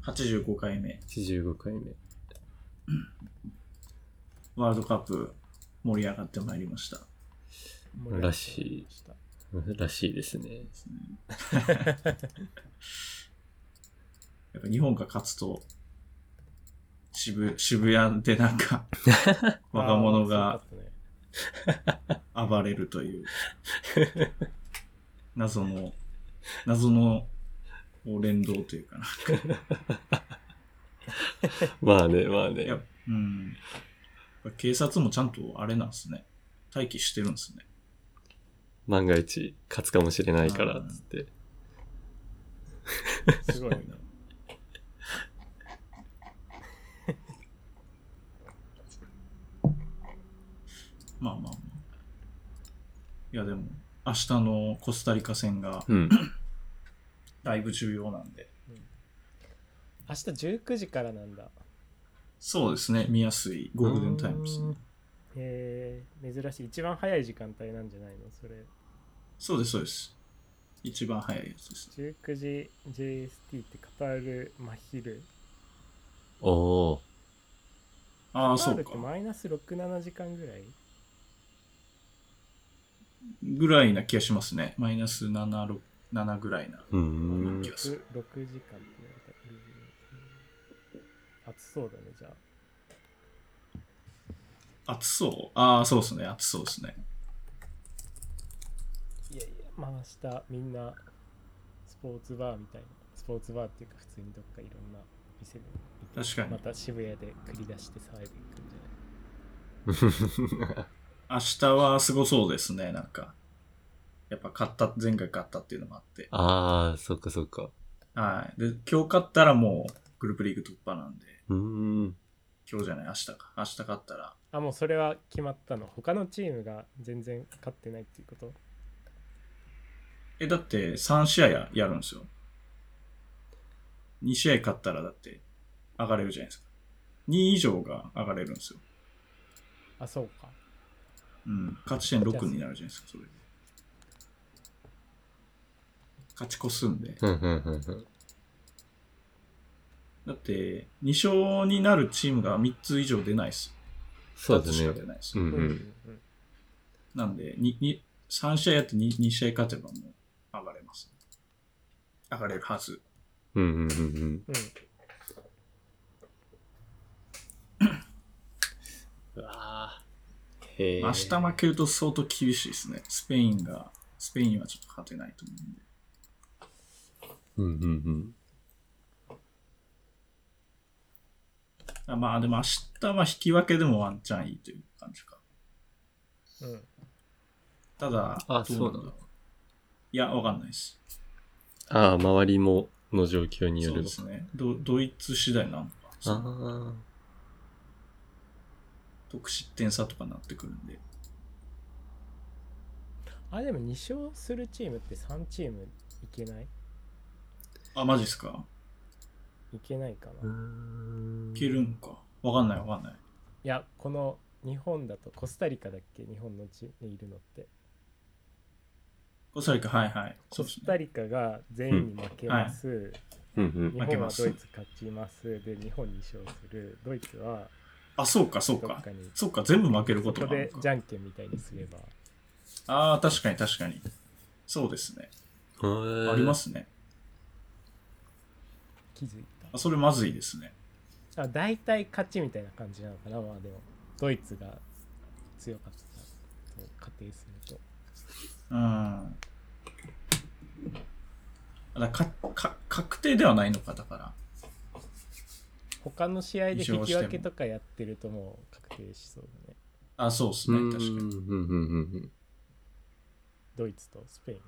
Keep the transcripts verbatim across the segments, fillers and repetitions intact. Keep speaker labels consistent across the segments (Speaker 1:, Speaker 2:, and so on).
Speaker 1: はちじゅうごかいめ。
Speaker 2: はちじゅうごかいめ。
Speaker 1: ワールドカップ盛り上がってまいりました。
Speaker 2: らしい。らしいですね。
Speaker 1: やっぱ日本が勝つと渋、渋谷でなんか若者が暴れるという謎の謎の連動というかな。
Speaker 2: まあね、まあね。
Speaker 1: いや、うん。警察もちゃんとあれなんですね。待機してるんですね。
Speaker 2: 万が一勝つかもしれないからっつって。
Speaker 1: すごいな。まあまあまあ。いやでも明日のコスタリカ戦が、
Speaker 2: うん、
Speaker 1: だいぶ重要なんで、
Speaker 3: うん、明日じゅうくじからなんだ。
Speaker 1: そうですね、見やすいゴールデンタイムですね。
Speaker 3: へえ、珍しい。一番早い時間帯なんじゃないのそれ。
Speaker 1: そうですそうです。一番早いやつです。
Speaker 3: じゅうくじ ジェイエスティー ってカタール真昼。
Speaker 2: おお。
Speaker 1: ああ、そうか。
Speaker 3: カタールってマイナスろく、ななじかんぐらい
Speaker 1: ぐらいな気がしますね。マイナスなな、ろく、ななぐらいな気がする。
Speaker 3: ろくじかんって言われた。暑そうだね、じゃ
Speaker 1: あ。暑そう。ああ、そうですね。暑そうですね。
Speaker 3: いやいや、まあ明日みんなスポーツバーみたいな、スポーツバーっていうか普通にどっかいろんな店で見て、
Speaker 1: 確かに
Speaker 3: また渋谷で繰り出して騒いでいくんじゃない？
Speaker 1: 明日はすごそうですね。なんかやっぱ勝った、前回勝ったっていうのもあって。
Speaker 2: ああ、そっかそっか。
Speaker 1: はい。で、今日勝ったらもうグループリーグ突破なんで。
Speaker 2: うーん。
Speaker 1: 今日じゃない、明日か。明日勝ったら。
Speaker 3: あ、もうそれは決まったの？他のチームが全然勝ってないっていうこと？
Speaker 1: え、だってさん試合ややるんですよ。に試合勝ったらだって上がれるじゃないですか。に以上が上がれるんですよ。
Speaker 3: あ、そうか。
Speaker 1: うん。勝ち点ろくになるじゃないですか、それ。勝ち越すんで。だってに勝になるチームがみっつ以上出ないっす。
Speaker 2: そうですね。
Speaker 1: ふたつしか出ないっす。
Speaker 2: うんうん。
Speaker 1: なんでににさん試合やって 2, 2試合勝てばもう上がれます。上がれるはず。
Speaker 2: うんうんうんうん。うわぁ。へぇ。
Speaker 1: 明日負けると相当厳しいですね。スペインが、スペインはちょっと勝てないと思うんで。
Speaker 2: うんうん
Speaker 1: うん。まあでも明日は引き分けでもワンチャンいいという感じか。
Speaker 3: うん。
Speaker 1: ただ、
Speaker 2: あ、
Speaker 1: どうなんだろう。
Speaker 2: そうなの？
Speaker 1: いや、わかんないです。
Speaker 2: ああ、周りもの状況によるのか。
Speaker 1: そうですね。ド, ドイツ次第なのか。
Speaker 2: ああ。
Speaker 1: 得失点差とかなってくるんで。
Speaker 3: あ、でもに勝するチームってさんチームいけない？
Speaker 1: あ、マジっすか？
Speaker 3: いけないかな。
Speaker 1: いけるんか。わかんないわかんない。
Speaker 3: いや、この日本だとコスタリカだっけ？日本のチームにいるのって。
Speaker 1: コスタリカ、はいはい。
Speaker 3: コスタリカが全員に負けます。
Speaker 2: うんはい、
Speaker 3: 日本はドイツ勝ちます。で、日本に勝する。ドイツは
Speaker 1: あ、そうかそうか。そうか、全部負けることがあるのか。
Speaker 3: そこでじゃんけんみたいにすれば。
Speaker 1: ああ、確かに確かに。そうですね。ありますね。
Speaker 3: 気づいた。
Speaker 1: あ、それまずいですね。
Speaker 3: あ、大体勝ちみたいな感じなのかな。まあでも、ドイツが強かったと仮定すると。
Speaker 1: うん。だかか確定ではないのか、だから。
Speaker 3: 他の試合で引き分けとかやってるともう確定しそうだね。
Speaker 1: あ、そうですね、確か
Speaker 2: に。
Speaker 3: ドイツとスペイ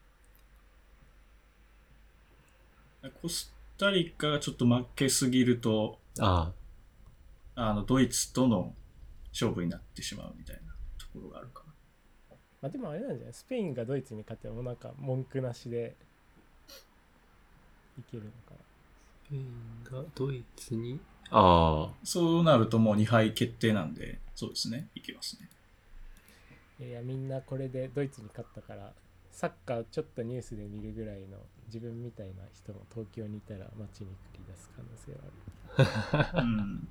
Speaker 1: ン。コスタリカがちょっと負けすぎると、
Speaker 2: あ
Speaker 1: あ、あのドイツとの勝負になってしまうみたいなところがあるかな。
Speaker 3: まあでもあれなんじゃない？スペインがドイツに勝ってもなんか文句なしでいけるのかな。
Speaker 2: スペインがドイツに、ああ、
Speaker 1: そうなるともうに敗決定なんで、そうですね、いけますね。
Speaker 3: いやみんなこれでドイツに勝ったからサッカーちょっとニュースで見るぐらいの自分みたいな人も東京にいたら街に繰り出す可能性はある。
Speaker 1: うん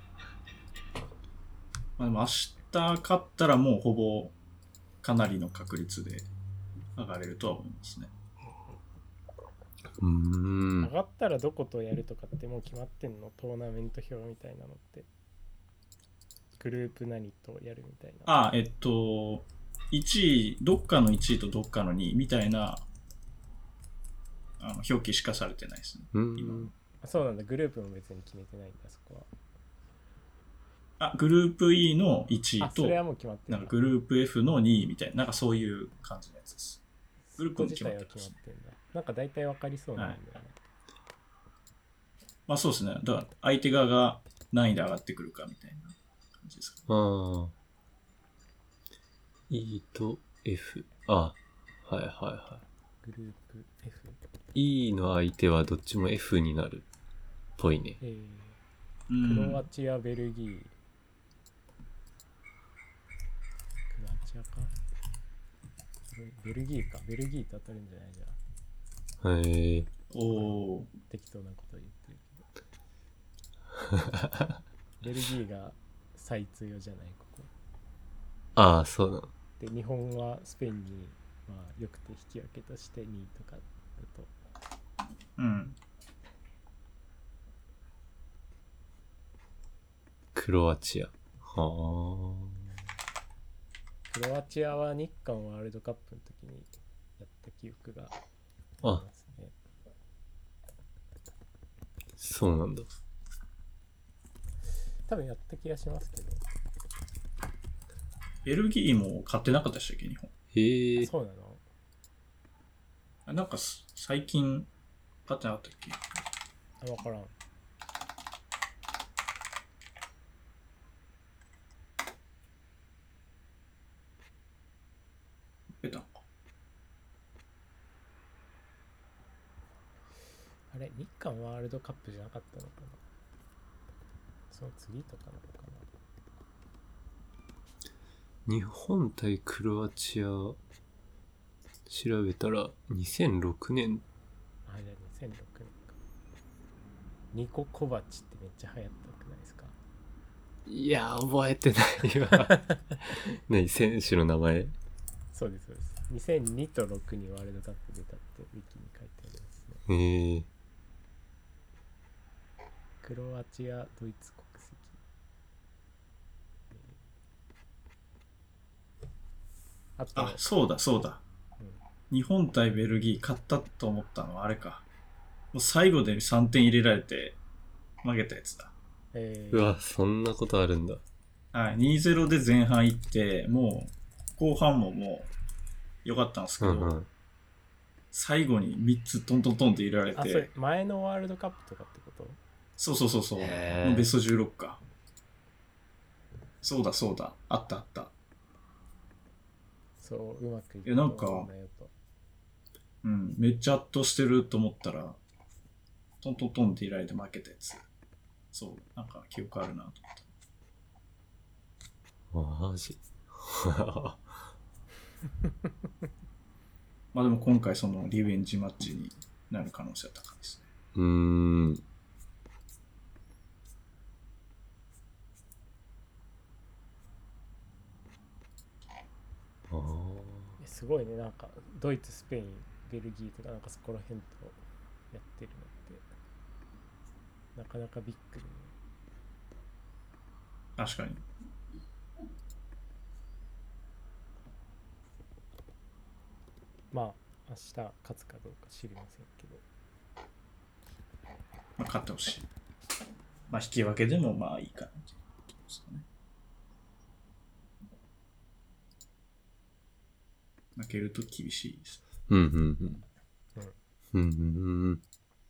Speaker 1: まあ、でも明日勝ったらもうほぼかなりの確率で上がれるとは思いますね。
Speaker 2: うーん
Speaker 3: 上がったらどことやるとかってもう決まってんの？トーナメント表みたいなのってグループ何とやるみたいな。
Speaker 1: ああえっといちいどっかのいちいとどっかのにいみたいなあの表記しかされてないですね。
Speaker 2: うー
Speaker 1: 今
Speaker 2: ん
Speaker 3: あ、そうなんだ。グループも別に決めてないんだ、そこは。
Speaker 1: あグループ E のいちい
Speaker 3: あ、
Speaker 1: と
Speaker 3: それはもう決まってる
Speaker 1: なんかグループ F のにいみたいな、なんかそういう感じのやつです。グループも
Speaker 3: 自体は決まってんだ。なんか大体わかりそうなんだよね。
Speaker 1: はい、まあそうですね。だから相手側が何位で上がってくるかみたいな感じですかね。
Speaker 2: ああ E と F あはいはいは
Speaker 3: グループ F。
Speaker 2: い E の相手はどっちも F になるっぽいね。
Speaker 3: え
Speaker 1: う
Speaker 3: ー、ク
Speaker 1: ん
Speaker 3: ロアチア、ベルギー。クロアチアかベルギーか。ベルギーと当たるんじゃないじゃん。
Speaker 2: へえ
Speaker 1: おー
Speaker 3: 適当なこと言ってるけど。ベルギーが最強じゃない、ここ。
Speaker 2: ああそうなの。
Speaker 3: で、日本はスペインに、まあ、よくて引き分けとしてにいとかだと。
Speaker 1: うん
Speaker 2: クロアチアは
Speaker 3: クロアチアは日韓ワールドカップの時にやった記憶があり
Speaker 2: ああ
Speaker 3: ますね。
Speaker 2: そうなんだ。
Speaker 3: 多分やった気がしますけど。
Speaker 1: ベルギーも勝ってなかったでしたっけ日本。
Speaker 2: へえ
Speaker 3: そうなの？
Speaker 1: あなんかす最近勝ってなかったっけ。
Speaker 3: あ、わからん。
Speaker 1: 出たのか。
Speaker 3: あれ、日韓ワールドカップじゃなかったのかな。その次とかなのか
Speaker 2: 日本対クロアチア調べたらにせんろくねん。
Speaker 3: な。あ、じゃあにせんろくねんか。ニコ・コバチってめっちゃ流行ったくないですか？
Speaker 2: いや覚えてないわ何選手の名前。
Speaker 3: そうです、そうです。にせんにとろくにワールドカップ出たってウィキに書いてありますね。
Speaker 2: へえ
Speaker 3: クロアチア、ドイツ国籍。あと、
Speaker 1: あそうだそうだ、
Speaker 3: うん、
Speaker 1: 日本対ベルギー勝ったと思ったのはあれか。もう最後でさんてん入れられて負けたやつだ。
Speaker 3: えー、
Speaker 2: うわそんなことあるんだ。
Speaker 1: はい、にたいゼロ で前半行ってもう後半ももう良かったんですけど、
Speaker 2: うんうん
Speaker 1: 最後にみっつトントントンって入れられ
Speaker 3: あ、それ
Speaker 1: て、
Speaker 3: 前のワールドカップとかってこと？
Speaker 1: そうそうそうそう、
Speaker 2: へー
Speaker 1: もうベストじゅうろくか。そうだそうだ、あったあった。
Speaker 3: そう、うまくいく
Speaker 1: いやなんか
Speaker 3: と思うんだよと。
Speaker 1: うん、めっちゃ圧倒してると思ったらトントントンって入れられて負けたやつ。そうなんか記憶あるなと思った。
Speaker 2: マジ
Speaker 1: まあでも今回そのリベンジマッチになる可能性は高いですね。
Speaker 2: うーんあー
Speaker 3: すごいね、なんかドイツ、スペイン、ベルギーとかなんかそこら辺とやってるのってなかなかビッグでね。
Speaker 1: 確かに。
Speaker 3: まあ明日勝つかどうか知りませんけど、
Speaker 1: まあ勝ってほしい。まあ引き分けでもまあいいかなっていうことですかね。負けると厳しいです。
Speaker 2: うんうんうんうんうんうん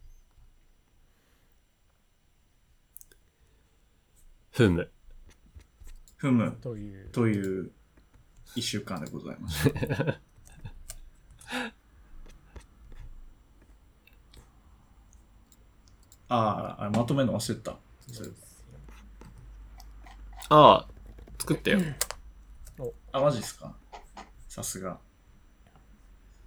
Speaker 2: ふむ
Speaker 1: ふむ
Speaker 3: という
Speaker 1: という一週間でございました。ああ、まとめるの忘れた。それ
Speaker 2: ああ作ったよ。
Speaker 1: あ、マジっすか。さすが。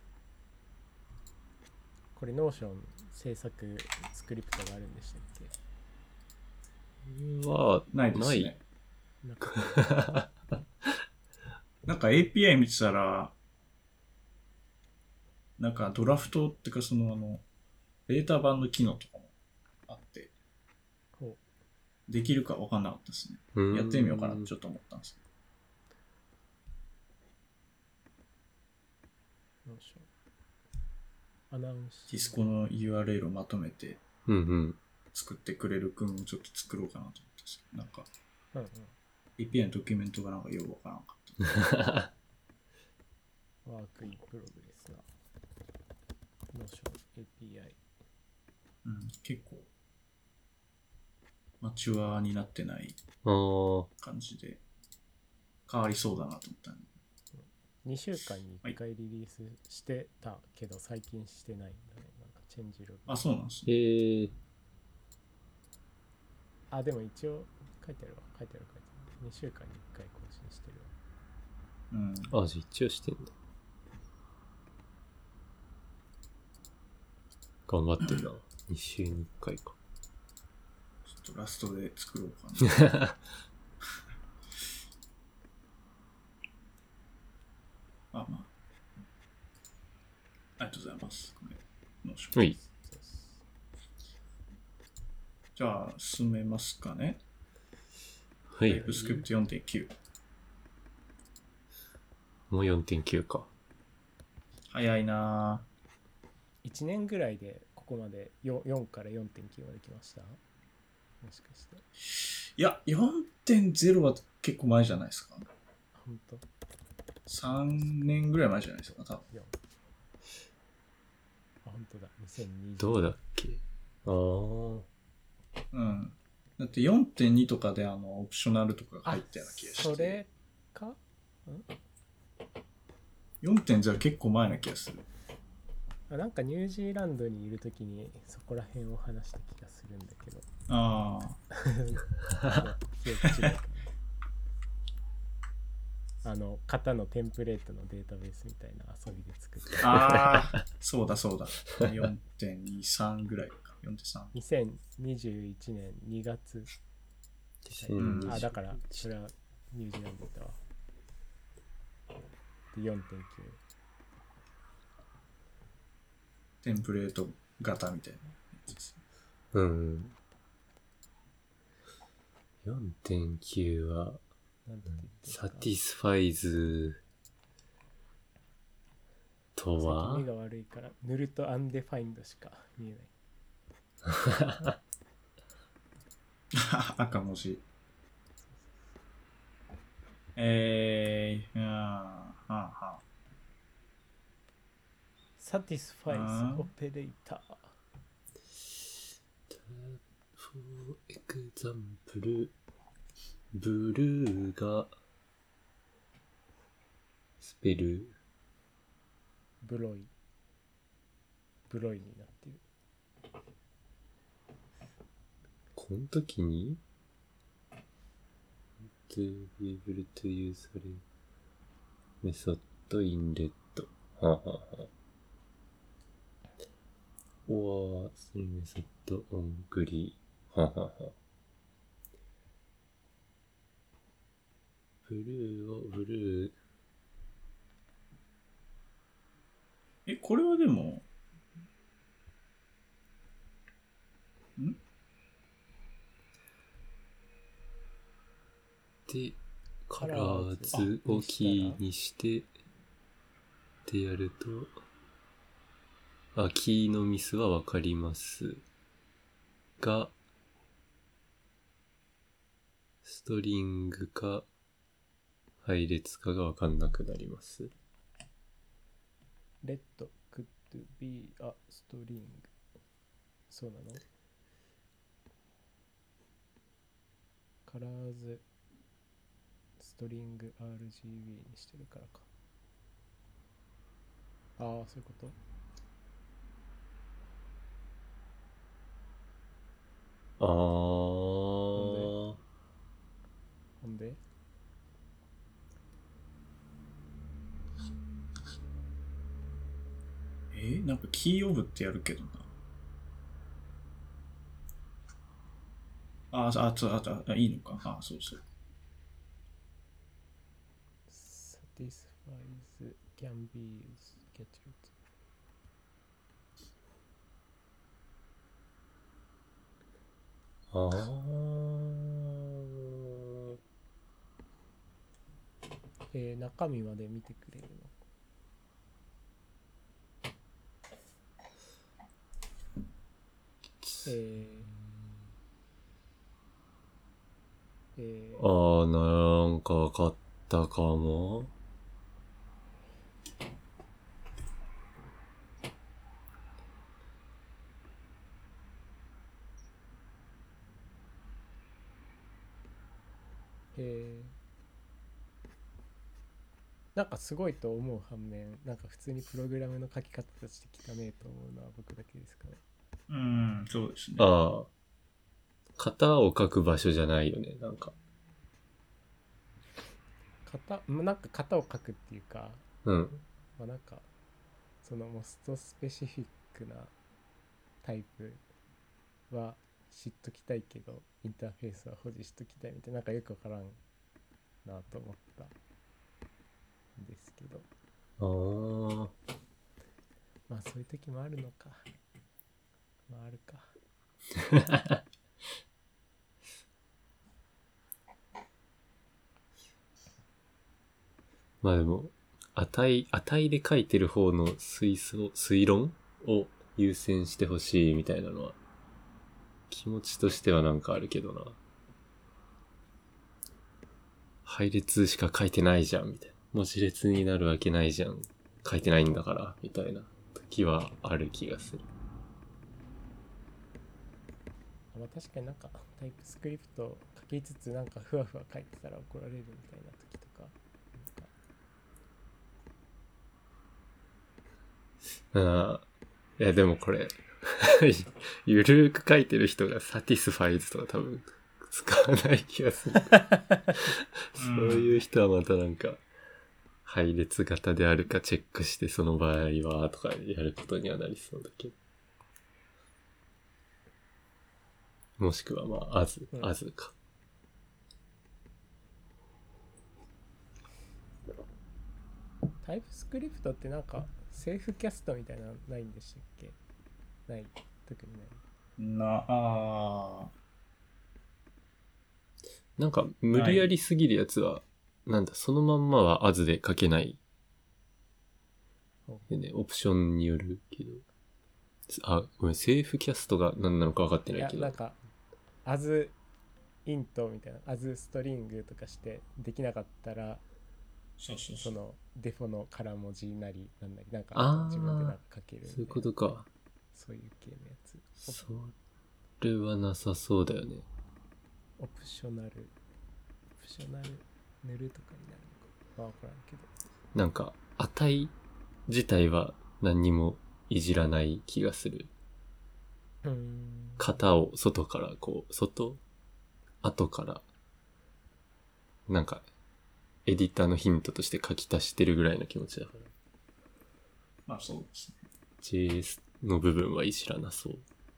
Speaker 3: これノーション制作スクリプトがあるんでしたっけ？
Speaker 2: は、
Speaker 1: ないですね。
Speaker 3: なんか
Speaker 1: なんか エーピーアイ 見てたら、なんかドラフトってかそのあの、ベータ版の機能とかもあって、
Speaker 3: ほ
Speaker 1: できるか分かんなかったですね。
Speaker 2: うーん
Speaker 1: やってみようかなってちょっと思ったんですけ
Speaker 3: うノーションアナウンス
Speaker 1: ど、ディスコの ユーアールエル をまとめて
Speaker 2: うんうん。
Speaker 1: 作ってくれる君をちょっと作ろうかなと思ったんですけど、なんか
Speaker 3: うんうん
Speaker 1: エーピーアイ のドキュメントがなんかよく分からなかった。
Speaker 3: ワークインプログレスなノーション エーピーアイ。
Speaker 1: うん、結構、マチュアになってない
Speaker 2: あー。
Speaker 1: 感じで、変わりそうだなと思ったんで。
Speaker 3: にしゅうかんにいっかいリリースしてたけど最近してないんだね。なんかチェンジログ。
Speaker 1: あ、そうなんですね。
Speaker 2: えー。
Speaker 3: あ、でも一応書いてあるわ。書いてある書いてある。にしゅうかんにいっかい更新してるわ。
Speaker 1: うん。
Speaker 2: あ、じゃあ一応してんだ。頑張ってるな。に週にいっかいか。
Speaker 1: ちょっとラストで作ろうかな。あ、まあ。ありがとうございます。これの紹介
Speaker 2: はい。
Speaker 1: じゃあ、進めますかね。
Speaker 2: はい
Speaker 1: タイプスクリプト よんてんきゅう。
Speaker 2: もう よんてんきゅう か。
Speaker 1: 早いない
Speaker 3: ちねんぐらいでここまで よん, よんから よんてんきゅう まで来ました。もしかして。
Speaker 1: ぁ。いや、よんてんゼロ は結構前じゃないですか。
Speaker 3: ほんと
Speaker 1: さんねんぐらい前じゃないですか、多分。
Speaker 3: よん。あ、ほんとだ。にせんにじゅう。
Speaker 2: どうだっけ。あー。
Speaker 1: うん。だって よんてんに とかであの、オプショナルとかが入ったような気がして。
Speaker 3: それかん
Speaker 1: よんてんゼロ 結構前な気がする。
Speaker 3: あ、なんかニュージーランドにいるときにそこら辺を話した気がするんだけど。
Speaker 1: ああ。
Speaker 3: 記憶違うかな。あの型のテンプレートのデータベースみたいな遊びで作って。
Speaker 1: ああ、そうだそうだ。よんてんにさん ぐらいか。よんてんさん。
Speaker 3: にせんにじゅういちねんにがつ。
Speaker 1: うん
Speaker 3: あ、だからそれはニュージーランドだわ。で よんてんきゅう。
Speaker 1: テンプレート型みたいなやつです。
Speaker 2: うん。よんてんきゅう は、
Speaker 3: なんて言って
Speaker 2: サティスファイズとは
Speaker 3: 目が悪いから塗るとアンデファインドしか見えない。
Speaker 1: 赤文字。えー、はあ、はあ。
Speaker 3: サティスファイズオペレーター。
Speaker 2: for example ブルーがスペル
Speaker 3: ブロイブロイになってる。
Speaker 2: この時に to be able to use あれメソッドインレッドはあはあはあ or それメソッドオングリーはあはあはあブルーをブルー
Speaker 1: え、これはでも、ん
Speaker 2: で、カラーズをキーにしてってやると、あ、キーのミスはわかりますが、ストリングか配列かがわかんなくなります。
Speaker 3: レッド could be a string。そうなの？カラーズストリング アールジービー にしてるからか。ああ、そういうこと？
Speaker 2: あー。
Speaker 3: ほんで
Speaker 1: えー、 なんかキーオブってやるけどな。あ、あ、あ、あ、あ、いいのか。あ、そうそう。
Speaker 3: satisfies can be scheduled。
Speaker 2: ああ。
Speaker 3: えー、中身まで見てくれるの。えーえー、
Speaker 2: ああ、なんかわかったかも。
Speaker 3: えー、なんかすごいと思う反面、なんか普通にプログラムの書き方として汚ねえと思うのは僕だけですかね。
Speaker 1: うん、そうですね。
Speaker 2: ああ。型を書く場所じゃないよね、なんか。
Speaker 3: 型、なんか型を書くっていうか、
Speaker 2: うん。
Speaker 3: まあ、なんかそのモストスペシフィックなタイプは知っときたいけどインターフェースは保持しときたいみたいな、なんかよくわからんなと思ったんですけど、
Speaker 2: ああ。
Speaker 3: まあそういう時もあるのか。まああるか。
Speaker 2: まあでも、値、値で書いてる方の推想、推論を優先してほしいみたいなのは、気持ちとしてはなんかあるけどな。配列しか書いてないじゃん、みたいな。文字列になるわけないじゃん。書いてないんだから、みたいな時はある気がする。
Speaker 3: まあ確かになんかタイプスクリプト書きつつなんかふわふわ書いてたら怒られるみたいな時とか、
Speaker 2: ああ。いやでもこれ、ゆるーく書いてる人が satisfies とか多分使わない気がする。そういう人はまたなんか、配列型であるかチェックしてその場合はとかやることにはなりそうだけど。もしくはまあ、as、
Speaker 3: うん、
Speaker 2: as か。
Speaker 3: タイプスクリプトってなんかセーフキャストみたいなのないんでしたっけ？ない、特にない。
Speaker 1: な、あ
Speaker 2: なんか無理やりすぎるやつは、なんだ、そのまんまは as で書けない。でね、オプションによるけど。あ、ごめん、セーフキャストが何なのか分かってないけど。
Speaker 3: いや、なんか as イントみたいな as ストリングとかしてできなかったら、
Speaker 1: そうそうそ。
Speaker 3: そうのデフォの空文字なりなんなりなんか
Speaker 2: あー
Speaker 3: 自分でなんか書けるみたいな、
Speaker 2: そういうことか。
Speaker 3: そういう系のやつ。
Speaker 2: それはなさそうだよね。
Speaker 3: オプショナルオプショナル塗るとかになるのか、まあ分からんけど、
Speaker 2: なんか、値自体は何にもいじらない気がする。
Speaker 3: うーん、
Speaker 2: 型を外からこう、外後から、なんか、エディターのヒントとして書き足してるぐらいの気持ちだから。
Speaker 1: まあそうですね。
Speaker 2: ジェイエス の部分はいじらなそう。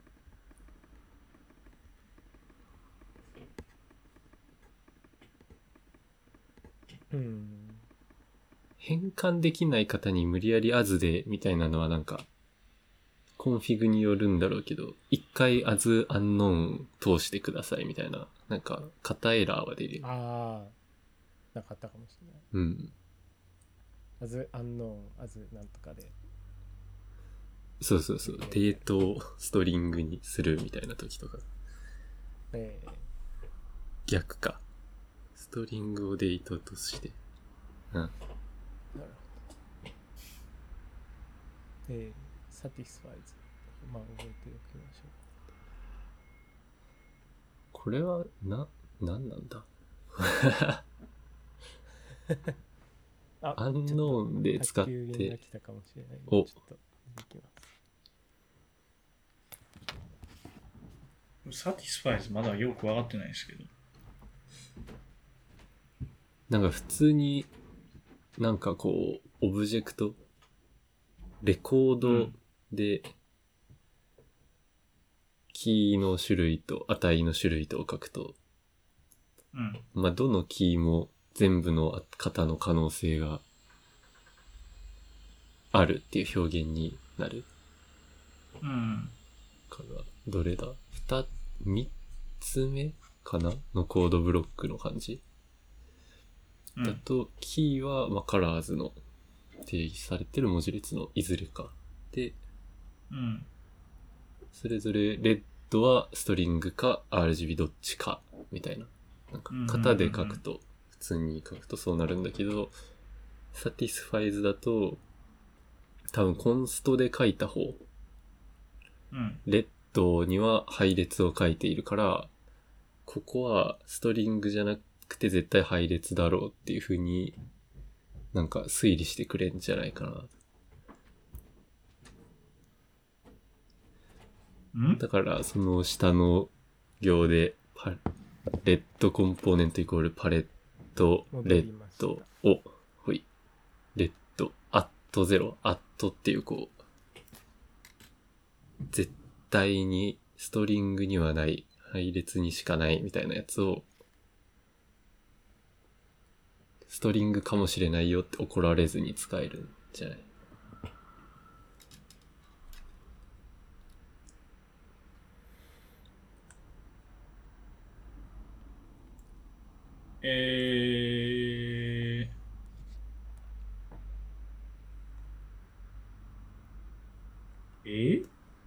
Speaker 3: うん、
Speaker 2: 変換できない方に無理やり as でみたいなのはなんか、コンフィグによるんだろうけど、一回 as unknown 通してくださいみたいな、なんか、型エラーは出る。
Speaker 3: ああなかったかもしれない。
Speaker 2: うん。
Speaker 3: as unknown as なんとかで、
Speaker 2: そうそうそう。デートをストリングにするみたいな時とか。
Speaker 3: えー、
Speaker 2: 逆か。ストリングをデートとして。うん。
Speaker 3: なるほど。えー、satisfies、まあ覚えておきましょ
Speaker 2: これは、な、なんなんだ
Speaker 3: う。あ、
Speaker 2: アンノーンで使っ
Speaker 3: 宅急便が
Speaker 2: て、
Speaker 3: 来たかもしれないんで、
Speaker 2: お
Speaker 3: ちょっと行きます。
Speaker 1: サティスファイズまだよく分かってないですけど。
Speaker 2: なんか普通に、なんかこう、オブジェクト、レコードで、キーの種類と値の種類とを書くと、
Speaker 1: うん。
Speaker 2: まあ、どのキーも全部の型の可能性があるっていう表現になる。
Speaker 1: うん。
Speaker 2: から、どれだ二、三つ目かなのコードブロックの感じ。
Speaker 1: うん、
Speaker 2: だと、キーは、まあ、カラーズの定義されてる文字列のいずれか。で、
Speaker 1: うん。
Speaker 2: それぞれ、レッドはストリングか アールジービー どっちか、みたいな。なんか、型で書くと、普通に書くとそうなるんだけど、satisfies だと、多分コンストで書いた方、
Speaker 1: うん、
Speaker 2: レッドには配列を書いているから、ここはストリングじゃなくて絶対配列だろうっていう風になんか推理してくれんじゃないかな。
Speaker 1: ん
Speaker 2: だからその下の行でパレッドコンポーネントイコールパレットレッドをほいレッドアットゼロアットっていうこう絶対にストリングにはない配列にしかないみたいなやつをストリングかもしれないよって怒られずに使えるんじゃない？
Speaker 1: えー、え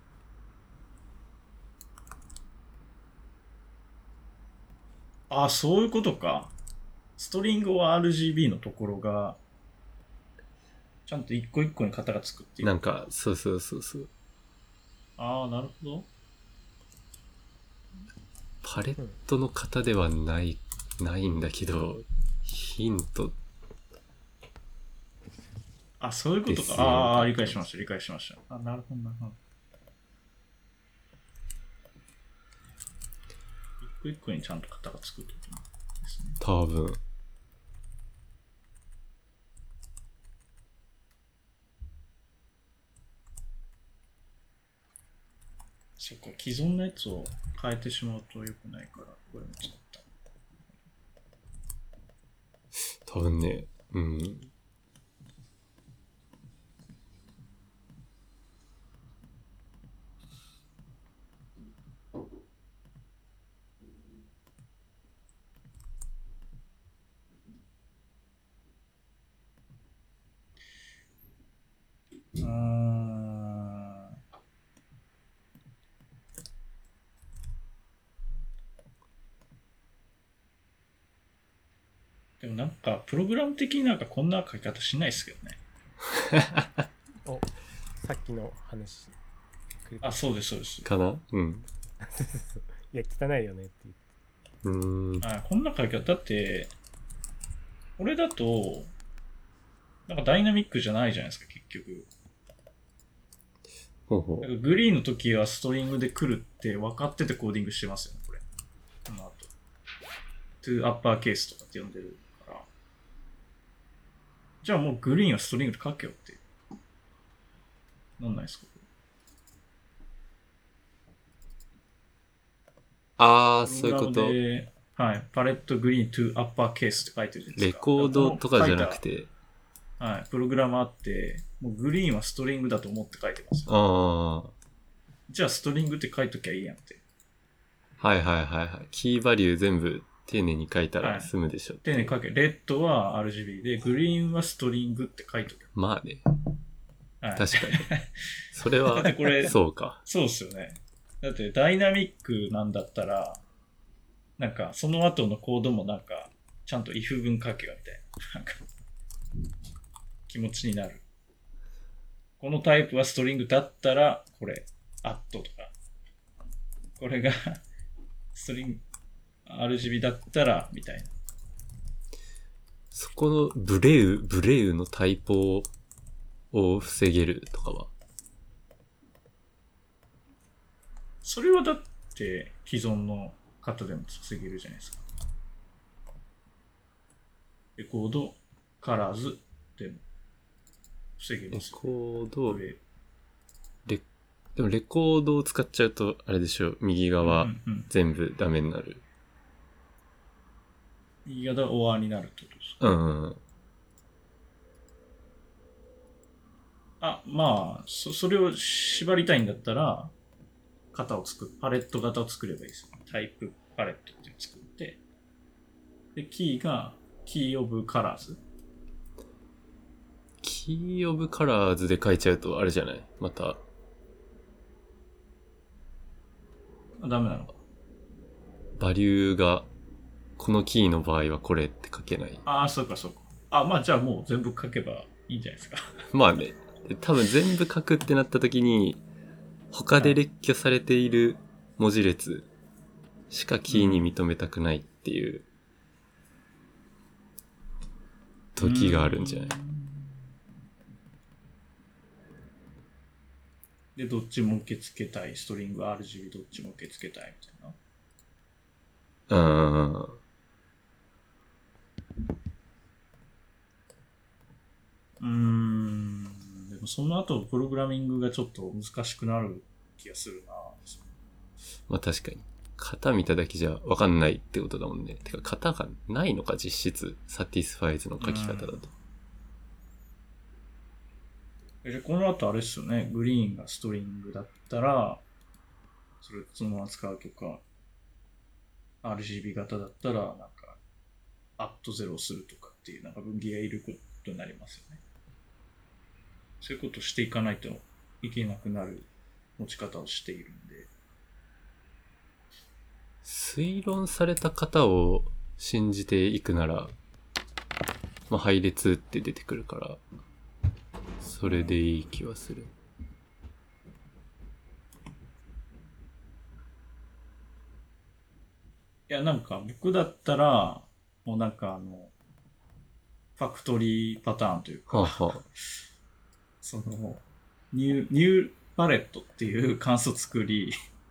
Speaker 1: あ、そういうことか。ストリングは アールジービー のところが、ちゃんと一個一個に型がつくっていう。
Speaker 2: なんか、そうそうそうそう。
Speaker 1: ああ、なるほど。
Speaker 2: パレットの型ではない、ないんだけど、ヒント。
Speaker 1: あ、そういうことか。ああ、理解しました、理解しました。あ、なるほど、なるほど。一個一個にちゃんと型がつくってことですね。
Speaker 2: 多分。
Speaker 1: そっか、既存のやつを変えてしまうと良くないから、これも使った。
Speaker 2: 多分ね、うん。
Speaker 1: うーん。でもなんか、プログラム的になんかこんな書き方しないですけどね。
Speaker 3: お、さっきの話。
Speaker 1: あ、そうです、そうです。
Speaker 2: かなうん。
Speaker 3: いや、汚いよねって言って。
Speaker 2: うーん。
Speaker 1: あ、こんな書き方、だって、これだと、なんかダイナミックじゃないじゃないですか、結局。
Speaker 2: ほうほう。
Speaker 1: グリーンの時はストリングで来るって分かっててコーディングしてますよね、これ。この後。to upper case とかって呼んでるから。じゃあもうグリーンはストリングで書けよって。なんないですか？
Speaker 2: あー、そういうこと。
Speaker 1: はい。パレットグリーン to upper case って書いてるじゃないですか。
Speaker 2: レコードとかじゃなくて。
Speaker 1: はい。プログラムあって、もうグリーンはストリングだと思って書いてますよ。
Speaker 2: ああ。
Speaker 1: じゃあストリングって書いときゃいいやんって。
Speaker 2: はいはいはいはい。キーバリュー全部丁寧に書いたら済むでしょ。はい、
Speaker 1: 丁寧に書け。レッドは アールジービー で、グリーンはストリングって書いとけ。
Speaker 2: まあね。
Speaker 1: はい、
Speaker 2: 確かに。それは、
Speaker 1: これ
Speaker 2: そうか。
Speaker 1: そうっすよね。だってダイナミックなんだったら、なんかその後のコードもなんか、ちゃんと if 文書けよみたいな。なんか気持ちになる。このタイプはストリングだったら、これ、アットとか。これが、ストリング、アールジービー だったら、みたいな。
Speaker 2: そこのブレウ、ブレウのタイプを防げるとかは？
Speaker 1: それはだって、既存の型でも防げるじゃないですか。レコード、カラーズでも防げます。
Speaker 2: レコード、レでもレコードを使っちゃうと、あれでしょ、右側
Speaker 1: うんうん、
Speaker 2: 全部ダメになる。
Speaker 1: 右側オアになるってことですか。
Speaker 2: うんうん。
Speaker 1: あ、まあ、そ、それを縛りたいんだったら、型を作る、パレット型を作ればいいですよ。タイプパレットっていうのを作って、で、キーが、キーオブカラーズ。
Speaker 2: キーオブカラーズで書いちゃうと、あれじゃないまた。
Speaker 1: あ、ダメなのか。
Speaker 2: バリューが、このキーの場合はこれって書けない。
Speaker 1: ああ、そうかそうか。あ、まあじゃあもう全部書けばいいんじゃないですか。
Speaker 2: まあね、多分全部書くってなった時に、他で列挙されている文字列しかキーに認めたくないっていう時があるんじゃない？
Speaker 1: で、どっちも受け付けたい。ストリング、アールジービー どっちも受け付けたいみたいな。
Speaker 2: うん。
Speaker 1: うーん。でもその後プログラミングがちょっと難しくなる気がするな。
Speaker 2: まあ確かに。型見ただけじゃわかんないってことだもんね。てか型がないのか実質。satisfies の書き方だと。
Speaker 1: えじゃあこの後あれっすよね。グリーンがストリングだったら、それそのまま使うとか、アールジービー 型だったら、なんか、アットゼロするとかっていう、なんか分岐がいることになりますよね。そういうことをしていかないといけなくなる持ち方をしているんで。
Speaker 2: 推論された型を信じていくなら、まあ配列って出てくるから、それでいい気はする。
Speaker 1: いや、なんか僕だったら、もうなんかあの、ファクトリーパターンというか、
Speaker 2: はあはあ、
Speaker 1: その、ニュー、ニューパレットっていう関数を作り、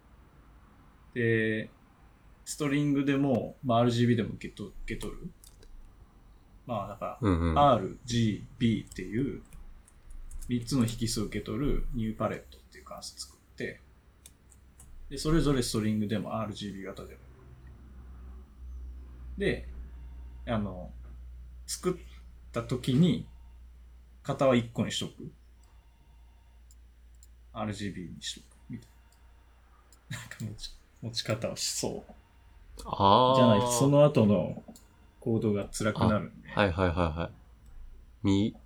Speaker 1: で、ストリングでも、まあ、アールジービー でも受けと受け取る。まあ、だから、
Speaker 2: うんうん、
Speaker 1: アールジービー っていうみっつの引数を受け取るニューパレットっていう関数を作って、で、それぞれストリングでも アールジービー 型でも。で、あの、作った時に、型はいっこにしとく。アールジービー にしとく。みたいな。なんか持ち、持ち方をしそう。
Speaker 2: ああ。
Speaker 1: じゃないと、その後のコードが辛くなるんで。
Speaker 2: はいはいはいはい。み、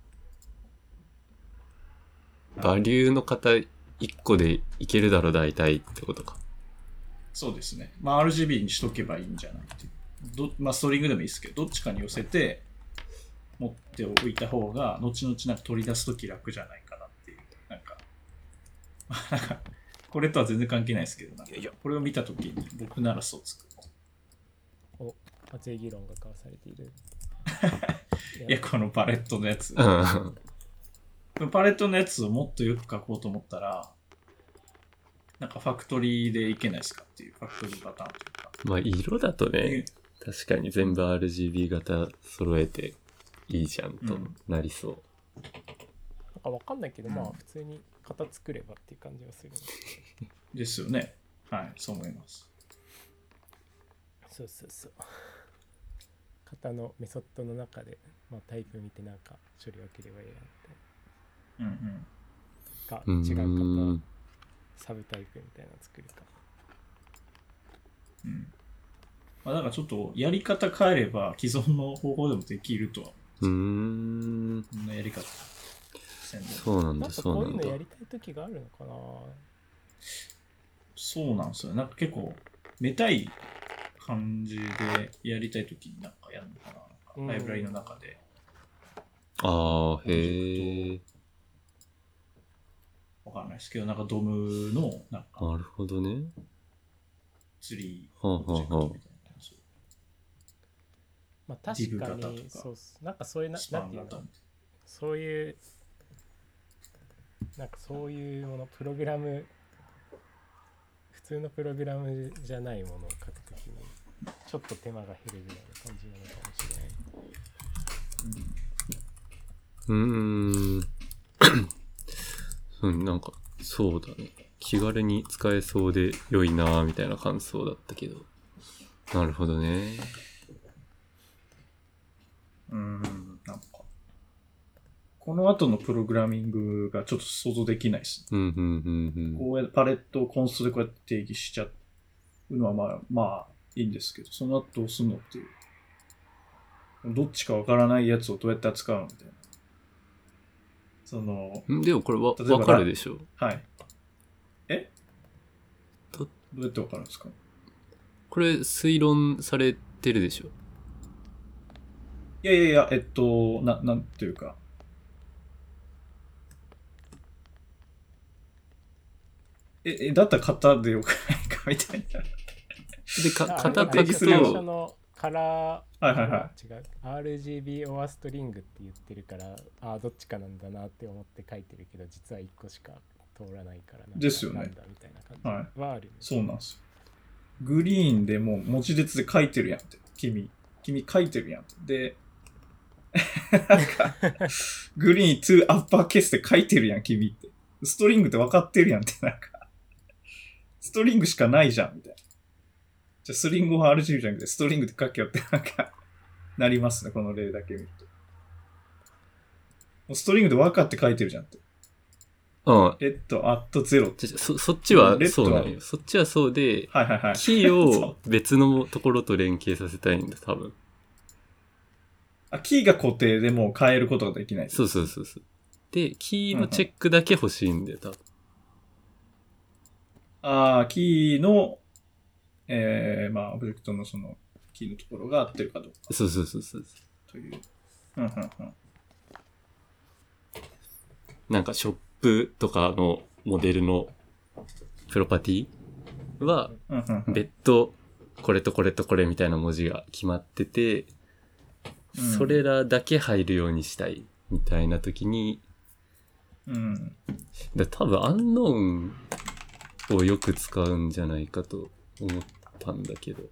Speaker 2: バリューの型いっこでいけるだろ大体ってことか。
Speaker 1: そうですね。まあ アールジービー にしとけばいいんじゃないっていう。どまあストリングでもいいですけど、どっちかに寄せて持っておいた方が、後々なんか取り出すとき楽じゃないかなっていう。なんか、まあなんか、これとは全然関係ないですけど、なんかこれを見たときに僕ならそう作る。
Speaker 3: お、熱い議論が交わされている。
Speaker 1: いや、このパレットのやつ。
Speaker 2: うん
Speaker 1: パレットのやつをもっとよく書こうと思ったら、なんかファクトリーでいけないですかっていう、ファクトリーパターンというか。
Speaker 2: まあ色だとね、確かに全部 アールジービー 型揃えていいじゃんとなりそう。
Speaker 3: うん、なんかわかんないけど、うん、まあ普通に型作ればっていう感じはする。
Speaker 1: ですよね。はい、そう思います。
Speaker 3: そうそうそう。型のメソッドの中で、まあ、タイプ見てなんか処理分ければいいやって。
Speaker 1: うんうん。
Speaker 3: か違う型、サブタイプみたいなの作るか。
Speaker 1: うん。まあだからちょっとやり方変えれば既存の方法でもできるとは思うんですよ。うーん。こんなやり方。
Speaker 2: そうなんだ、そうなんだ。
Speaker 3: こういうのやりたい時があるのかな。
Speaker 1: そうなんですよ。なんか結構めたい感じでやりたい時になんかやるのかな。なんかライブラリの中で。
Speaker 2: ああ、へえ。
Speaker 1: わかんないですけど、なんかドムの、なんか。
Speaker 2: なるほどね。
Speaker 1: ツリ
Speaker 2: ー。はあはあはあ。
Speaker 3: まあ確かに、そうっす。なんかそういうな、なんていうの、そういう、なんかそういうもの、プログラム、普通のプログラムじゃないものを書くときに、ちょっと手間が減るぐらいの感じなのかもしれない。
Speaker 2: うーん。うん、なんか、そうだね。 気軽に使えそうで良いなぁみたいな感想だったけど。なるほどね。
Speaker 1: うーん、なんか。この後のプログラミングがちょっと想像できないですね。
Speaker 2: うんうんうんうん。
Speaker 1: こうやってパレットをコンストでこうやって定義しちゃうのはまあ、まあいいんですけど、その後どうすんのっていう。どっちかわからないやつをどうやって扱うのみたいな。その、
Speaker 2: んでもこれわ
Speaker 1: 例えば
Speaker 2: わかるでしょ。
Speaker 1: はい。え
Speaker 2: と
Speaker 1: どうやってわかるんですか？
Speaker 2: これ推論されてるでしょ。
Speaker 1: いやいやいや、えっと、な、なんていうか。え、えだったら型でよくないかみたいな。
Speaker 2: で、か、
Speaker 3: あ
Speaker 2: 型書く
Speaker 1: 定義するよ
Speaker 3: 最初
Speaker 2: と、
Speaker 3: のカラー、
Speaker 1: はいはいは
Speaker 3: 違う アールジービー オアストリングって言ってるからあーどっちかなんだなって思って書いてるけど実はいっこしか通らないからなんか
Speaker 1: ですよね
Speaker 3: なんだみたいな感じはある、ね、
Speaker 1: そうなんですよ。グリーンでもう文字列で書いてるやんって。君。君書いてるやんって。で、なんか、グリーンにアッパーケースで書いてるやん、君って。ストリングって分かってるやんって、なんか。ストリングしかないじゃん、みたいな。じゃあ、スリングは アールジービー じゃなくて、ストリングって書けよって、なんか、なりますね、この例だけ見ると。もうストリングで分かって書いてるじゃんって。
Speaker 2: うん。
Speaker 1: レッド、アット、ゼロ。
Speaker 2: じゃそ、そっちは
Speaker 1: レッドは
Speaker 2: そうなのよ。そっちはそうで、
Speaker 1: はいはいはい。
Speaker 2: キー
Speaker 1: そ
Speaker 2: を別のところと連携させたいんだ、多分。
Speaker 1: あ、キーが固定でもう変えることができない。
Speaker 2: そうそうそうそう。で、キーのチェックだけ欲しいんだよ、多分。
Speaker 1: ああ、キーの、えー、まあ、オブジェクトのその、キーのところが合ってるかどうか
Speaker 2: そうそうそうそう。
Speaker 1: という。うんうんうん。
Speaker 2: なんかショップとかのモデルのプロパティは、
Speaker 1: うんうんうん、
Speaker 2: 別途これとこれとこれみたいな文字が決まってて、
Speaker 1: うん
Speaker 2: それらだけ入るようにしたいみたいな時に、
Speaker 1: うん。
Speaker 2: だ多分アンノーンをよく使うんじゃないかと思ったんだけど。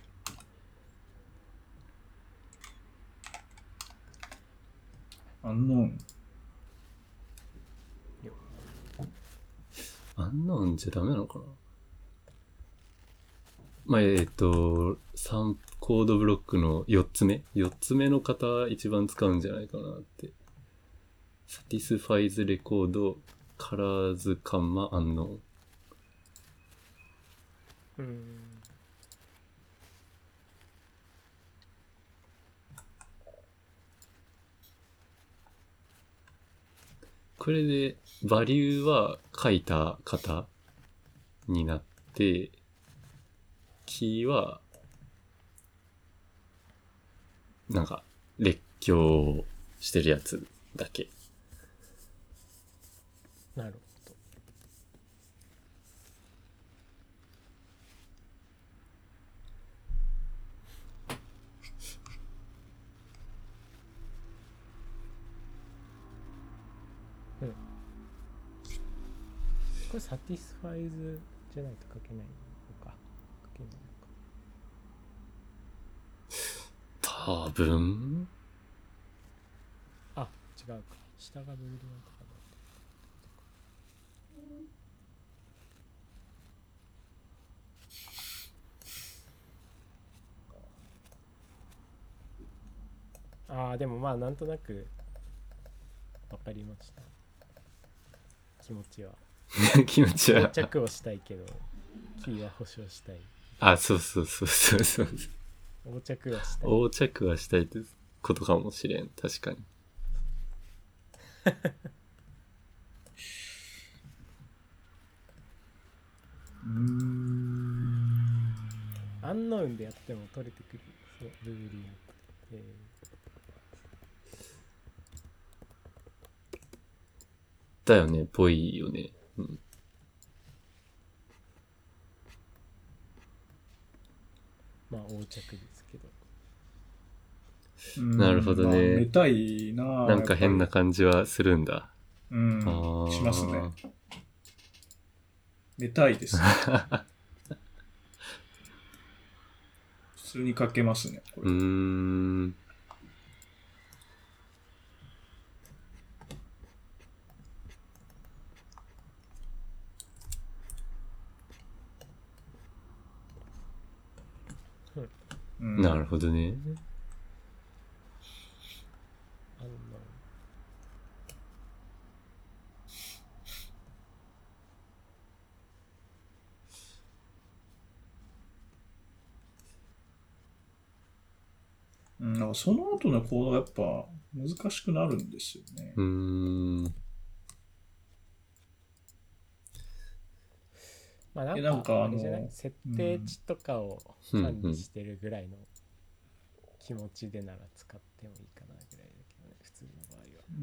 Speaker 1: アンノーン。
Speaker 2: アンノーンじゃダメなのかな。まあ、えっと、さんコードブロックのよっつめ ?よっ つ目の方一番使うんじゃないかなって。satisfies record colors, unknown。
Speaker 3: うん。
Speaker 2: これで、バリューは書いた型になって、キーは、なんか、列挙してるやつだけ。
Speaker 3: なるほど。うん。これサティスファイズじゃないと書けないのか。書けないのか。
Speaker 2: 多分
Speaker 3: あ、違うか。下がブーリアンとかだああ、でもまあなんとなくわかりました。気持ちは。
Speaker 2: 気持ちは
Speaker 3: 到。着をしたいけど、キーは保証したい。
Speaker 2: あ、そうそうそうそうそう。
Speaker 3: 横着はしたい。
Speaker 2: 横着はしたいってことかもしれん。確かに。
Speaker 1: うーん。
Speaker 3: アンノウンでやっても取れてくる。そう、ブーリアン。え
Speaker 2: だよね、ぽいよね。うん。
Speaker 3: ー、まあ横着ですけど。
Speaker 2: なるほどね
Speaker 1: まあ、めたいな。
Speaker 2: なんか変な
Speaker 1: やっ
Speaker 2: 感じはするんだ。
Speaker 1: ぱりうん。
Speaker 2: あー
Speaker 1: しますね。めたいですね。普通に書けますね、これ。
Speaker 2: うーん。
Speaker 1: うん、
Speaker 2: なるほどね。
Speaker 3: あの
Speaker 1: うん、なんかその後のコードがやっぱ難しくなるんですよね。
Speaker 2: うーん。
Speaker 3: まあなん
Speaker 1: えなん
Speaker 3: か
Speaker 1: か
Speaker 3: あれじゃない、
Speaker 1: あの
Speaker 3: 設定値とかを管理してるぐらいの気持ちでなら使ってもいいかなぐらいだけどね、普通の場合は。
Speaker 1: うん、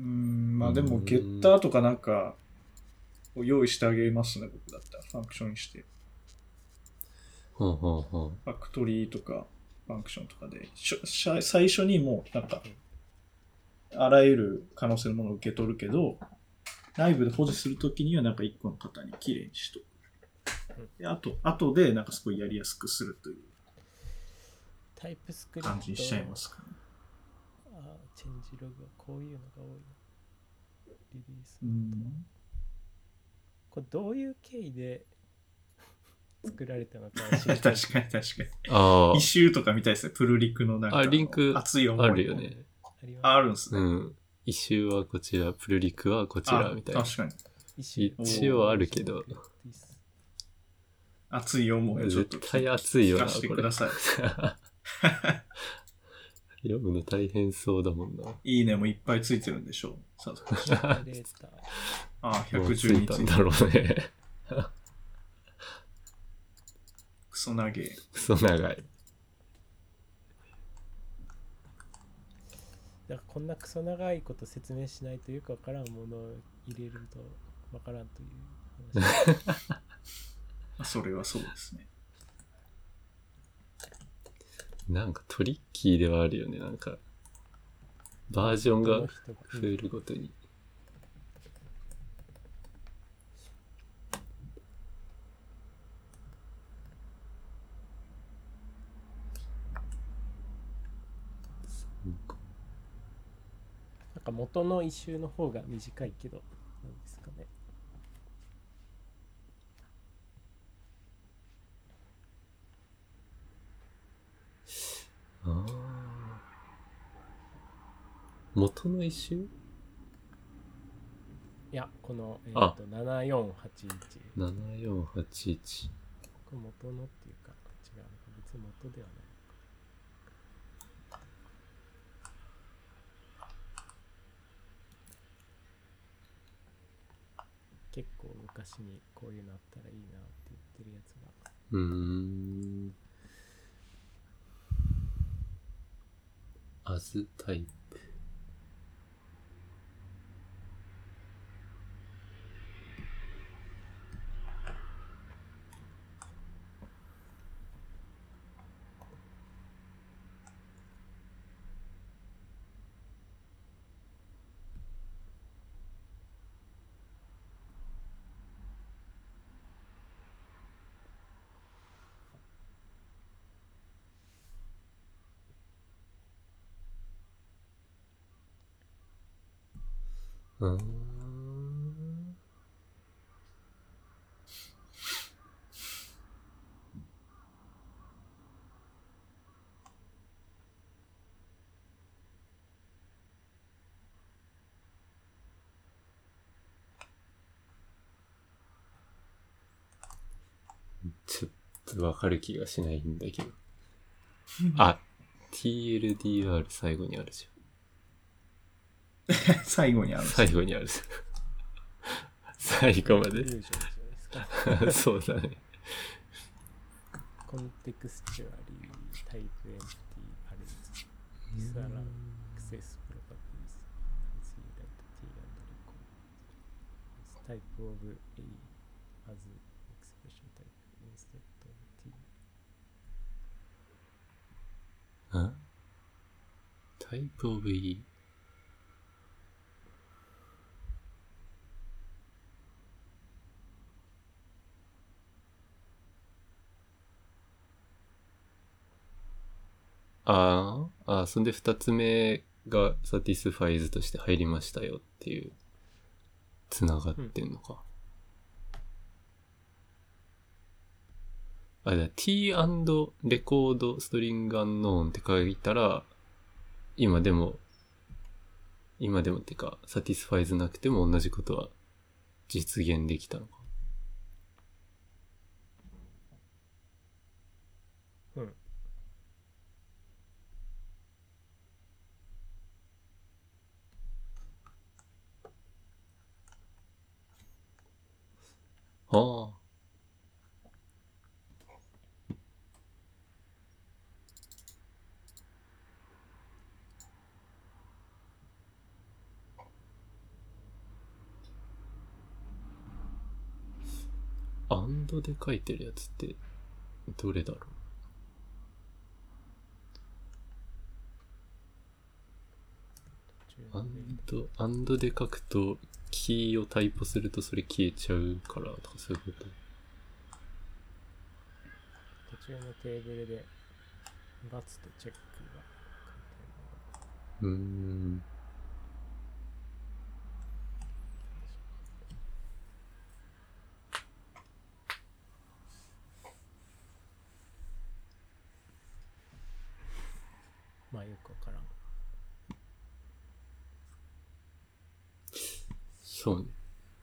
Speaker 1: まあでも
Speaker 2: うん
Speaker 1: ゲッターとかなんかを用意してあげますね、僕だったら。ファンクションにして。
Speaker 2: ほうほうほ
Speaker 1: ファクトリーとかファンクションとかで、しょしゃ最初にもうなんか、あらゆる可能性のものを受け取るけど、内部で保持するときにはなんか一個の型にきれいにしとく。で、あと、あとでなんかすごいやりやすくするという
Speaker 3: タイプスクリプト
Speaker 1: 感じにしちゃいますかね。
Speaker 3: ああ、チェンジログはこういうのが多いな。リリース
Speaker 1: う
Speaker 3: ノート。
Speaker 1: ん。
Speaker 3: これどういう経緯で作られたのかは知り
Speaker 1: 確
Speaker 3: たい。
Speaker 1: かに確かに。
Speaker 2: う。あ
Speaker 1: 一周とかみたいですね。プルリクのなんか
Speaker 2: あ。あ、リンク
Speaker 1: 熱い思い
Speaker 2: あるよね。
Speaker 3: あります
Speaker 1: あ、あるんですね。
Speaker 2: うん。一周はこちら、プルリクはこちらみたいな。
Speaker 1: 確かに。
Speaker 3: 一
Speaker 2: 一応あるけど。
Speaker 1: 熱い思いをちょっと
Speaker 2: 絶対熱いよな、
Speaker 1: 聞かせて
Speaker 2: これ。
Speaker 1: ください。
Speaker 2: 読むの大変そうだもんな。
Speaker 1: いいねもいっぱいついてるんでしょう。さぞかしあ、
Speaker 2: もう
Speaker 1: ひゃくじゅうについてる。
Speaker 2: ついたんだろうね。
Speaker 1: クソ長い。
Speaker 2: クソ長い。
Speaker 3: だからこんなクソ長いこと説明しないとよくわからんものを入れるとわからんという話。
Speaker 1: それはそうですね。
Speaker 2: なんかトリッキーではあるよね。なんか、バージョンが増えるごとに。
Speaker 3: なんか元の一周の方が短いけど、なんですかね。
Speaker 2: ああ。元の一周？
Speaker 3: いや、この、えー、とななよんはちいち。
Speaker 2: ななよんはちいち。
Speaker 3: これ元のっていうか、違うのか、別に元ではないのか。結構昔にこういうのあったらいいなって言ってるやつが。
Speaker 2: うーん。as タイプ。うーん。ちょっとわかる気がしないんだけど。あ、ティーエルディーアール 最後にあるじ
Speaker 1: 最後にあ
Speaker 2: ゃん。
Speaker 1: る。
Speaker 2: 最後にある。最後まで。
Speaker 3: イリュージョンじゃないですか。
Speaker 2: そうだね。
Speaker 3: コンテクスチュアリータイプエンティパレーツ。リスアランアクセスプロパティーズ。タイプオブ A as expression type instead of T。
Speaker 2: ん？タイプオブ E。ああ、あ、そんで二つ目が satisfies として入りましたよっていう、つながってんのか。 あ、じゃあ t& レコードストリングアンノーンって書いたら、今でも、今でもってか、サティスファイズなくても同じことは実現できたのか。
Speaker 3: うん。
Speaker 2: ああ。アンドで書いてるやつってどれだろう。アンド、アンドで書くとキーをタイプするとそれ消えちゃうからとかそういうこと。
Speaker 3: 途中のテーブルでバツとチェックが
Speaker 2: うーん。
Speaker 3: まあよくわからん。
Speaker 2: そうね。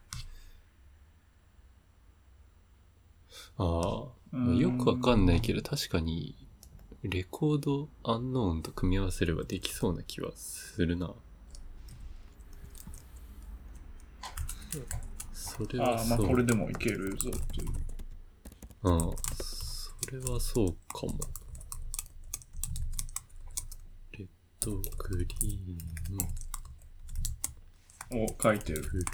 Speaker 2: ああ、よくわかんないけど確かにレコードアンノーンと組み合わせればできそうな気はするな。それはそう。
Speaker 1: ああ、まあこれでもいけるぞっていう。
Speaker 2: うん。それはそうかも。レッド、グリーン。
Speaker 1: お、書いてる。
Speaker 2: ブル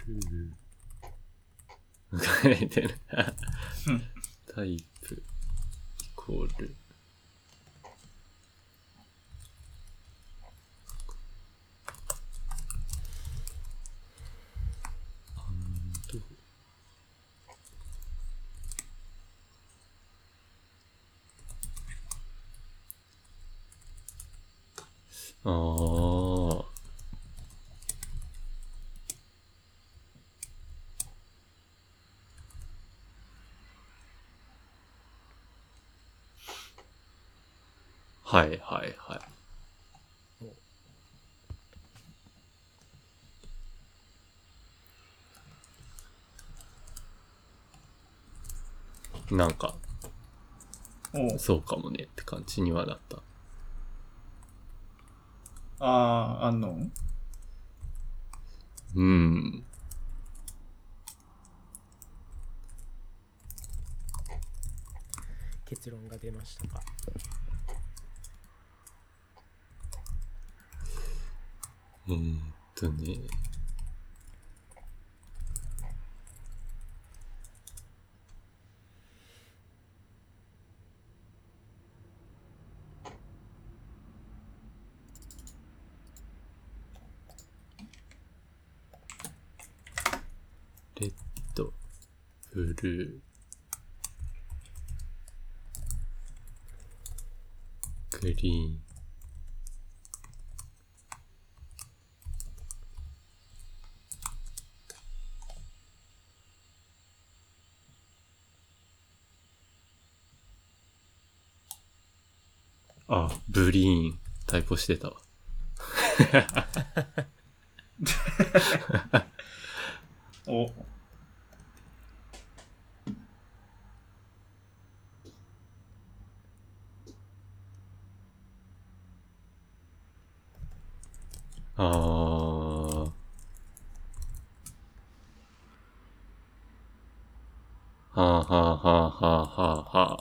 Speaker 2: ー。書いてる。タイプ、イコール。アンド。ああ。はいはいはい。なんか、
Speaker 1: お
Speaker 2: そうかもねって感じにはなった。
Speaker 1: ああ、あんの
Speaker 2: うん。
Speaker 3: 結論が出ましたか。
Speaker 2: えー、っとね。レッド、ブルー、グリーン。あ、ブリーン。タイプしてたわ。
Speaker 1: お
Speaker 2: あー。はあはあはあはあはあはあ。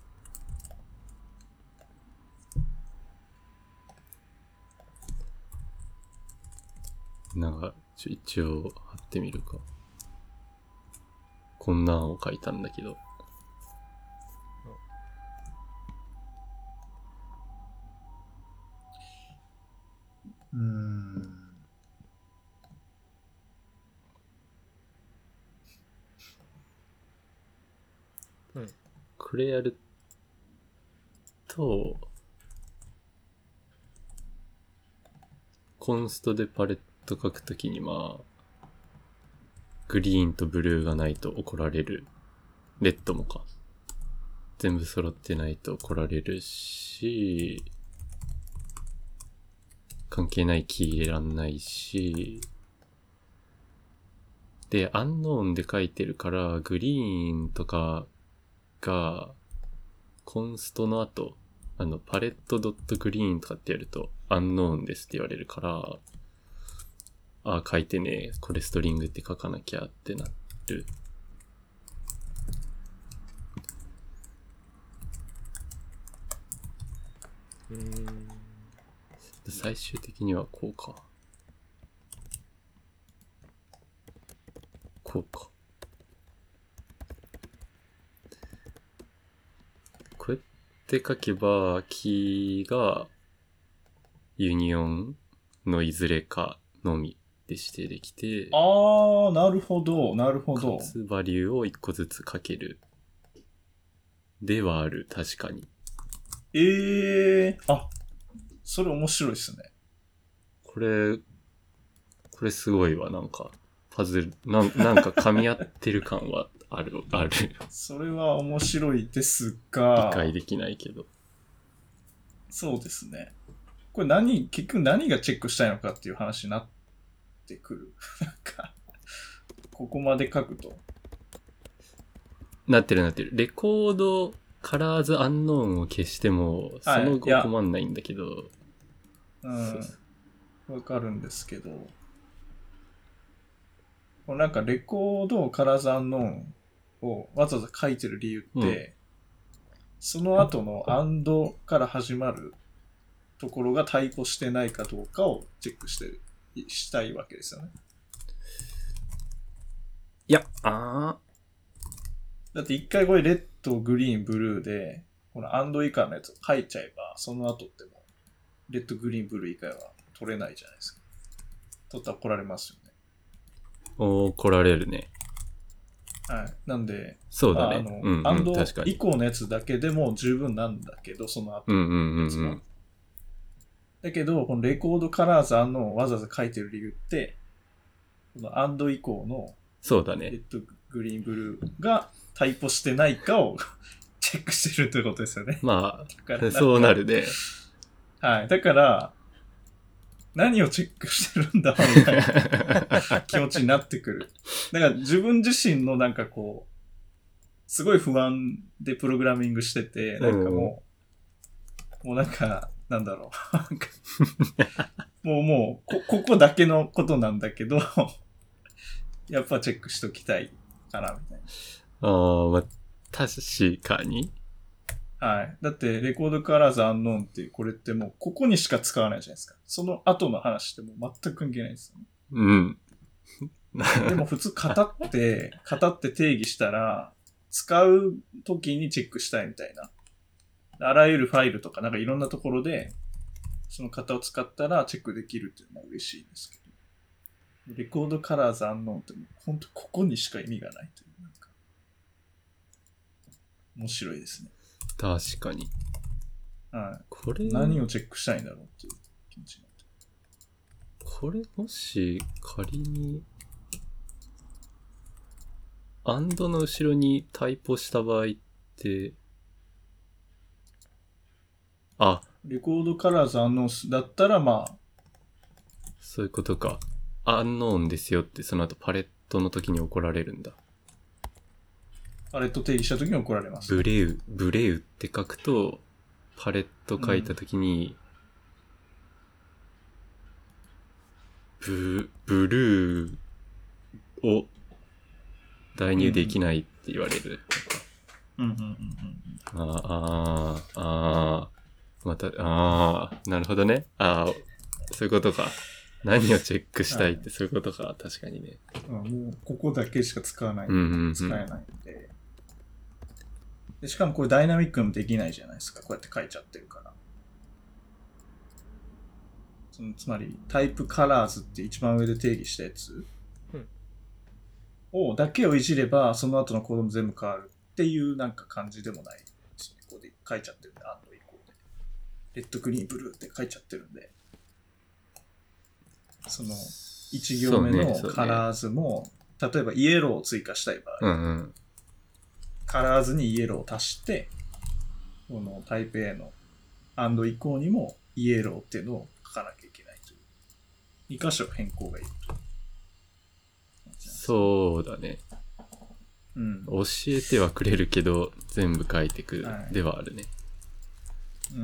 Speaker 2: なんか、ちょ、一応貼ってみるか。こんなんを書いたんだけど。
Speaker 1: うーん。
Speaker 3: うん。
Speaker 2: これやると、コンストでパレット書くときにまあ、グリーンとブルーがないと怒られる。レッドもか。 全部揃ってないと来られるし、関係ないキー入れらんないし、で、アンノーンで書いてるから、グリーンとかが、コンストの後、あの、パレットドットグリーンとかってやると、アンノーンですって言われるから、ああ、書いてね、これストリングって書かなきゃってなる。
Speaker 3: うーん。
Speaker 2: 最終的にはこうか。こうか。こうやって書けば、キーがユニオンのいずれかのみで指定できて、
Speaker 1: あー、なるほど、なるほど
Speaker 2: か。つバリューをいっこずつ書ける。ではある、確かに。
Speaker 1: えー、あ、それ面白いですね。
Speaker 2: これ、これすごいわ、なんか。パズル、なん、なんか噛み合ってる感はある、ある。
Speaker 1: それは面白いですが、
Speaker 2: 理解できないけど。
Speaker 1: そうですね。これ何、結局何がチェックしたいのかっていう話になってくる。なんか、ここまで書くと。
Speaker 2: なってるなってる。レコード、カラーズアンノーンを消しても、そ
Speaker 1: はい
Speaker 2: の後
Speaker 1: いや
Speaker 2: 困んないんだけど。
Speaker 1: うん。わかるんですけど、これなんかレコードカラーズアンノーンをわざわざ書いてる理由って、
Speaker 2: うん
Speaker 1: その後のアンドから始まるところがタイプしてないかどうかをチェックしてる、したいわけですよね。
Speaker 2: いや、あ
Speaker 1: だって一回これレッド、グリーン、ブルーで、このアンド以下のやつを書いちゃえば、その後ってもう、レッド、グリーン、ブルー以外は取れないじゃないですか。取ったら怒られますよね。
Speaker 2: ー、おー、来られるね。
Speaker 1: はい。なんで、
Speaker 2: そうだね。
Speaker 1: あの、
Speaker 2: うん、うん、
Speaker 1: アンド
Speaker 2: 確かに。
Speaker 1: 以降のやつだけでも十分なんだけど、その後
Speaker 2: うんうんう
Speaker 1: のやつは。
Speaker 2: んうん。
Speaker 1: だけど、このレコードカラーズアンノーンをわざわざ書いてる理由って、このアンド以降の
Speaker 2: そうだね。
Speaker 1: レッド、グリーン、ブルーがタイプしてないかをチェックしてるということですよね。
Speaker 2: まあ、
Speaker 1: だから
Speaker 2: そうなるね。
Speaker 1: はい。だから、何をチェックしてるんだろうみたいな気持ちになってくる。だから自分自身のなんかこう、すごい不安でプログラミングしてて、なんかもう、もうなんか、なんだろう。なんかもうもうこ、ここだけのことなんだけど、やっぱチェックしときたいかな、みたい
Speaker 2: ああ、まあ、確かに。
Speaker 1: な。はい。だって、レコードカラーズアンノーンっていう、これってもう、ここにしか使わないじゃないですか。その後の話ってもう全く関係ないですよね。
Speaker 2: うん。
Speaker 1: でも普通、型って、型って定義したら、使う時にチェックしたいみたいな。あらゆるファイルとか、なんかいろんなところで、その型を使ったらチェックできるっていうのは嬉しいんですけど。レコードカラーズアンノーンってもう本当ここにしか意味がないという、なんか、面白いですね。
Speaker 2: 確かに。
Speaker 1: はい。
Speaker 2: これ、
Speaker 1: 何をチェックしたいんだろうっていう気持ちになって。
Speaker 2: これもし仮に、アンドの後ろにタイプした場合って、あ、
Speaker 1: レコードカラーズアンノーンだったら、まあ、
Speaker 2: そういうことか。アンノーンですよってその後パレットの時に怒られるんだ。
Speaker 1: パレット定義した時に怒られます。
Speaker 2: ブレウ、ブレウって書くと、パレット書いた時に、うん、ブ、ブルーを代入できないって言われる。
Speaker 1: うんうんうんうん。
Speaker 2: ああ、ああ、また、ああ、なるほどね。ああ、そういうことか。何をチェックしたいってそういうことか。確かにね。
Speaker 1: もう、ここだけしか使わない。
Speaker 2: うんうんうん、
Speaker 1: 使えないんで。で。しかもこれダイナミックにもできないじゃないですか。こうやって書いちゃってるから。そのつまり、タイプカラーズって一番上で定義したやつを、だけをいじれば、その後のコードも全部変わるっていうなんか感じでもないですね。ここで書いちゃってるんで、アンド以降で。レッド、グリーン、ブルーって書いちゃってるんで。その、一行目のカラーズも、ねね、例えばイエローを追加したい場合、
Speaker 2: うんうん、
Speaker 1: カラーズにイエローを足して、 このタイプ A の アンド 以降にもイエローっていうのを書かなきゃいけないという。に箇所変更がいると。
Speaker 2: そうだね。
Speaker 1: うん。
Speaker 2: 教えてはくれるけど、全部書いてく
Speaker 1: はい
Speaker 2: ではあるね。
Speaker 1: うん。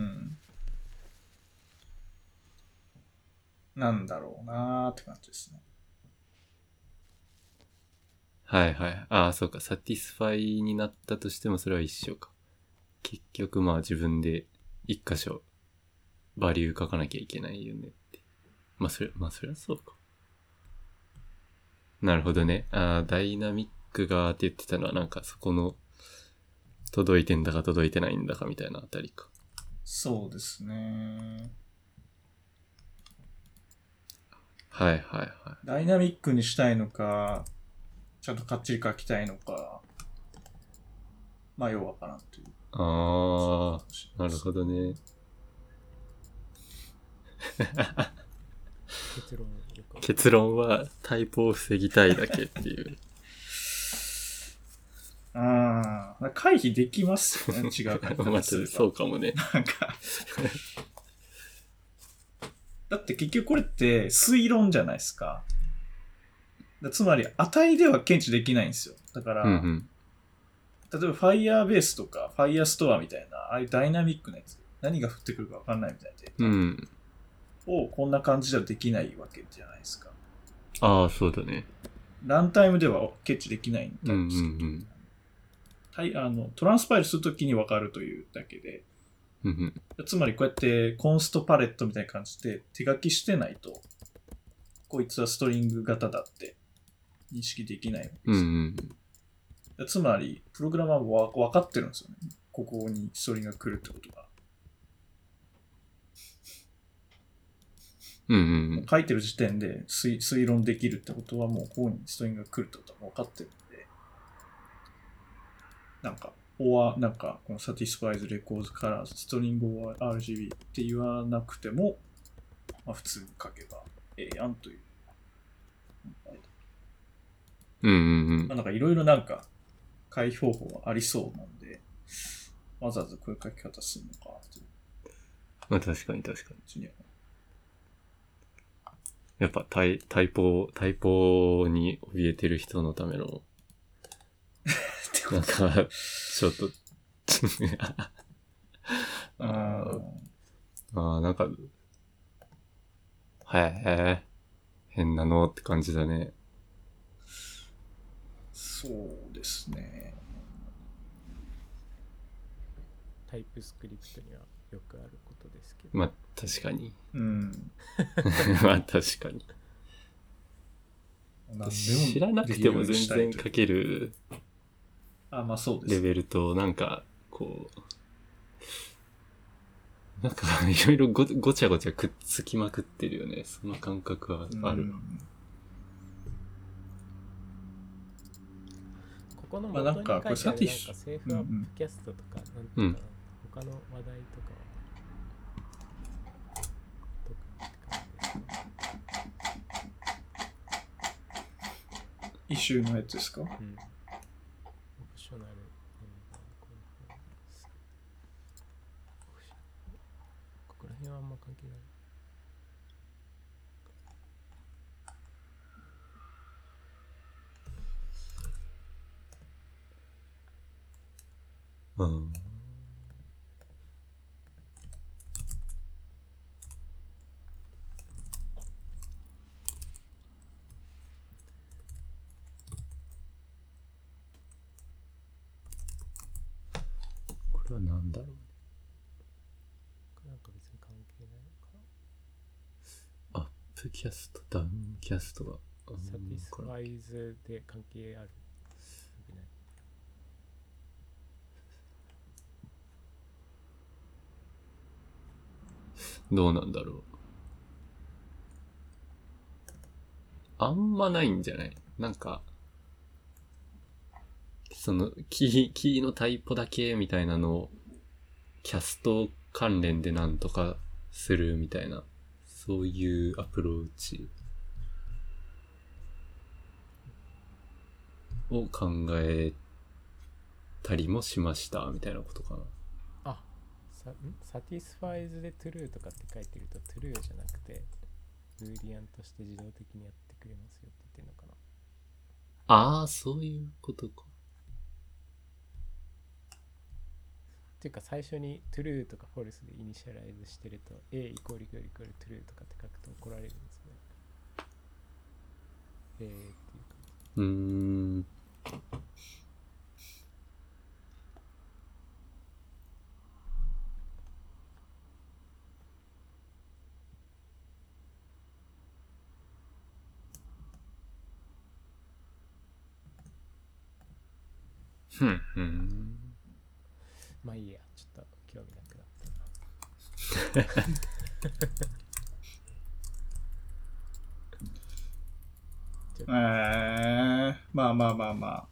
Speaker 1: なんだろうなーって感じですね。
Speaker 2: はいはい。ああ、そうか。サティスファイになったとしてもそれは一緒か。結局まあ自分で一箇所バリュー書かなきゃいけないよねって。まあそれ、まあそれはそうか。なるほどね。ああ、ダイナミックがって言ってたのはなんかそこの届いてんだか届いてないんだかみたいなあたりか。
Speaker 1: そうですね。
Speaker 2: はいはいはい。
Speaker 1: ダイナミックにしたいのか、ちゃんとかっちり書きたいのか、まあようわからんという。
Speaker 2: ああ、なるほどね。
Speaker 3: 結論よく
Speaker 2: 結論はタイプを防ぎたいだけっていう。
Speaker 1: ああ、回避できますよね、違う書き
Speaker 2: まあ
Speaker 1: 方すれば。
Speaker 2: そうかもね。
Speaker 1: なんかだって結局これって推論じゃないですか。だつまり値では検知できないんですよ。だから、
Speaker 2: うんうん、
Speaker 1: 例えば Firebase とか Firestore みたいな、ああいうダイナミックなやつ、何が降ってくるか分かんないみたいなデータ、
Speaker 2: うん、
Speaker 1: をこんな感じではできないわけじゃないですか。
Speaker 2: ああ、そうだね。
Speaker 1: ランタイムでは検知できないんですけど、
Speaker 2: うんうんうん
Speaker 1: あのトランスパイルするときに分かるというだけで、
Speaker 2: うんうん、
Speaker 1: つまりこうやってコンストパレットみたいな感じで手書きしてないと、こいつはストリング型だって認識できないわけです。
Speaker 2: うんうん、
Speaker 1: つまり、プログラマーは分かってるんですよね。ここにストリングが来るってことが。
Speaker 2: うんうん、
Speaker 1: 書いてる時点で 推, 推論できるってことはもうここにストリングが来るってことは分かってるんで、なんか、or なんか、この satisfies records colors string or アールジービー って言わなくても、まあ、普通に書けばええやんという。
Speaker 2: うんうんうん。
Speaker 1: まあ、なんかいろいろなんか、回避方法はありそうなんで、わざわざこういう書き方するのかっていう。
Speaker 2: まあ確かに確かに。
Speaker 1: に
Speaker 2: やっぱタイ、タイポ、タイポに怯えてる人のための、なんか、ちょっとああ、なんか、はい、変なのって感じだね。
Speaker 1: そうですね。
Speaker 3: タイプスクリプトにはよくあることですけど。
Speaker 2: まあ確かに。
Speaker 1: うん。
Speaker 2: まあ確かに。知らなくても全然書ける
Speaker 1: あ、まあそうです。
Speaker 2: レベルと、なんか、こう、なんかいろいろ ご, ごちゃごちゃくっつきまくってるよね。その感覚はある。
Speaker 3: ここの元に書いてあるなんかセーフアップキャストとか、なんていうかな、
Speaker 2: うん、
Speaker 3: 他の話題とかは
Speaker 1: イシューのやつですか？うん。オプ
Speaker 3: ショナル。ここら辺はあんま関係ない。
Speaker 2: うん。これは何だろう。
Speaker 3: なんか別に関係ないのかな。
Speaker 2: アップキャスト、ダウンキャストは。
Speaker 3: サティスファイズで関係ある。
Speaker 2: どうなんだろう。あんまないんじゃない？なんか、そのキー、キーのタイプだけみたいなのをキャスト関連でなんとかするみたいな、そういうアプローチを考えたりもしましたみたいなことかな。
Speaker 3: あ、 さん satisfies で true とかって書いてると true じゃなくてブーリアンとして自動的にやってくれますよって言ってるのかな。
Speaker 2: ああ、そういうことか。
Speaker 3: っていうか最初に true とか false でイニシャライズしてると A イコールイコールイコール true とかって書くと怒られるんですね。えーっていう感じ。
Speaker 2: うーん。ふんふん。
Speaker 3: まあいいや、ちょっと興味なくなったな。
Speaker 1: えー、まあまあまあまあ。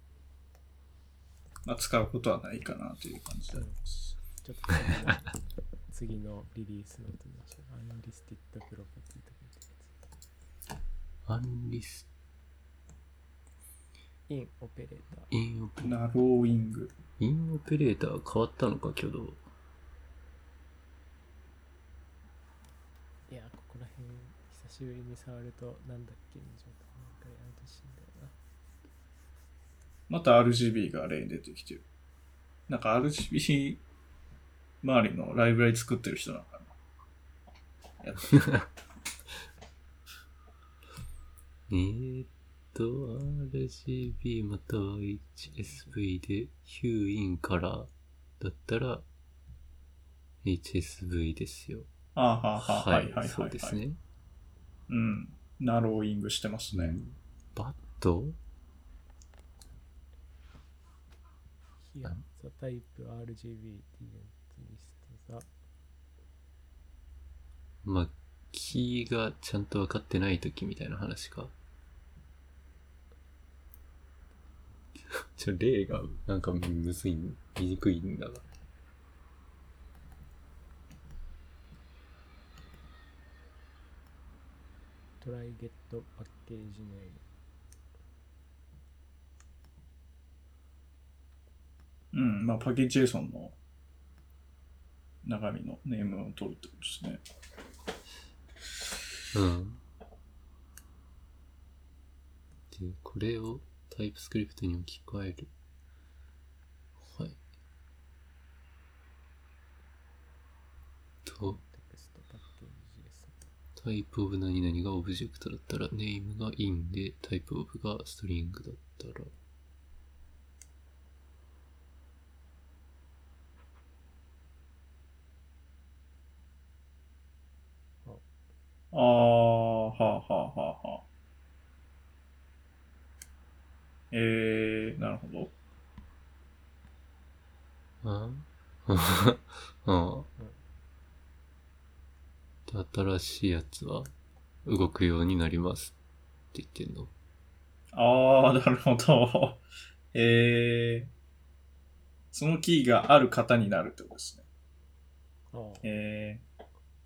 Speaker 1: まあ使うことはないかなという感じであります。
Speaker 3: ちょっと次の次のリリースのと見ましょう。アンリスティッドプロパティとか言ってるやつ。
Speaker 2: アンリス
Speaker 3: インオペレーター。
Speaker 2: インオペレーター。
Speaker 1: ナローイング。
Speaker 2: インオペレーター変わったのか、挙動。
Speaker 3: いや、ここら辺久しぶりに触るとなんだっけの状態なんかやるとしいんだよな。
Speaker 1: また アールジービー が例に出てきてる。なんか アールジービー 周りのライブラリ作ってる人なのかな。やった
Speaker 2: えーっと、アールジービー または エイチエスブイ で ヒューインからだったら エイチエスブイ ですよ。
Speaker 1: ああ、はあ、はあ、はい、はい、はい。
Speaker 2: そうですね。
Speaker 1: うん。ナローイングしてますね。
Speaker 2: バット
Speaker 3: Here, the type アールジービー didn't list the
Speaker 2: まあ、キーがちゃんと分かってないときみたいな話か。ちょ、例がなんかむずい、見にくいんだが。
Speaker 3: try get package name。
Speaker 1: うん、まあ、パッケージ JSON の中身のネームを取るってことですね。
Speaker 2: うん。で、これをタイプスクリプトに置き換える。はい。と、タイプオブ何々がオブジェクトだったら、ネームが in で、タイプオブがストリングだったら、
Speaker 1: ああ、はあ、はあ、はあ、はあ。えー、なるほど。
Speaker 2: ああああ。新しいやつは動くようになりますって言ってんの。
Speaker 1: ああ、なるほど。えー、そのキーがある型になるってことですね。
Speaker 3: ああ
Speaker 1: えー、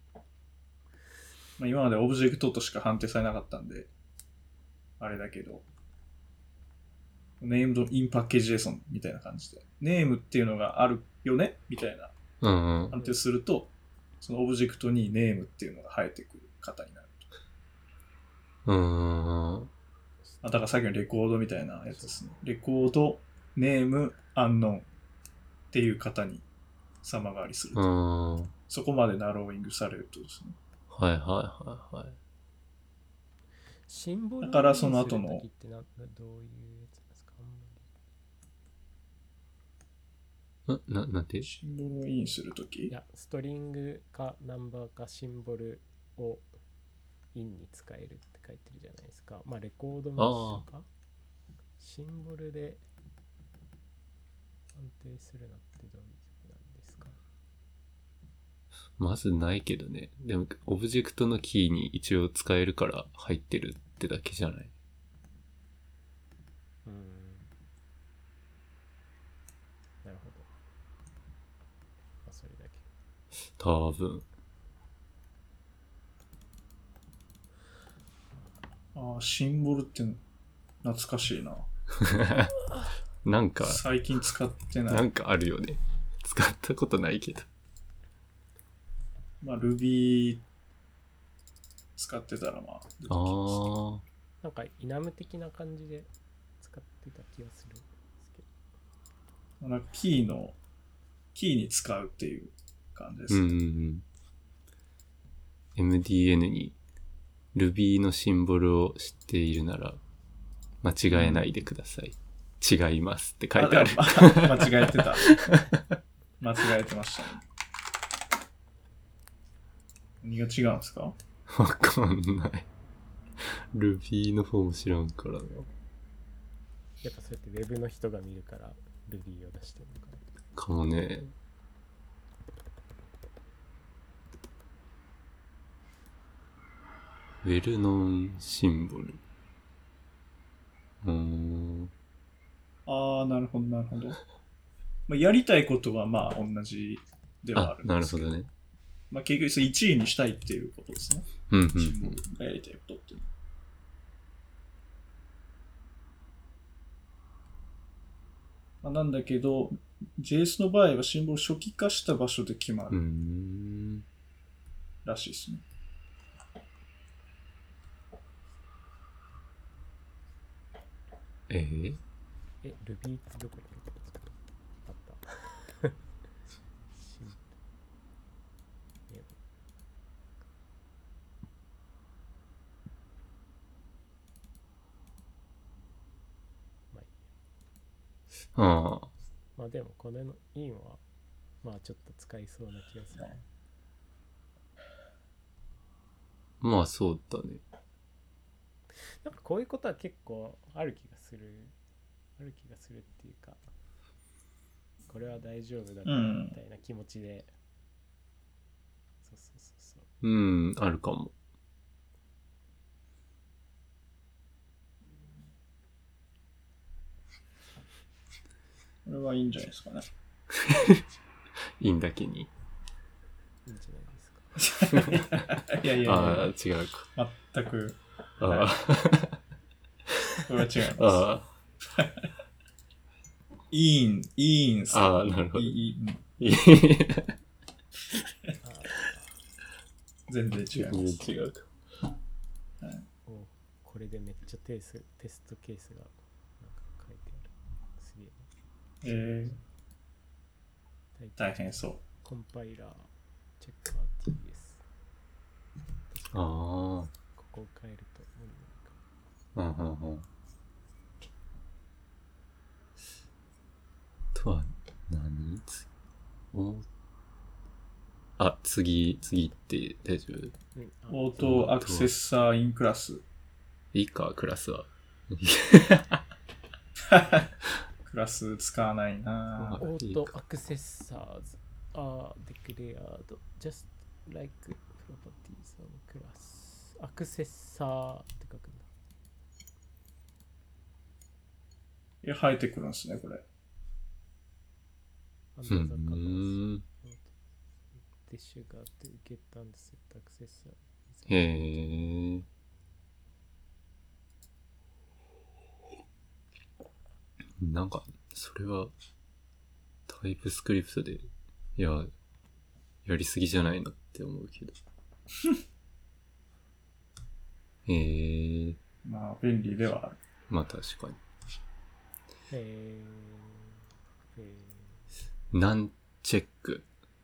Speaker 1: まあ、今までオブジェクトとしか判定されなかったんで、あれだけど、ネームドインパッケージ JSON みたいな感じで、ネームっていうのがあるよねみたいな
Speaker 2: うんうん。
Speaker 1: 判定すると、そのオブジェクトにネームっていうのが生えてくる型になると。
Speaker 2: うんうんうん。
Speaker 1: あ、だからさっきのレコードみたいなやつですね。レコード、ネーム、アンノンっていう型に様変わりすると。
Speaker 2: うん。
Speaker 1: そこまでナローイングされるとですね。
Speaker 2: はいはいはいはい。
Speaker 3: シンボル
Speaker 1: だからその後の
Speaker 3: をインする時ってなどういうやつなんですか？あんまり
Speaker 2: な、な、なんて
Speaker 1: シンボルをインするとき
Speaker 3: いや、ストリングかナンバーかシンボルをインに使えるって書いてるじゃないですか。まあレコードも一緒か。シンボルで判定するのってどういうなんですか？
Speaker 2: まずないけどね。でも、オブジェクトのキーに一応使えるから入ってるってだけじゃない。
Speaker 3: うーん。なるほど。まあそれだけ。
Speaker 2: 多分。
Speaker 1: ああ、シンボルって懐かしいな。
Speaker 2: なんか、
Speaker 1: 最近使ってない。
Speaker 2: なんかあるよね。使ったことないけど。
Speaker 1: まあ Ruby 使ってたらまあ出てきま
Speaker 2: ああ。
Speaker 3: なんかイナム的な感じで使ってた気がするんですけど。
Speaker 1: なんかキーのキーに使うっていう感じですね。
Speaker 2: うんうんうん。エムディーエヌ に Ruby のシンボルを知っているなら間違えないでください。うん、違いますって書いてある。
Speaker 1: あ間違えてた。間違えてましたね。何が違うんですか？
Speaker 2: わかんない。Ruby の方も知らんからな。
Speaker 3: やっぱそうやって Web の人が見るから Ruby を出してるのかな。
Speaker 2: かもね。ウェルノンシンボル。うーん。
Speaker 1: ああ、なるほど、なるほど。まあ、やりたいことはまあ同じではあるんですけど。
Speaker 2: なるほどね。
Speaker 1: まあ結局いちいにしたいっていうことですね。
Speaker 2: うんうん、
Speaker 1: シンボルがやりたいことっていうのは。まあ、なんだけど、ジェイエス の場合はシンボル初期化した場所で決ま
Speaker 2: うー
Speaker 1: る
Speaker 2: ん。
Speaker 1: らしいですね。
Speaker 2: えー、
Speaker 3: え、Ruby ってどこに書いてあるんですか？あった。シンえまあいいや。
Speaker 2: ああ。
Speaker 3: まあでもこれのインはまあちょっと使いそうな気がする。
Speaker 2: まあそうだね。
Speaker 3: なんかこういうことは結構ある気がする。ある気がするっていうか、これは大丈夫だからみたいな気持ちで、うん、そうそうそうそう。
Speaker 2: うん、あるかも。
Speaker 1: これはいいんじゃないですかね。
Speaker 2: いいんだけに。
Speaker 3: いいんじゃないですか。
Speaker 1: いやいやいや。
Speaker 2: ああ、違うか。
Speaker 1: 全く。
Speaker 2: ああ。
Speaker 1: これは違います。
Speaker 2: ああ。
Speaker 1: いいん、いいんす。
Speaker 2: ああ、なるほど。
Speaker 1: いい、
Speaker 2: いい。
Speaker 1: 全然違います。
Speaker 2: 全然違うか。
Speaker 3: はい、おこれでめっちゃテステストケースがなんか書いてある。すげ
Speaker 1: え。えー、大変そう。
Speaker 3: コンパイラー、チェッカー ティーエス。
Speaker 2: ああ。
Speaker 3: ここを変えると無理なのか。
Speaker 2: うんうんうん。とは何？おあ、次、次って大丈夫？
Speaker 1: うん、オートアクセッサーインクラス。
Speaker 2: いいか、クラスは。
Speaker 1: クラス使わないな。
Speaker 3: オートアクセッサーズ are declared just like properties of class。アクセッサーって書くんだ。
Speaker 1: いや、生えてくるんですね、これ。
Speaker 2: うん。
Speaker 3: で、シュガーってゲットアンドセットアクセッサー。
Speaker 2: へえ。なんか、それは、タイプスクリプトで、いや、やりすぎじゃないのって思うけど。へえ。
Speaker 1: まあ、便利ではある。
Speaker 2: まあ、確かに。
Speaker 3: へえ。へ
Speaker 2: え。なんチェック。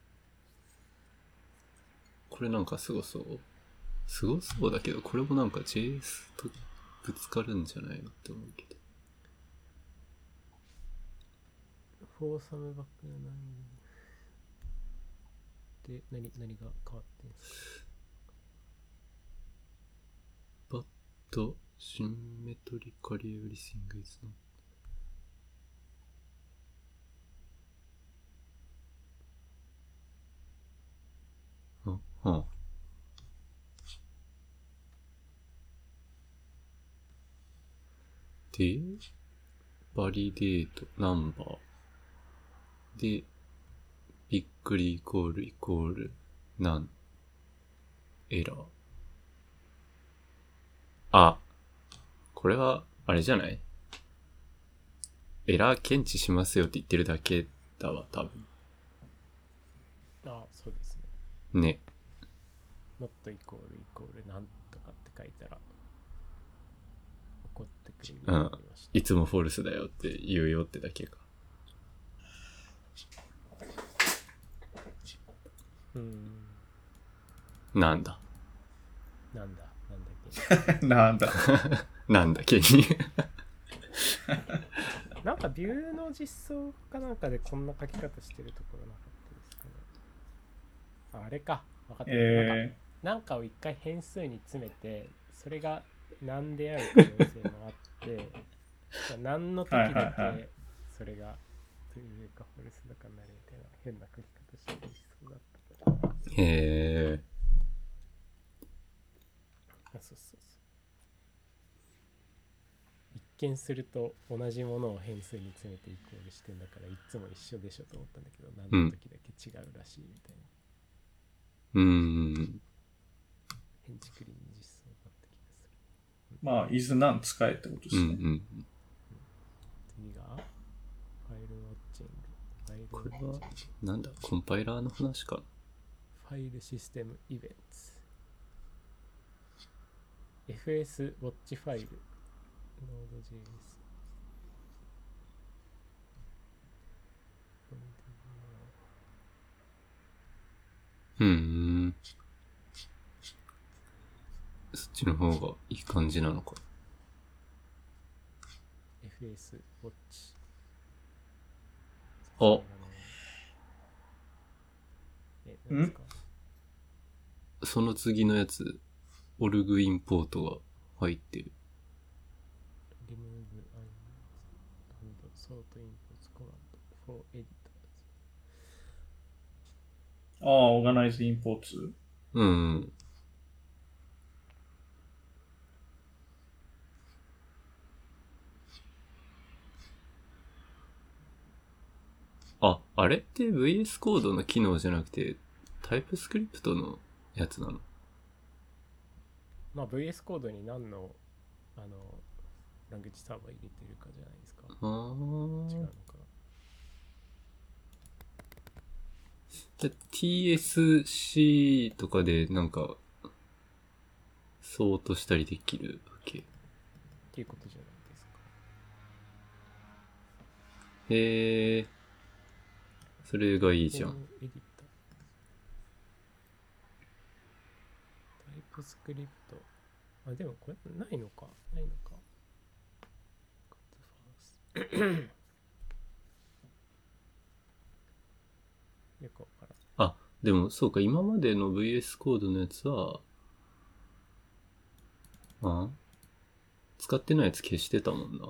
Speaker 2: これなんかすごそう。すごそうだけど、これもなんか ジェイエス とぶつかるんじゃないのって思うけど。
Speaker 3: フォーサムバックな何で、何、何が変わってんすか？
Speaker 2: バット、シンメトリカリエブリシングイズの。あ、はあ。で、バリデート、ナンバー。で、びっくりイコールイコール、なん、エラー。あ、これは、あれじゃない？エラー検知しますよって言ってるだけだわ、多分。
Speaker 3: ああ、そうですね。
Speaker 2: ね。
Speaker 3: not イコールイコールなんとかって書いたら怒ってくれるようになりました。
Speaker 2: いつもフォルスだよって言うよってだけか。
Speaker 3: うーん。
Speaker 2: なんだ。
Speaker 3: なんだなんだっけ。
Speaker 1: なんだ。
Speaker 2: なんだ、ケニー。
Speaker 3: なんかビューの実装かなんかでこんな書き方してるところなかったですかね。あ、あれか。分かった。なんか
Speaker 1: え
Speaker 3: なんかを一回変数に詰めて、それが何である可能性もあって、何の時
Speaker 1: はいはい
Speaker 3: だ
Speaker 1: はい
Speaker 3: けそれがというかフォルスだかになるみたいな変な書き方してるそうだったから。
Speaker 2: へえ。
Speaker 3: あ、そうそうそう。一見すると同じものを変数に詰めてイコールしてんだからいつも一緒でしょと思ったんだけど、何の時だけ違うらしいみたいな。
Speaker 2: うーん。
Speaker 3: 変築林に実装だった気がする。
Speaker 1: ー、まあ、is なん使えってことですね。
Speaker 2: うんうん。
Speaker 3: 次がファイルウォッチング。ファイルウ
Speaker 2: これ
Speaker 3: ォッチング。
Speaker 2: は、なんだ、コンパイラーの話かな。
Speaker 3: ファイルシステムイベント。エフエス ウォッチファイル。Node.js。
Speaker 2: うーん。そっちの方がいい感じなのか。
Speaker 3: エフエス ウォッチ。
Speaker 2: あ、
Speaker 3: え、何ですか？
Speaker 2: その次のやつ、オルグインポートが入ってる。
Speaker 3: remove and sort inputs command for editors。
Speaker 1: ああ、organize imports。
Speaker 2: うん。あ、あれって ブイエス コードの機能じゃなくて、タイプスクリプトのやつなの？
Speaker 3: まあ ブイエス コードに何のあのラングエッジサーバー入れてるかじゃないですか。
Speaker 2: あー。
Speaker 3: 違うのか。
Speaker 2: じゃ ティーエスシー とかでなんか、ソートしたりできるわけ？
Speaker 3: っていうことじゃないですか。
Speaker 2: へえ。それがいいじゃん。
Speaker 3: エディター。タイプスクリプト。あ、でもこれないのか。ないのか。よくわからん。
Speaker 2: あ、でもそうか、今までの ブイエス コードのやつは、あ使ってないやつ消してたもんな。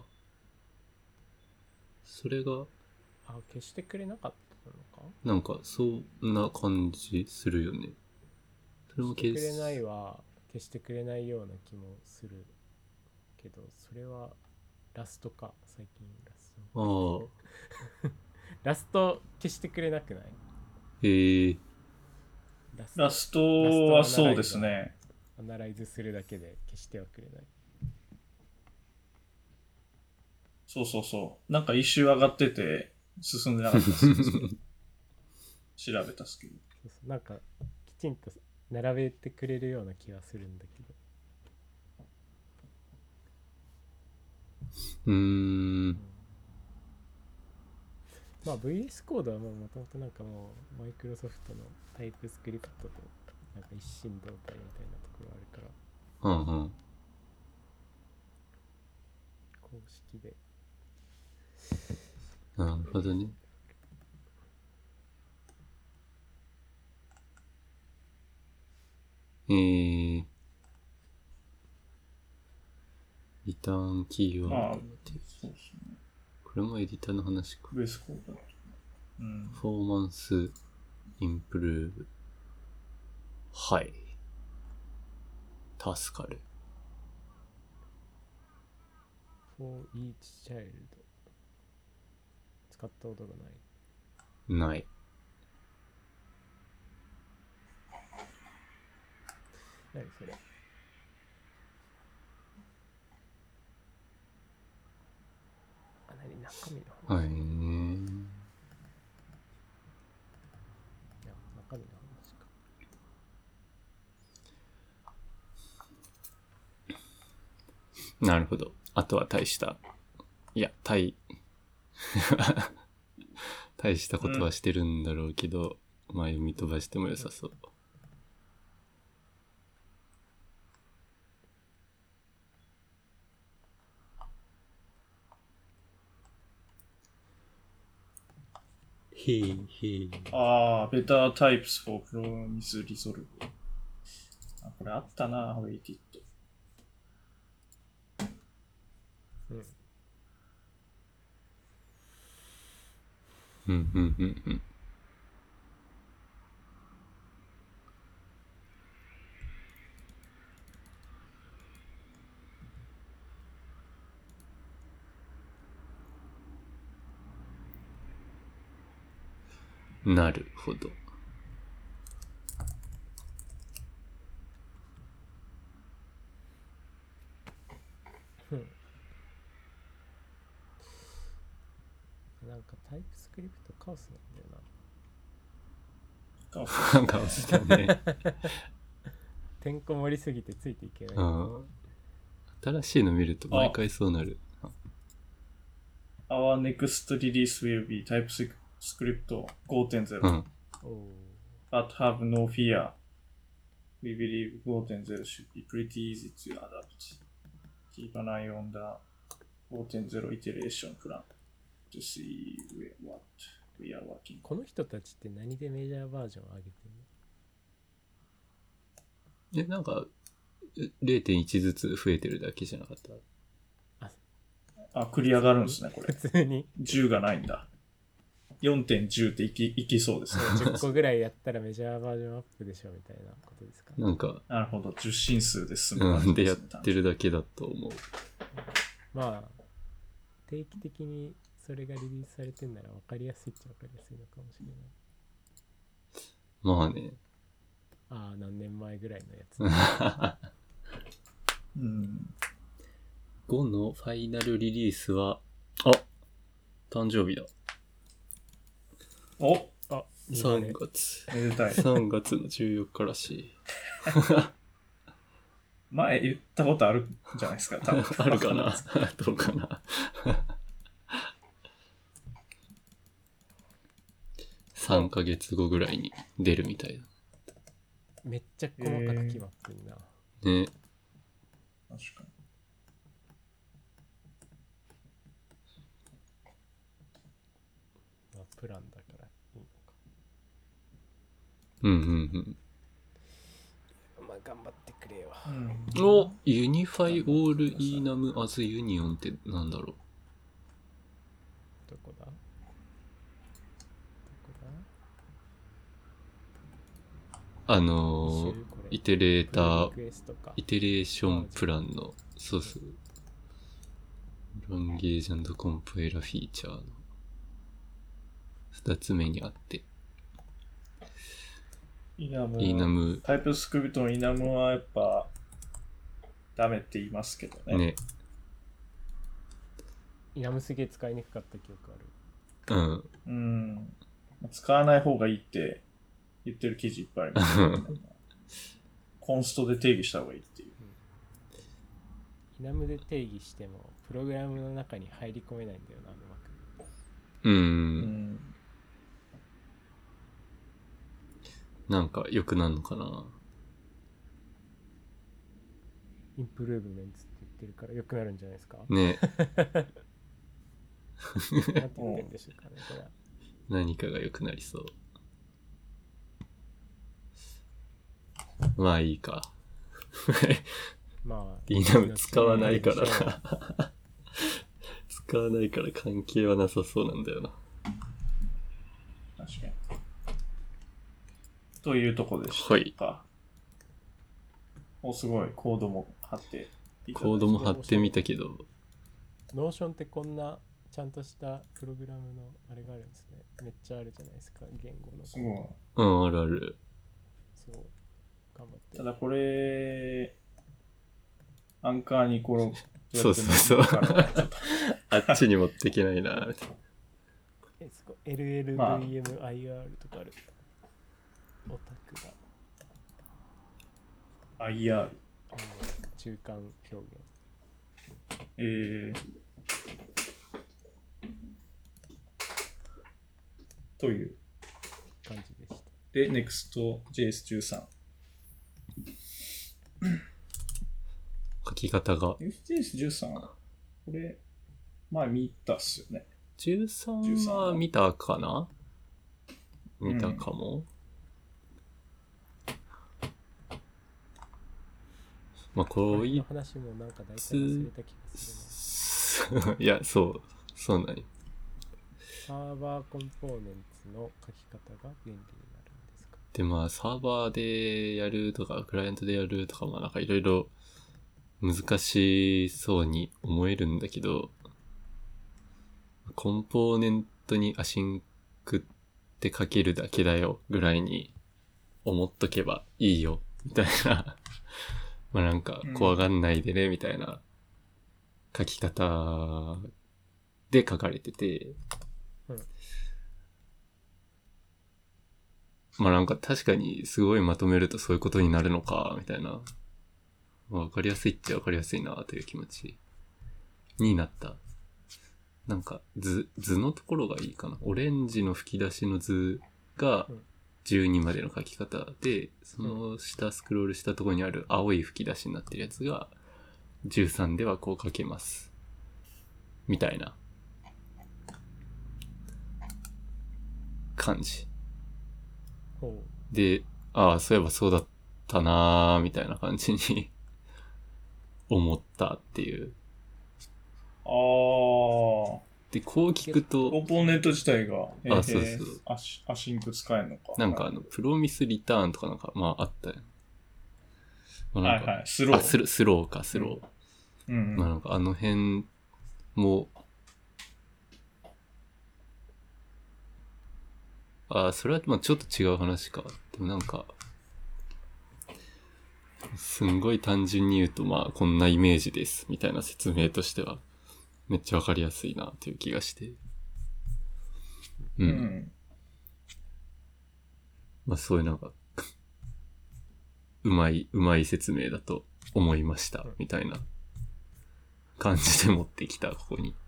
Speaker 2: それが、
Speaker 3: あ、消してくれなかったのか。
Speaker 2: なんか、そんな感じするよね。それも
Speaker 3: 消し
Speaker 2: 消す。
Speaker 3: てくれないは消してくれないような気もするけど、それはラストか。最近ラスト。
Speaker 2: ああ。
Speaker 3: ラスト消してくれなくない？
Speaker 2: へえ。
Speaker 3: ラス
Speaker 1: ラストはそうですね。
Speaker 3: アナライズするだけで消してはくれない。
Speaker 1: そうそうそう。なんか一周上がってて進んでなかったですけど調べたっすけど。
Speaker 3: そうそう、なんかきちんと並べてくれるような気はするんだけど。
Speaker 2: うーん。
Speaker 3: まあ ブイエス コードはもともとなんかもうマイクロソフトのタイプスクリプトとなんか一心同体みたいなところあるから、
Speaker 2: うんうん。
Speaker 3: 公式で。
Speaker 2: なるほどね。えー、リターンキーワードって、
Speaker 1: そうですね。
Speaker 2: これもエディターの話か。
Speaker 1: ブイエス コードだと。うん。
Speaker 2: パフォーマンスインプルーブ。はい。助かる。
Speaker 3: for each child 使ったことがない。
Speaker 2: ない。
Speaker 3: 何それ。あ、何中身の話。
Speaker 2: はいね。
Speaker 3: いや、中身の話か。
Speaker 2: なるほど。あとは大した、いや、大、大したことはしてるんだろうけど、うん、まあ読み飛ばしても良さそう。へいへい。
Speaker 1: ああ、better types for promise resolve。あ、これあったな、waited。
Speaker 2: うん。うん、うん、うん、うん。なるほど。
Speaker 3: なんかタイプスクリプトカオスなんだよ
Speaker 1: カオス、ね。
Speaker 2: カオスだね。
Speaker 3: てんこ盛りすぎてついていけない。
Speaker 2: うん。新しいの見ると毎回そうなる。
Speaker 1: Our next release will be TypeScript ごてんゼロ、
Speaker 2: うん。
Speaker 1: But have no fear. We believeごてんゼロ should be pretty easy to adapt. Keep an eye on the ごてんゼロ iteration plan to see what we are working.
Speaker 3: この人たちって何でメジャーバージョン上げて
Speaker 2: え、なんか、れいてんいち ずつ増えてるだけじゃなかった？
Speaker 1: あ、繰り上がるんですね、これ。
Speaker 3: 普通に
Speaker 1: じゅうがないんだ。よんてんじゅう っていき、いきそうですね。
Speaker 3: じゅっこぐらいやったらメジャーバージョンアップでしょみたいなことですか。
Speaker 2: なんか、
Speaker 1: なるほど。じゅっ進数で済む
Speaker 2: うん、
Speaker 1: 感じ
Speaker 2: でや
Speaker 1: すね
Speaker 2: ってるだけだと思う。
Speaker 3: まあ定期的にそれがリリースされてんなら分かりやすいっちゃ分かりやすいのかもしれない。
Speaker 2: まあね。
Speaker 3: ああ、何年前ぐらいのやつ。
Speaker 1: うん。
Speaker 2: ごのファイナルリリースは、あ、誕生日だ。
Speaker 1: お
Speaker 3: あ、
Speaker 2: さんがつ。
Speaker 1: めでたい。
Speaker 2: さんがつのじゅうよっからしい。
Speaker 1: 前言ったことあるんじゃないですか、多分。
Speaker 2: あるかなどうかなさんかげつごぐらいに出るみたいだ。
Speaker 3: めっちゃ細かく決まってんな。
Speaker 2: ね。
Speaker 1: 確かに。
Speaker 3: まあ、プランだからいいのか。
Speaker 2: うんうんうん。
Speaker 3: まあ頑張ってくれよ。
Speaker 1: うん、
Speaker 2: お、ユニファイオールイーナムアズユニオンってなんだろう。
Speaker 3: どこだどこだ
Speaker 2: あのー、イテレーター、イテレーションプランの、そうそう。ランゲージ&コンパイラフィーチャーの二つ目にあって。
Speaker 1: イナム、
Speaker 2: イナム
Speaker 1: タイプスクリプトのイナムはやっぱダメって言いますけどね。
Speaker 2: ね。
Speaker 3: イナムすげえ使いにくかった記憶ある。
Speaker 2: うん。
Speaker 1: うん。使わない方がいいって言ってる記事いっぱいあります、ね。コンストで定義した方がいいっていう。
Speaker 3: イナムで定義してもプログラムの中に入り込めないんだよな、うまく。
Speaker 2: うーん。
Speaker 1: うん
Speaker 2: なんか良くなるのかな。
Speaker 3: インプルーブメンツって言ってるから良くなるんじゃないですか。
Speaker 2: ね。
Speaker 3: なんて言ってんでしょうかね、これは。
Speaker 2: 何かが良くなりそう。まあいいか。
Speaker 3: まあ、
Speaker 2: イナム使わないからな。使わないから関係はなさそうなんだよな。
Speaker 1: 確かに。というとこでしたか。はい、お、すごい。コードも貼っていただいて。
Speaker 2: コードも貼ってみたけど。
Speaker 3: ノーションってこんなちゃんとしたプログラムのあれがあるんですね。めっちゃあるじゃないですか、言語の。
Speaker 1: すごい。
Speaker 2: うん、あるある。
Speaker 3: そう。頑張って。
Speaker 1: ただこれ、アンカーにこれ、
Speaker 2: そうそうそう。あっちに持っていけないな、みたいな。
Speaker 3: え、すごい。エルエルブイエムアイアール とかある。オタクが。
Speaker 1: アイアール。
Speaker 3: 中間表現。
Speaker 1: えー、という
Speaker 3: 感じでした。
Speaker 1: で ネクストジェイエスじゅうさん
Speaker 2: 書き方が
Speaker 1: ネクストジェイエスじゅうさん これ前見たっすよね。
Speaker 2: じゅうさんは見たかな、見たかも、うん、まあこういう
Speaker 3: 話もなんか大体忘れた気がす
Speaker 2: るねいやそうそうなんよ。
Speaker 3: サーバーコンポーネンツの書き方が便利になるんですか。
Speaker 2: でまあサーバーでやるとかクライアントでやるとかまあなんかいろいろ難しそうに思えるんだけど、コンポーネントにアシンクって書けるだけだよぐらいに思っとけばいいよみたいなまあなんか怖がんないでねみたいな書き方で書かれてて、
Speaker 3: うん、
Speaker 2: まあなんか確かにすごいまとめるとそういうことになるのかみたいな、まあ、わかりやすいっちゃわかりやすいなという気持ちになった。なんか図図のところがいいかな。オレンジの吹き出しの図がじゅうにまでの書き方で、その下スクロールしたところにある青い吹き出しになってるやつがじゅうさんではこう書けますみたいな感じで、ああそういえばそうだったなーみたいな感じに思ったっていう。
Speaker 1: ああ。
Speaker 2: でこう聞くと
Speaker 1: コンポーネント自体が、
Speaker 2: えー、あそうそう
Speaker 1: アシ、アシンク使えるのか。
Speaker 2: なんかあのプロミスリターンとかなんかまああったよ、まあ、なんか
Speaker 1: はいはい、スロー。
Speaker 2: あスロスローかスロー、
Speaker 1: うんうん、
Speaker 2: まあなんかあの辺もあそれはまあちょっと違う話か。でもなんかすんごい単純に言うとまあこんなイメージですみたいな説明としてはめっちゃわかりやすいなという気がして、うん、うん、まあそういうのがうまいうまい説明だと思いましたみたいな感じで持ってきたここに。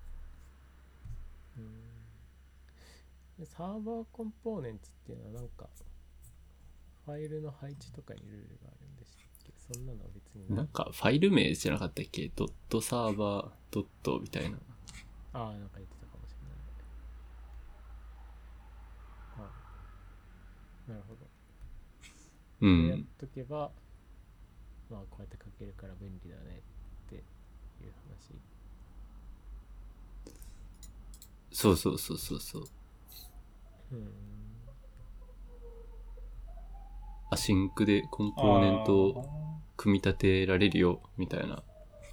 Speaker 3: うん、サーバーコンポーネンツっていうのはなんかファイルの配置とかにルールがあるんでしたっけ。そんなのは別に
Speaker 2: なんかファイル名じゃなかったっけ、ドットサーバードットみたいな。
Speaker 3: ああなんか言ってたかもしれない。ああなるほど。
Speaker 2: うん。
Speaker 3: やっとけばまあこうやって書けるから便利だねっていう話。
Speaker 2: そうそうそうそうそう。
Speaker 3: うん。
Speaker 2: アシンクでコンポーネントを組み立てられるよみたいな。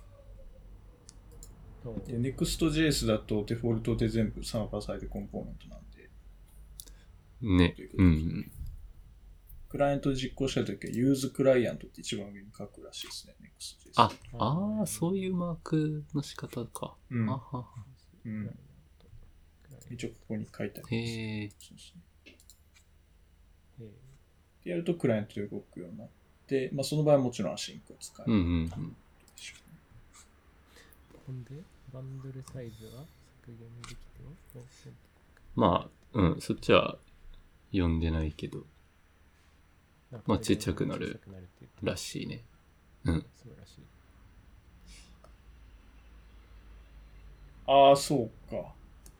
Speaker 1: ネクストジェイエス だとデフォルトで全部サーバーサイドコンポーネントなんで。
Speaker 2: ね。うん。
Speaker 1: クライアント実行したときはユーズクライアントって一番上に書くらしいですね。ネクストジェイエス。
Speaker 2: あ、ああ、そういうマークの仕方か。
Speaker 1: うん。
Speaker 2: あはは。
Speaker 1: うん。一応ここに書いてあります。
Speaker 2: へえ。
Speaker 1: そうですね。でやるとクライアントで動くようになって、まあその場合はもちろんアシンクを使える。
Speaker 2: うんうんうん。
Speaker 3: ほんで、バンドルサイズは削減できてます。
Speaker 2: まあ、うん、そっちは読んでないけど、まあちっちゃくなるらしいね。うん。
Speaker 3: 素晴らしい。
Speaker 1: ああ、そうか。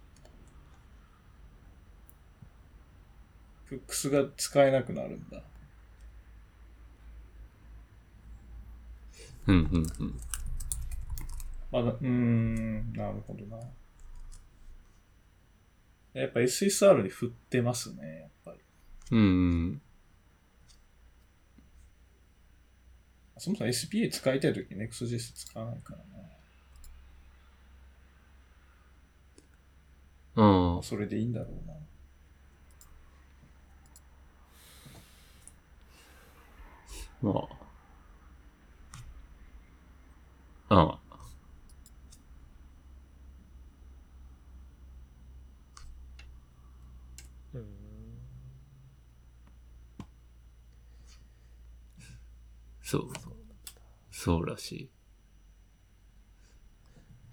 Speaker 1: フックスが使えなくなるんだ。
Speaker 2: うんうんうん。
Speaker 1: まだ、うーん、なるほどな。やっぱ エスエスアール に振ってますね、やっぱり。
Speaker 2: うんうん。
Speaker 1: そもそも エスピーエー 使いたいときに ネクストジェイエス 使わないからな。
Speaker 2: うん。
Speaker 1: それでいいんだろうな。
Speaker 2: まあ。ああ。
Speaker 3: うん。
Speaker 2: そう。そうらしい。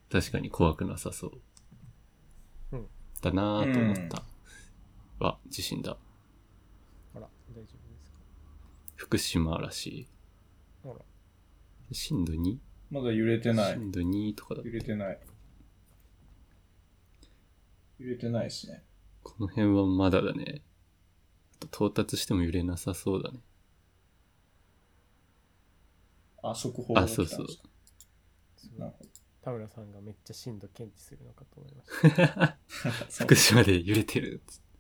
Speaker 2: 確かに怖くなさそう。
Speaker 3: うん。
Speaker 2: だなぁと思った。うん、あ、地震だ。
Speaker 3: あら、大丈夫ですか？
Speaker 2: 福島らしい。
Speaker 3: あら。
Speaker 2: 震度 に？
Speaker 1: まだ揺れてない。
Speaker 2: 震度にとかだった。
Speaker 1: 揺れてない。揺れてないですね。
Speaker 2: この辺はまだだね。到達しても揺れなさそうだね。
Speaker 1: あ、速報が来たんですか？
Speaker 2: あ、そうそう。
Speaker 3: なるほど。田村さんがめっちゃ震度検知するのかと思いま
Speaker 2: した。福島で揺れてる。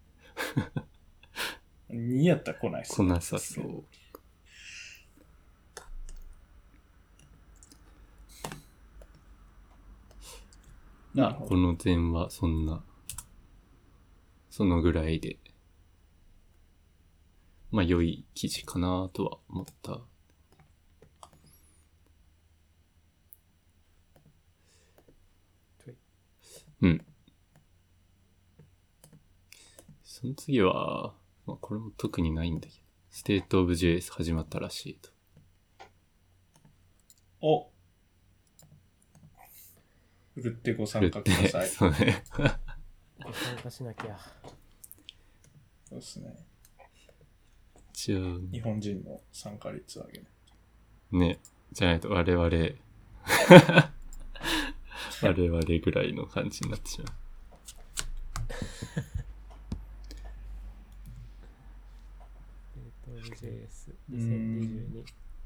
Speaker 1: にやったら来ないっすね。
Speaker 2: 来なさそう。
Speaker 1: なるほど。
Speaker 2: この点はそんな、そのぐらいで、まあ良い記事かなとは思った。うん。その次は、まあこれも特にないんだけど、ステートオブ ジェイエス 始まったらしいと。
Speaker 1: おふるってご参加ください。
Speaker 2: そうね。
Speaker 3: ご参加しなきゃ。
Speaker 1: そうですね。
Speaker 2: 一応
Speaker 1: 日本人の参加率を上げる。
Speaker 2: ね、じゃないと我々我々ぐらいの感じになってしまう。
Speaker 3: えっと ジェイエスにせんにじゅうに。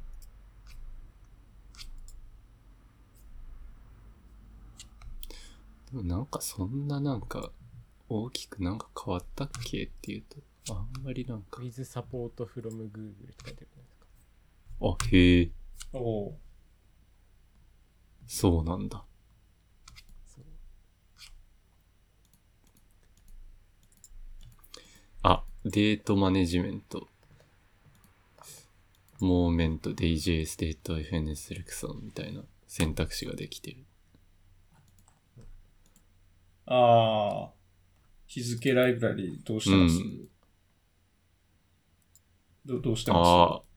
Speaker 2: でもなんかそんななんか大きくなんか変わったっけっていうとあんまりなんか
Speaker 3: With support from Google って書いてあるじゃないですか。
Speaker 2: あ、へえ。
Speaker 1: お
Speaker 2: そうなんだ。
Speaker 3: そう。
Speaker 2: あ、デートマネジメント。モーメント、デイジェイエス、デート エフエヌエス セレクションみたいな選択肢ができてる。
Speaker 1: ああ、日付ライブラリどうしてます、うん、ど, どうしてますあ
Speaker 2: う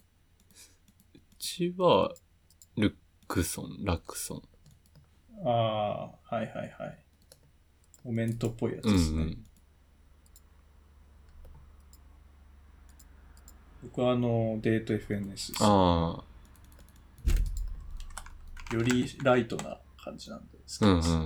Speaker 2: ちは、ルックソン、ラクソン。
Speaker 1: ああ、はいはいはい。モメントっぽいやつですね。うんうん、僕はあの、デート エフエヌエス です、ね。ああ。よりライトな感じなんですけど、うんうんうん、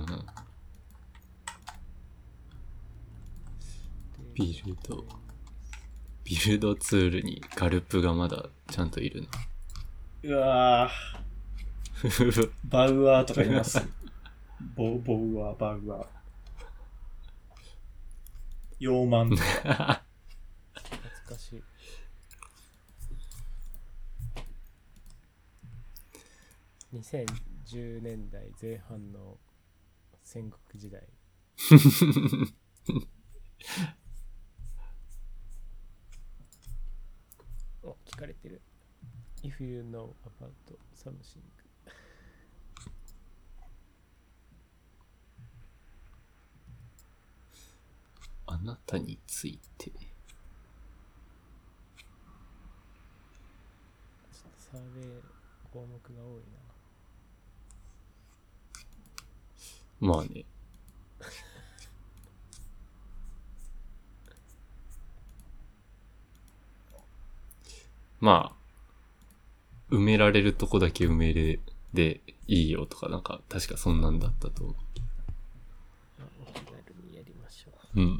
Speaker 2: ビルド、ビルドツールにガルプがまだちゃんといるな。
Speaker 1: うわぁ。バウアーとかいますボ, ボウアー、バウアー。ヨーマンとか。懐か
Speaker 3: しい。にせんじゅうねんだいぜん半の戦国時代。お、聞かれてる。If you know about something.
Speaker 2: あなたについて。ちょっ
Speaker 3: とサーベイ項目が多い
Speaker 2: な。まあね。まあ、埋められるとこだけ埋めれでいいよとか、なんか確かそんなんだったと思う。
Speaker 3: お気軽にやりましょう。
Speaker 2: うん。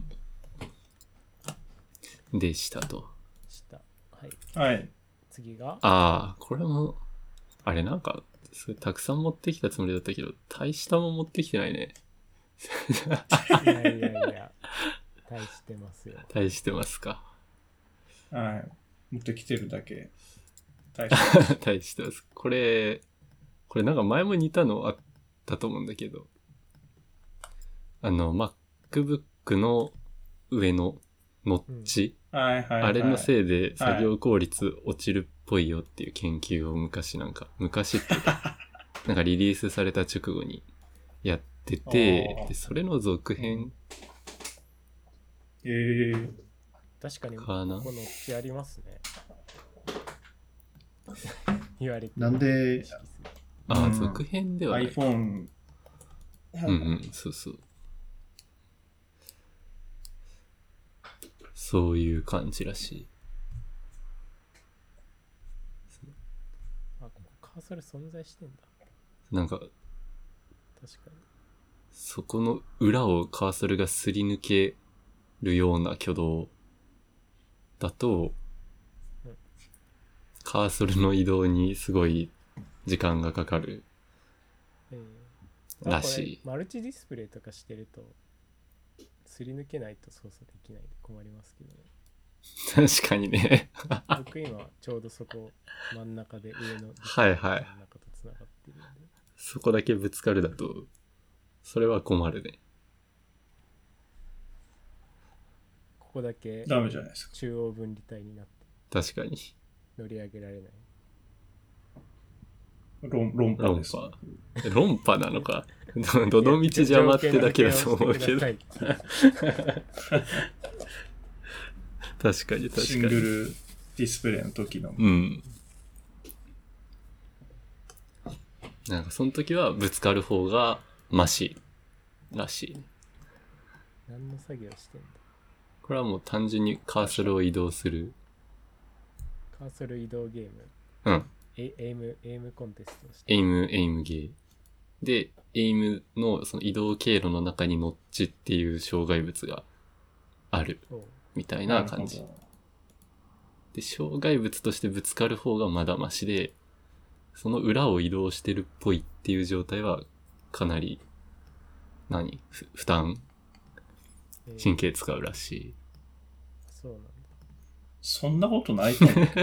Speaker 2: でしたと。
Speaker 3: した。はい。
Speaker 1: はい。
Speaker 3: 次が
Speaker 2: ああ、これも、あれなんか、それたくさん持ってきたつもりだったけど、大したも持ってきてないね。
Speaker 3: いやいやいや、大してますよ。
Speaker 2: 大してますか。
Speaker 1: はい。持ってきてるだけ。
Speaker 2: 大してます。大してます。これ、これなんか前も似たのあったと思うんだけど、あの、MacBook の上のノッチ、
Speaker 1: うん、はいはいはい、
Speaker 2: あれのせいで作業効率落ちるっぽいよっていう研究を昔なんか、昔っていうか、なんかリリースされた直後にやってて、で、それの続編。
Speaker 1: えー、
Speaker 3: 確かに、ここノッチありますね。言われて。
Speaker 1: なんで、
Speaker 2: あ、うん、続編ではない。
Speaker 1: iPhone、
Speaker 2: うんうん、そうそう。そういう感じらしい。
Speaker 3: あ、ここカーソル存在してんだ。
Speaker 2: なんか、
Speaker 3: 確かに。
Speaker 2: そこの裏をカーソルがすり抜けるような挙動だと、
Speaker 3: うん、
Speaker 2: カーソルの移動にすごい時間がかかるらしい。
Speaker 3: マルチディスプレイとかしてるとすり抜けないと操作できないんで困りますけどね。
Speaker 2: 確かにね。
Speaker 3: 僕今ちょうどそこ真ん中で上の
Speaker 2: はいはい。
Speaker 3: 真ん中とつながってるんで。
Speaker 2: そこだけぶつかるだとそれは困るね。
Speaker 3: ここだけ
Speaker 1: ダメじゃないですか。
Speaker 3: 中央分離帯になって
Speaker 2: 確かに
Speaker 3: 乗り上げられない。
Speaker 1: 論論破です。
Speaker 2: 論破なのか。どの道邪魔ってだけだと思うけど。確かに確かに。
Speaker 1: シングルディスプレイの時の。
Speaker 2: うん。なんかその時はぶつかる方がマシらしい。
Speaker 3: 何の作業してんだ。
Speaker 2: これはもう単純にカーソルを移動する。
Speaker 3: カーソル移動ゲーム。
Speaker 2: うん。
Speaker 3: エイム、エイムコンテストをして
Speaker 2: エイム、エイムゲー。で、エイムのその移動経路の中にノッチっていう障害物があるみたいな感じ。で、障害物としてぶつかる方がまだマシで、その裏を移動してるっぽいっていう状態はかなり、何？負担？神経使うらしい。
Speaker 3: そうなんだ。
Speaker 1: そんなことないと思う。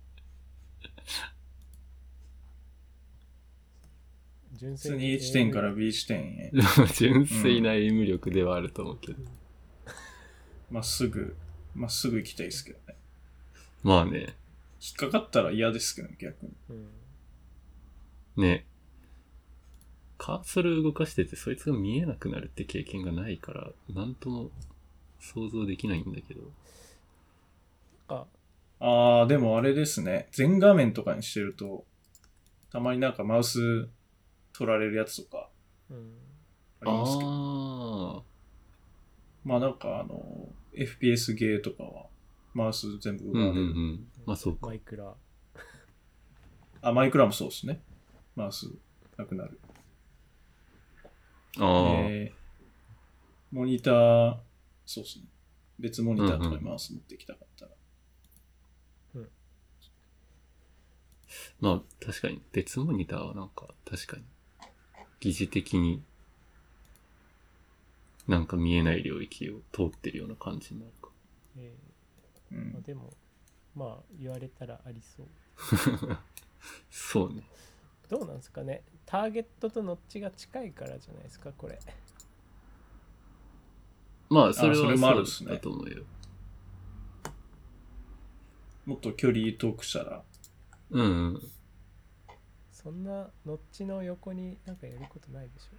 Speaker 1: 普通に A 地点から B 地点へ。
Speaker 2: 純粋なエイム力ではあると思うけど。
Speaker 1: まっすぐ、まっすぐ行きたいですけどね。
Speaker 2: まあね。
Speaker 1: 引っかかったら嫌ですけどね、逆に。
Speaker 3: うん、
Speaker 2: ね。カーソル動かしててそいつが見えなくなるって経験がないから、なんとも想像できないんだけど。
Speaker 3: あ
Speaker 1: あー、でもあれですね。全画面とかにしてると、たまになんかマウス取られるやつとかありますけど、うん、あまあなんかあの エフピーエス ゲーとかはマウス全部奪われる、うんうんうん、
Speaker 2: まあそうか。
Speaker 3: マイクラ
Speaker 1: あマイクラもそうですね。マウスなくなる。
Speaker 2: ああ、
Speaker 1: えー、モニターそうですね。別モニターとかにマウス持ってきたかったら、
Speaker 3: うんうん、
Speaker 2: まあ確かに別モニターはなんか確かに疑似的になんか見えない領域を通ってるような感じになるか。
Speaker 3: えー
Speaker 1: うん
Speaker 3: まあ、でもまあ言われたらありそう。
Speaker 2: そうね。
Speaker 3: どうなんですかね。ターゲットとノッチが近いからじゃないですかこれ。
Speaker 2: まあそれはそう
Speaker 1: だ
Speaker 2: と思うよ。
Speaker 1: もっと距離遠くしたら
Speaker 2: うん、うん、
Speaker 3: そんなノッチの横になんかやることないでし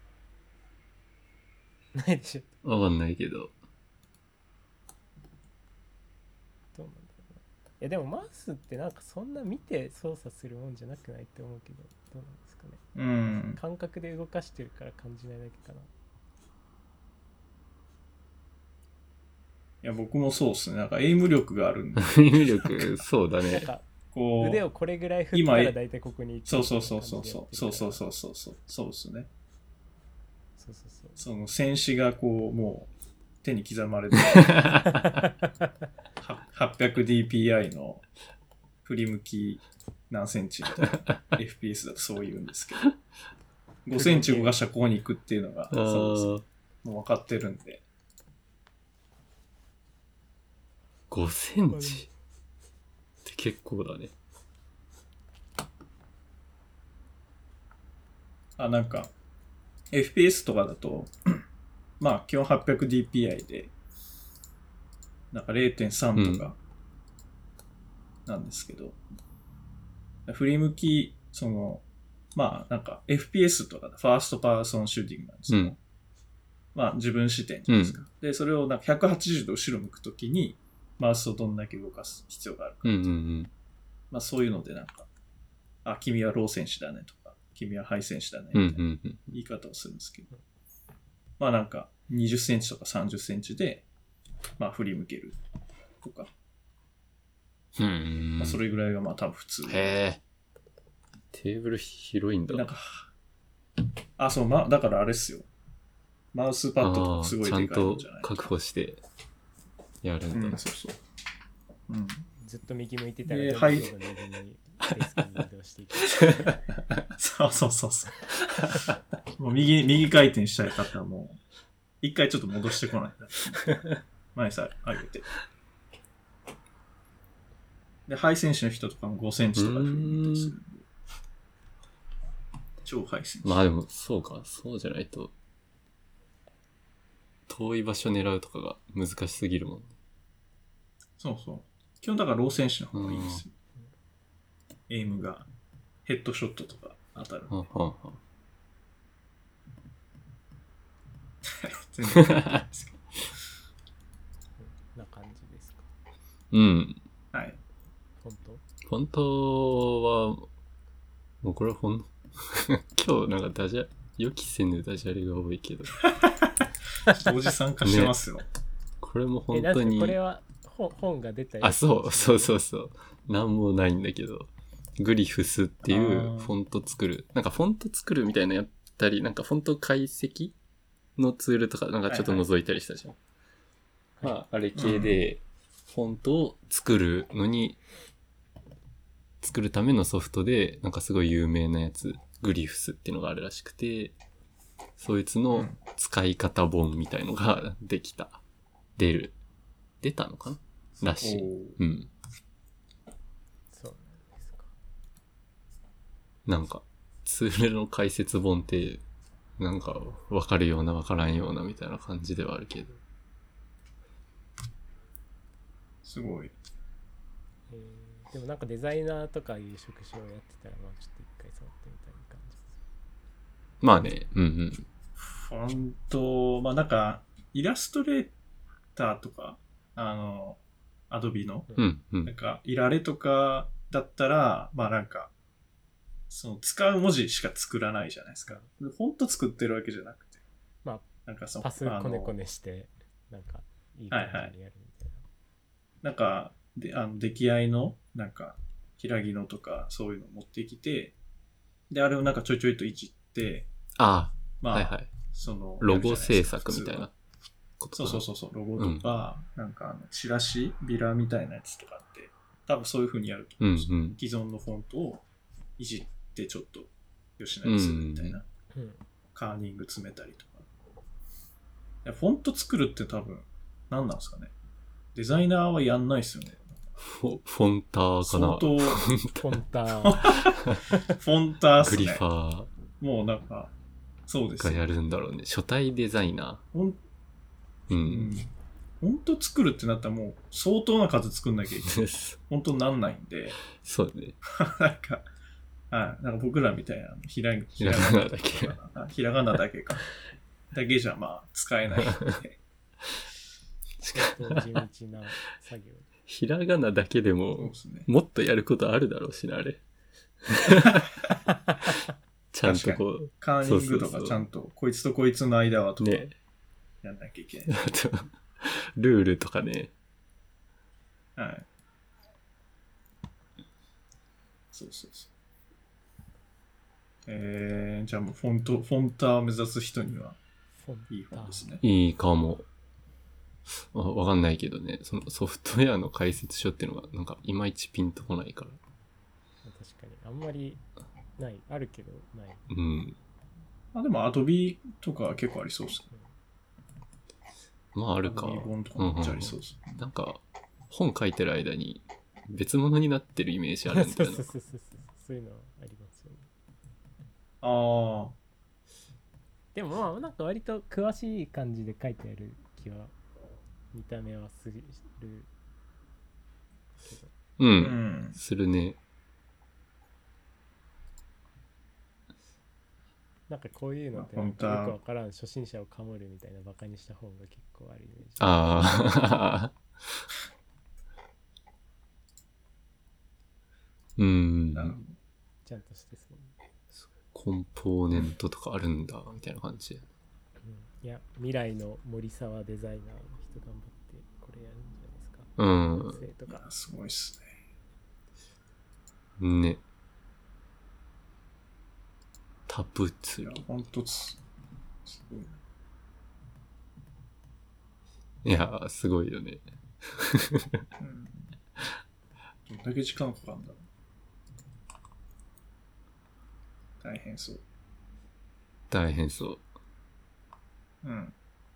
Speaker 3: ょ。ないでしょ。
Speaker 2: わかんないけど。
Speaker 3: どうなんだろうな。いやでもマウスってなんかそんな見て操作するもんじゃなくないって思うけど、どうなんですかね。
Speaker 1: うん。
Speaker 3: 感覚で動かしてるから感じないだけかな。
Speaker 1: いや僕もそうっすね。なんかエイム力があるんで。
Speaker 2: エイム力そうだね。
Speaker 3: なんかこう腕をこれぐらい振ったら大体ここに行く。
Speaker 1: そうそうそうそうそうそうそうそうそうそうそうですね。
Speaker 3: そうそうそう。
Speaker 1: その戦士がこうもう手に刻まれてはっぴゃくディーピーアイ の振り向き何センチみたいな エフピーエス だとそう言うんですけど、ごセンチ動かしたらここに行くっていうのがそうです、もう分かってるんで。
Speaker 2: ごセンチって結構だね。
Speaker 1: あ、なんか エフピーエス とかだとまあ基本 はっぴゃくディーピーアイ でなんか れいてんさん とかなんですけど、うん、振り向きそのまあなんか エフピーエス とかファーストパーソンシューティングなんですけど、うん、まあ自分視点じゃないですか、うん、でそれをなんかひゃくはちじゅうど後ろ向くときにマウスをどんだけ動かす必要があるか、
Speaker 2: うんうんうん、
Speaker 1: まあそういうのでなんかあ君はロー選手だねとか君は配線師だね
Speaker 2: うん
Speaker 1: みたいな
Speaker 2: うんうん。
Speaker 1: 言い方をするんですけど、まあなんかにじゅっセンチとかさんじゅっセンチでまあ振り向けるとか、
Speaker 2: うーん。
Speaker 1: まあ、それぐらいがまあ多分普通。
Speaker 2: へえ。テーブル広いんだ。
Speaker 1: なんか、あ、そう、ま、だからあれっすよ。マウスパッドとかすごいでかいんじゃない
Speaker 2: ちゃんと確保してやるんだ。
Speaker 1: うん、そうそう。うん。
Speaker 3: ずっと右向いてたら
Speaker 1: ではい
Speaker 3: どんどん右にデスクに移動していく。
Speaker 1: そうそうそうそう。もう右、右回転したい方はもう、一回ちょっと戻してこない。前さ、上げて。で、ハイセンチの人とかもごセンチとかで振り向いたりするんで。超ハイセンチ。
Speaker 2: まあでも、そうか。そうじゃないと、遠い場所狙うとかが難しすぎるもんね。
Speaker 1: そうそう。基本だからロー選手の方がいいですよ。エイムがヘッドショットとか当たる。
Speaker 2: はんはんはん。
Speaker 1: 全然わかんないですけ
Speaker 3: な感じですか。
Speaker 2: うん。
Speaker 1: ど。はい。
Speaker 3: 本当？
Speaker 2: 本当は、もうこれはほん、今日なんかダジャ、予期せぬダジャレが多いけど。
Speaker 1: ちょっとおじさん化してますよ。ね、
Speaker 2: これも本
Speaker 3: え、なん
Speaker 2: 当に。
Speaker 3: かこれは本本が出たやつ。
Speaker 2: あ、そうそうそうそう。なんもないんだけど、グリフスっていうフォント作る。なんかフォント作るみたいなやったり、なんかフォント解析のツールとかなんかちょっと覗いたりしたじゃん。はいはい、まあ、あれ系で、フォントを作るのに、作るためのソフトで、なんかすごい有名なやつ、グリフスっていうのがあるらしくて、そいつの使い方本みたいのができた。出る。出たのかならしい。うん。
Speaker 3: そうなんですか。
Speaker 2: なんか、ツールの解説本って、なんか、わかるようなわからんようなみたいな感じではあるけど。
Speaker 1: すごい。
Speaker 3: えー、でもなんかデザイナーとかいう職種をやってたら、まあちょっと一回触ってみたい感じです。
Speaker 2: まあね、うんうん。
Speaker 1: フォント、まあなんか、イラストレーターとか、あの、アドビの、
Speaker 2: うんうん。
Speaker 1: なんか、いられとかだったら、まあなんか、その使う文字しか作らないじゃないですか。フォント作ってるわけじゃなくて。
Speaker 3: まあ、
Speaker 1: なんかその
Speaker 3: パスコネコネして、なんか、いい感じにやるみたいな。
Speaker 1: なんか、で、あの、出来合いの、なんか、平木のとか、そういうのを持ってきて、で、あれをなんかちょいちょいといじって、
Speaker 2: ああ、
Speaker 1: まあ、
Speaker 2: はいはい。
Speaker 1: その、
Speaker 2: ロゴ制作みたいなことかな。
Speaker 1: そうそうそうそう、ロゴとか、うん、なんかあの、チラシ、ビラみたいなやつとかって、多分そういう風にやると思うんですよ。
Speaker 2: うんうん、
Speaker 1: 既存のフォントをいじってちょっと、よしなりするみたいな。
Speaker 3: うんうん、
Speaker 1: カーニング詰めたりとか。いやフォント作るって多分、何なんですかね。デザイナーはやんないっすよね。
Speaker 2: フォ、フォンターかな。
Speaker 3: フォンター。
Speaker 1: フォンターっすね。
Speaker 2: グリファー。
Speaker 1: もうなんか、そうです
Speaker 2: がやるんだろうね。初対デザイナ
Speaker 1: ー。ほん、
Speaker 2: うん。
Speaker 1: うん。フォント作るってなったらもう相当な数作んなきゃいけない。本当になんないんで。
Speaker 2: そうね。
Speaker 1: なんか、はい。なんか僕らみたいな、ひら
Speaker 2: ひらがなだけ。
Speaker 1: ひらがなだけか。だけじゃまあ使えないんで。
Speaker 3: 地道な作業。
Speaker 2: ひらがなだけでも、ね、もっとやることあるだろうしな、あれ。ちゃんとこう。
Speaker 1: カーニングとかちゃんと、そうそうそうこいつとこいつの間はとか、ね、やんなきゃいけない。
Speaker 2: あと、ルールとかね。
Speaker 1: はい。そうそうそう。えー、じゃあもうフォント、フォンターを目指す人には、いい本ですね。
Speaker 2: いいかも。わかんないけどね、そのソフトウェアの解説書っていうのが、なんかいまいちピンとこないから。
Speaker 3: 確かに、あんまりない、あるけどない。
Speaker 2: うん。
Speaker 1: あ、でもアドビとか結構ありそうですね。
Speaker 2: まああるか。
Speaker 1: アドビ本とかめっちゃありそうです、
Speaker 2: うんうん。なんか、本書いてる間に別物になってるイメージあるんだよな。
Speaker 3: そうそうそうそう。そういうのはありますよね。
Speaker 1: ああ。
Speaker 3: でもまあ、なんか割と詳しい感じで書いてある気は。見た目はするけど、
Speaker 2: うん、うん、するね。
Speaker 3: なんかこういうのってなんかよくわからん初心者をかもるみたいなバカにした本が結構あるイメージ。
Speaker 2: ああうん。
Speaker 3: ちゃんとしてそう。
Speaker 2: コンポーネントとかあるんだみたいな感じで。
Speaker 3: うん、いや未来の森沢デザイナーの人頑張ってこれやるんじゃないですか。
Speaker 2: うん
Speaker 3: 学生とか
Speaker 1: すごいっす
Speaker 2: ね。ね。タプツリ。
Speaker 1: ね。いや、ほんとす、すごいな。
Speaker 2: いや、すごいよね。
Speaker 1: うん。どんだけ時間かかるんだろう。大変そう。
Speaker 2: 大変そう。
Speaker 1: うん。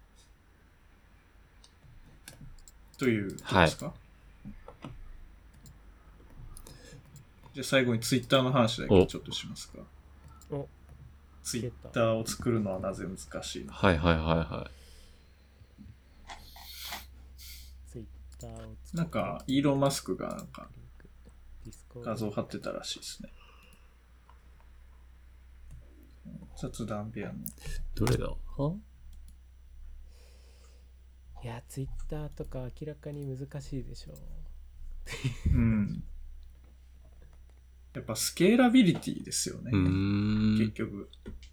Speaker 1: ということですか、はい、じゃあ最後にツイッターの話だけちょっとしますか。
Speaker 3: お
Speaker 1: ツイッターを作るのはなぜ難しいの？
Speaker 2: はいはいはいはい。
Speaker 3: ツイッターを作る
Speaker 1: なんかイーロン・マスクがなんか画像貼ってたらしいですね。雑談部屋の
Speaker 2: どれだ？
Speaker 3: いやツイッターとか明らかに難しいでしょ
Speaker 1: う。うん。やっぱスケーラビリティですよね。
Speaker 2: うーん
Speaker 1: 結局。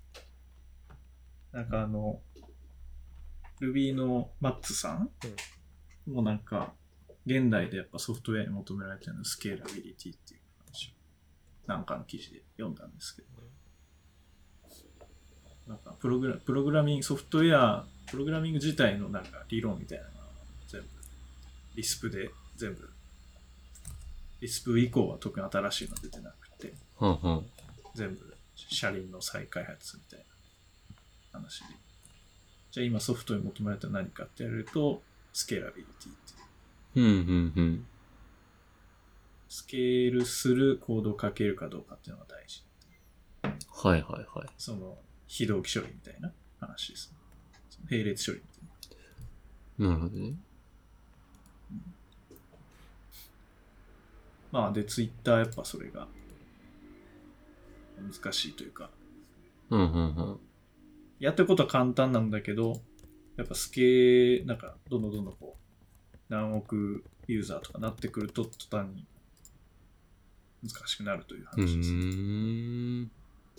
Speaker 1: なんかあの Ruby のマッツさん、うん、もうなんか現代でやっぱソフトウェアに求められてるのスケーラビリティっていう話をなんかの記事で読んだんですけど、なんかプログラ、プログラミングソフトウェアプログラミング自体のなんか理論みたいなのが全部リスプで全部リスプ以降は特に新しいの出てなくて、
Speaker 2: うんうん、
Speaker 1: 全部車輪の再開発みたいな話で、じゃあ今ソフトに求められた何かってやるとスケーラビリティっていう、
Speaker 2: うんうんうん、
Speaker 1: スケールするコードを書けるかどうかっていうのが大事。
Speaker 2: はいはいはい。
Speaker 1: その非同期処理みたいな話ですね。並列処理みたい
Speaker 2: な。なるほどね。
Speaker 1: うん、まあでツイッターやっぱそれが難しいというか、
Speaker 2: うんうんうん、
Speaker 1: やってることは簡単なんだけど、やっぱスケなんかどんどんどんどんこう何億ユーザーとかなってくると途端に難しくなるという話ですね。
Speaker 2: うーん、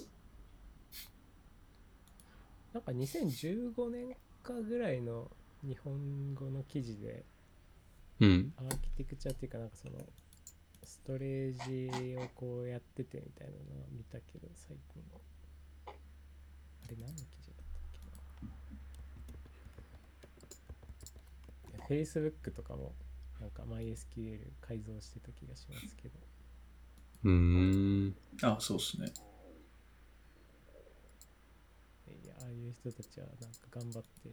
Speaker 3: なんかにせんじゅうごねんかぐらいの日本語の記事で、
Speaker 2: うん、
Speaker 3: アーキテクチャっていうかなんかそのストレージをこうやっててみたいなのは見たけど、最近のあれ何の記事だったっけな。 Facebook とかもなんか MySQL 改造してた気がしますけど。
Speaker 2: うーん、
Speaker 1: あ、そうですね。
Speaker 3: いや、ああいう人たちはなんか頑張って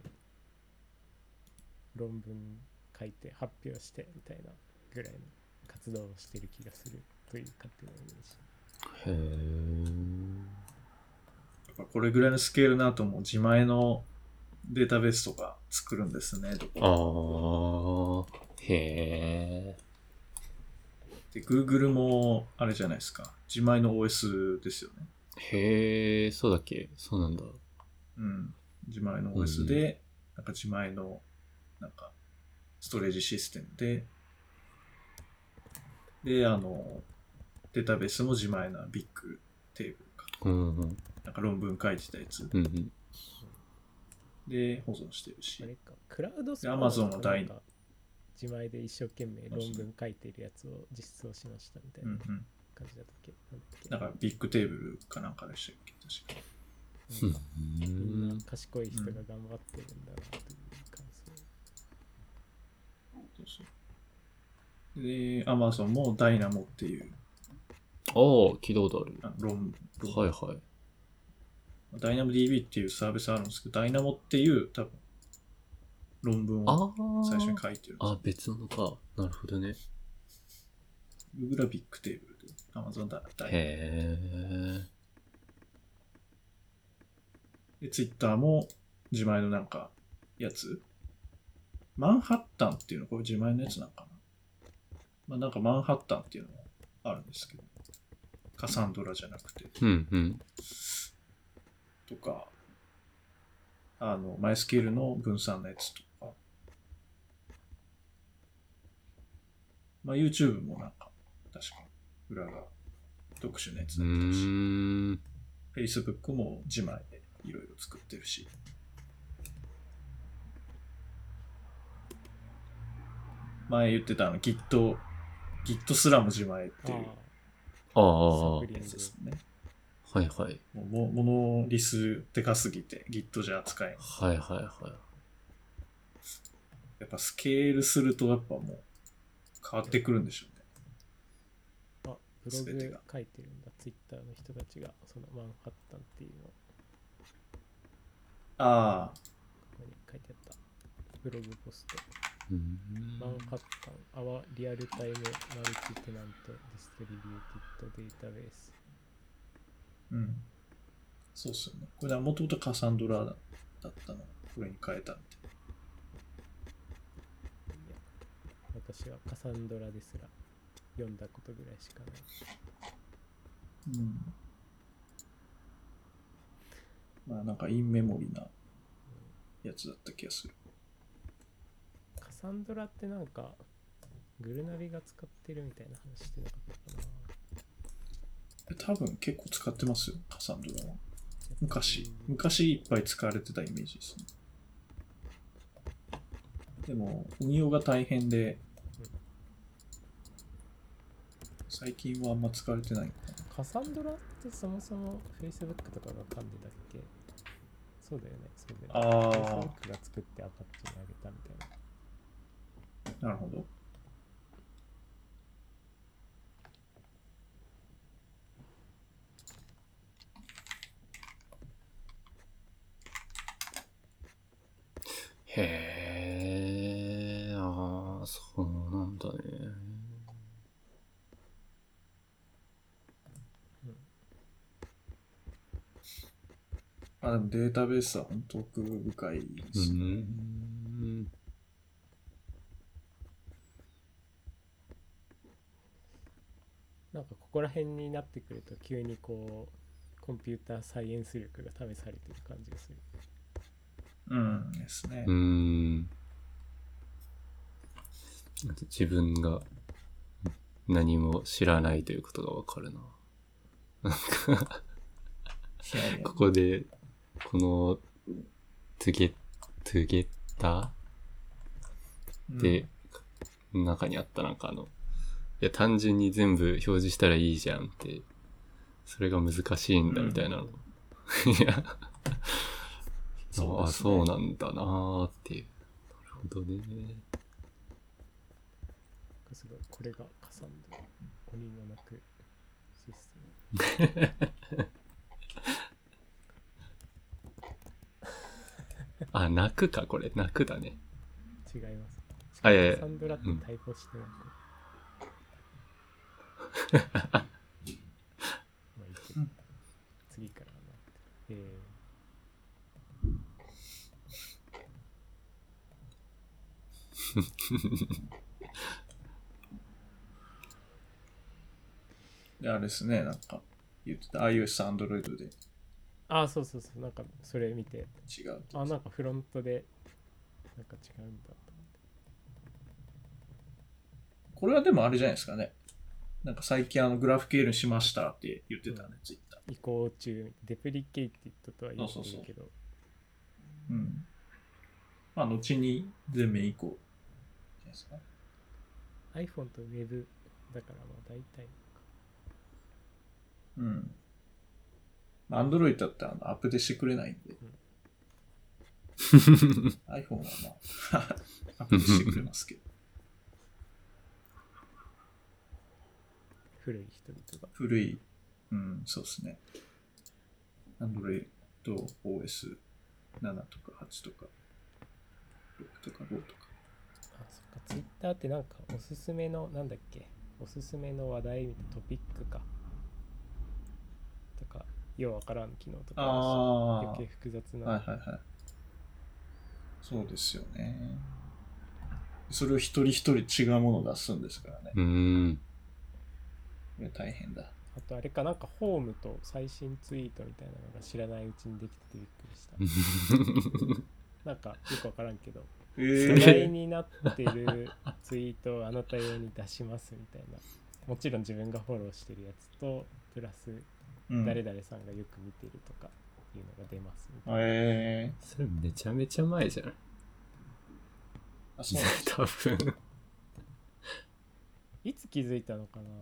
Speaker 3: 論文書いて発表してみたいなぐらいの活動をしてる気がするという勝手なイメージ。
Speaker 2: へー。
Speaker 1: やっぱこれぐらいのスケールなともう自前のデータベースとか作るんですね。どこ
Speaker 2: ああ、へ
Speaker 1: ー。で、Google もあれじゃないですか。自前の オーエス ですよね。
Speaker 2: へー、そうだっけ？そうなんだ。
Speaker 1: うん。自前の オーエス で、うん、なんか自前のなんかストレージシステムで、で、あの、データベースも自前のビッグテーブルか。
Speaker 2: うんうん、
Speaker 1: なんか論文書いてたやつ。
Speaker 2: うんうん、
Speaker 1: で、保存してるし。
Speaker 3: あれか、クラウドス
Speaker 1: パームの大
Speaker 3: 自前で一生懸命論文書いてるやつを実装しましたみたいな感じだったっけ、
Speaker 1: うんうん、なんかビッグテーブルかなんかでしたっけ、確か。
Speaker 3: なんかみんな賢い人が頑張ってるんだなという感想。
Speaker 1: そうそう。で、Amazon もダイナモっていう。
Speaker 2: ああ、聞いたことある。
Speaker 1: あ論論
Speaker 2: はいはい。
Speaker 1: ダイナモ ディービー っていうサービスあるんですけど、ダイナモっていう多分論文を最初に書いてるんです。
Speaker 2: ああ、別物か。なるほどね。
Speaker 1: Google はビッグテーブルで、Amazon ダイナモ。
Speaker 2: へ
Speaker 1: ー。で、Twitter も自前のなんかやつ。マンハッタンっていうのこれ自前のやつなんかな。まあなんかマンハッタンっていうのもあるんですけど、カサンドラじゃなくて。
Speaker 2: うんうん。
Speaker 1: とか、あの、MySQL の分散のやつとか、まあ YouTube もなんか、確か裏が特殊なやつだったし。 Facebook も自前でいろいろ作ってるし。前言ってたあの Git、Git すらも自前っていう
Speaker 2: ああ、
Speaker 3: サプリ
Speaker 1: やつですね。
Speaker 2: はいはい。
Speaker 1: もうモモノリスでかすぎて Git じゃ扱えない。
Speaker 2: はいはいはい。
Speaker 1: やっぱスケールするとやっぱもう変わってくるんでしょうね。
Speaker 3: あ、ブログ書いてるんだ。ツイッターの人たちがそのマンハッタンっていうのを
Speaker 1: ああ。
Speaker 3: ここに書いてあった。ブログポスト。
Speaker 2: うーん
Speaker 3: マンハッタン、Our Real Time Multi-Tenant Distributed Database。
Speaker 1: うん。そうっすよね。これはもともとカサンドラだったのをこれに変えたみたい
Speaker 3: いや、私はカサンドラですら読んだことぐらいしかない。
Speaker 1: うん。まあなんかインメモリなやつだった気がする。
Speaker 3: カサンドラってなんかグルナビが使ってるみたいな話してなかったかな。
Speaker 1: 多分結構使ってますよ、カサンドラは。昔、昔いっぱい使われてたイメージですね。でも、運用が大変で、最近はあんま使われてないのかな。
Speaker 3: カサンドラってそもそも Facebook とかが噛んでたっけ？そうだよね、そうだよね。
Speaker 1: ああ。
Speaker 3: Facebook が作ってアパッチにあげたみたいな。
Speaker 1: なるほど。
Speaker 2: へえ、ああ、そうなんだね。
Speaker 1: あ、でもデータベースは本当奥深いですね。
Speaker 2: うん。
Speaker 3: なんかここら辺になってくると急にこうコンピューターサイエンス力が試されてる感じがする。
Speaker 1: うんですね。
Speaker 2: うん。自分が何も知らないということがわかるな。なんか
Speaker 1: いやいや
Speaker 2: ここでこのトゥゲトゥゲッターで、うん、中にあったなんかあのいや単純に全部表示したらいいじゃんってそれが難しいんだみたいなの、うん、いやそう、ね、あそうなんだなーっていう。なるほどね。
Speaker 3: すごいこれがカサンドラ鬼の鳴くシステム。
Speaker 2: あ、泣くかこれ泣くだね。
Speaker 3: 違います。
Speaker 2: あいやいや
Speaker 3: カサンドラってタイプしてない、うん、まあいいけど、うん、次からな。え
Speaker 1: ー、あれですね、なんか言ってた iOS、Android で。
Speaker 3: ああ、そうそうそう、なんかそれ見て
Speaker 1: 違う。
Speaker 3: あ、なんかフロントでなんか違うんだと思って。
Speaker 1: これはでもあれじゃないですかね。なんか最近あのグラフ ケーエル しましたって言ってたね、うん、ツイッター。
Speaker 3: 移行中、デプリケイティッドとは言ってるけど。そうそうそう。
Speaker 1: うん。まあ、後に全面移行じゃないですか。
Speaker 3: iPhone と Web だからまあ大体。
Speaker 1: うん。Android だってあのアップデしてくれないんで。うん、iPhone はまあ、アップデしてくれますけど。
Speaker 3: 古い人々が。
Speaker 1: 古い、うん、そうですね。Android と オーエスなな とかはちとかろくとかごとか。
Speaker 3: あ、そっか。Twitter ってなんかおすすめの、なんだっけ、おすすめの話題みたいなトピックか。とか、ようわからん機能とか
Speaker 1: あ
Speaker 3: 余計複雑な。
Speaker 1: はいはいはい。そうですよね。それを一人一人違うものを出すんですからね。
Speaker 2: うーん。
Speaker 1: これ大変だ。
Speaker 3: あとあれかなんかホームと最新ツイートみたいなのが知らないうちにできててびっくりした。なんかよくわからんけど、
Speaker 1: えー、
Speaker 3: 世代になってるツイートをあなた用に出しますみたいな。もちろん自分がフォローしてるやつとプラス
Speaker 1: うん、
Speaker 3: 誰々さんがよく見てるとかいうのが出ますみたいな。
Speaker 1: え
Speaker 2: それめちゃめちゃ前じゃない？
Speaker 1: ー、あ、そうなんです
Speaker 2: 多分。
Speaker 3: いつ気づいたのかな。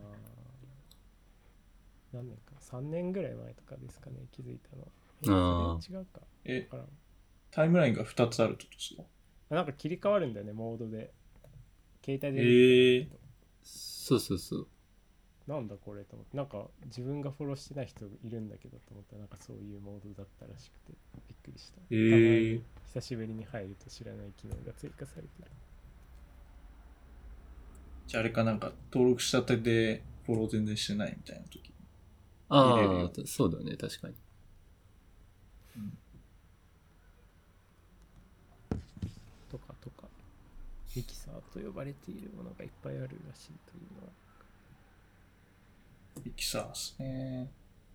Speaker 3: 何年かさんねんぐらい前とかですかね、気づいたの。
Speaker 2: あー
Speaker 3: それ違うか。
Speaker 1: え
Speaker 3: わからん。
Speaker 1: タイムラインがふたつあるってことですか？
Speaker 3: あ、なんか切り替わるんだよね、モードで。携帯で
Speaker 1: えー、
Speaker 2: そうそうそう。
Speaker 3: なんだこれと思って、なんか自分がフォローしてない人いるんだけどと思ったら、なんかそういうモードだったらしくてびっくりした。
Speaker 1: えー、
Speaker 3: たまに久しぶりに入ると知らない機能が追加されてる。
Speaker 1: じゃああれかなんか登録したてでフォロー全然してないみたいな時。
Speaker 2: あ
Speaker 1: 見れるよ
Speaker 2: あ、そうだね、確かに。
Speaker 1: うん、
Speaker 3: とかとか、ミキサーと呼ばれているものがいっぱいあるらしいというのは。
Speaker 1: ミキサーですね。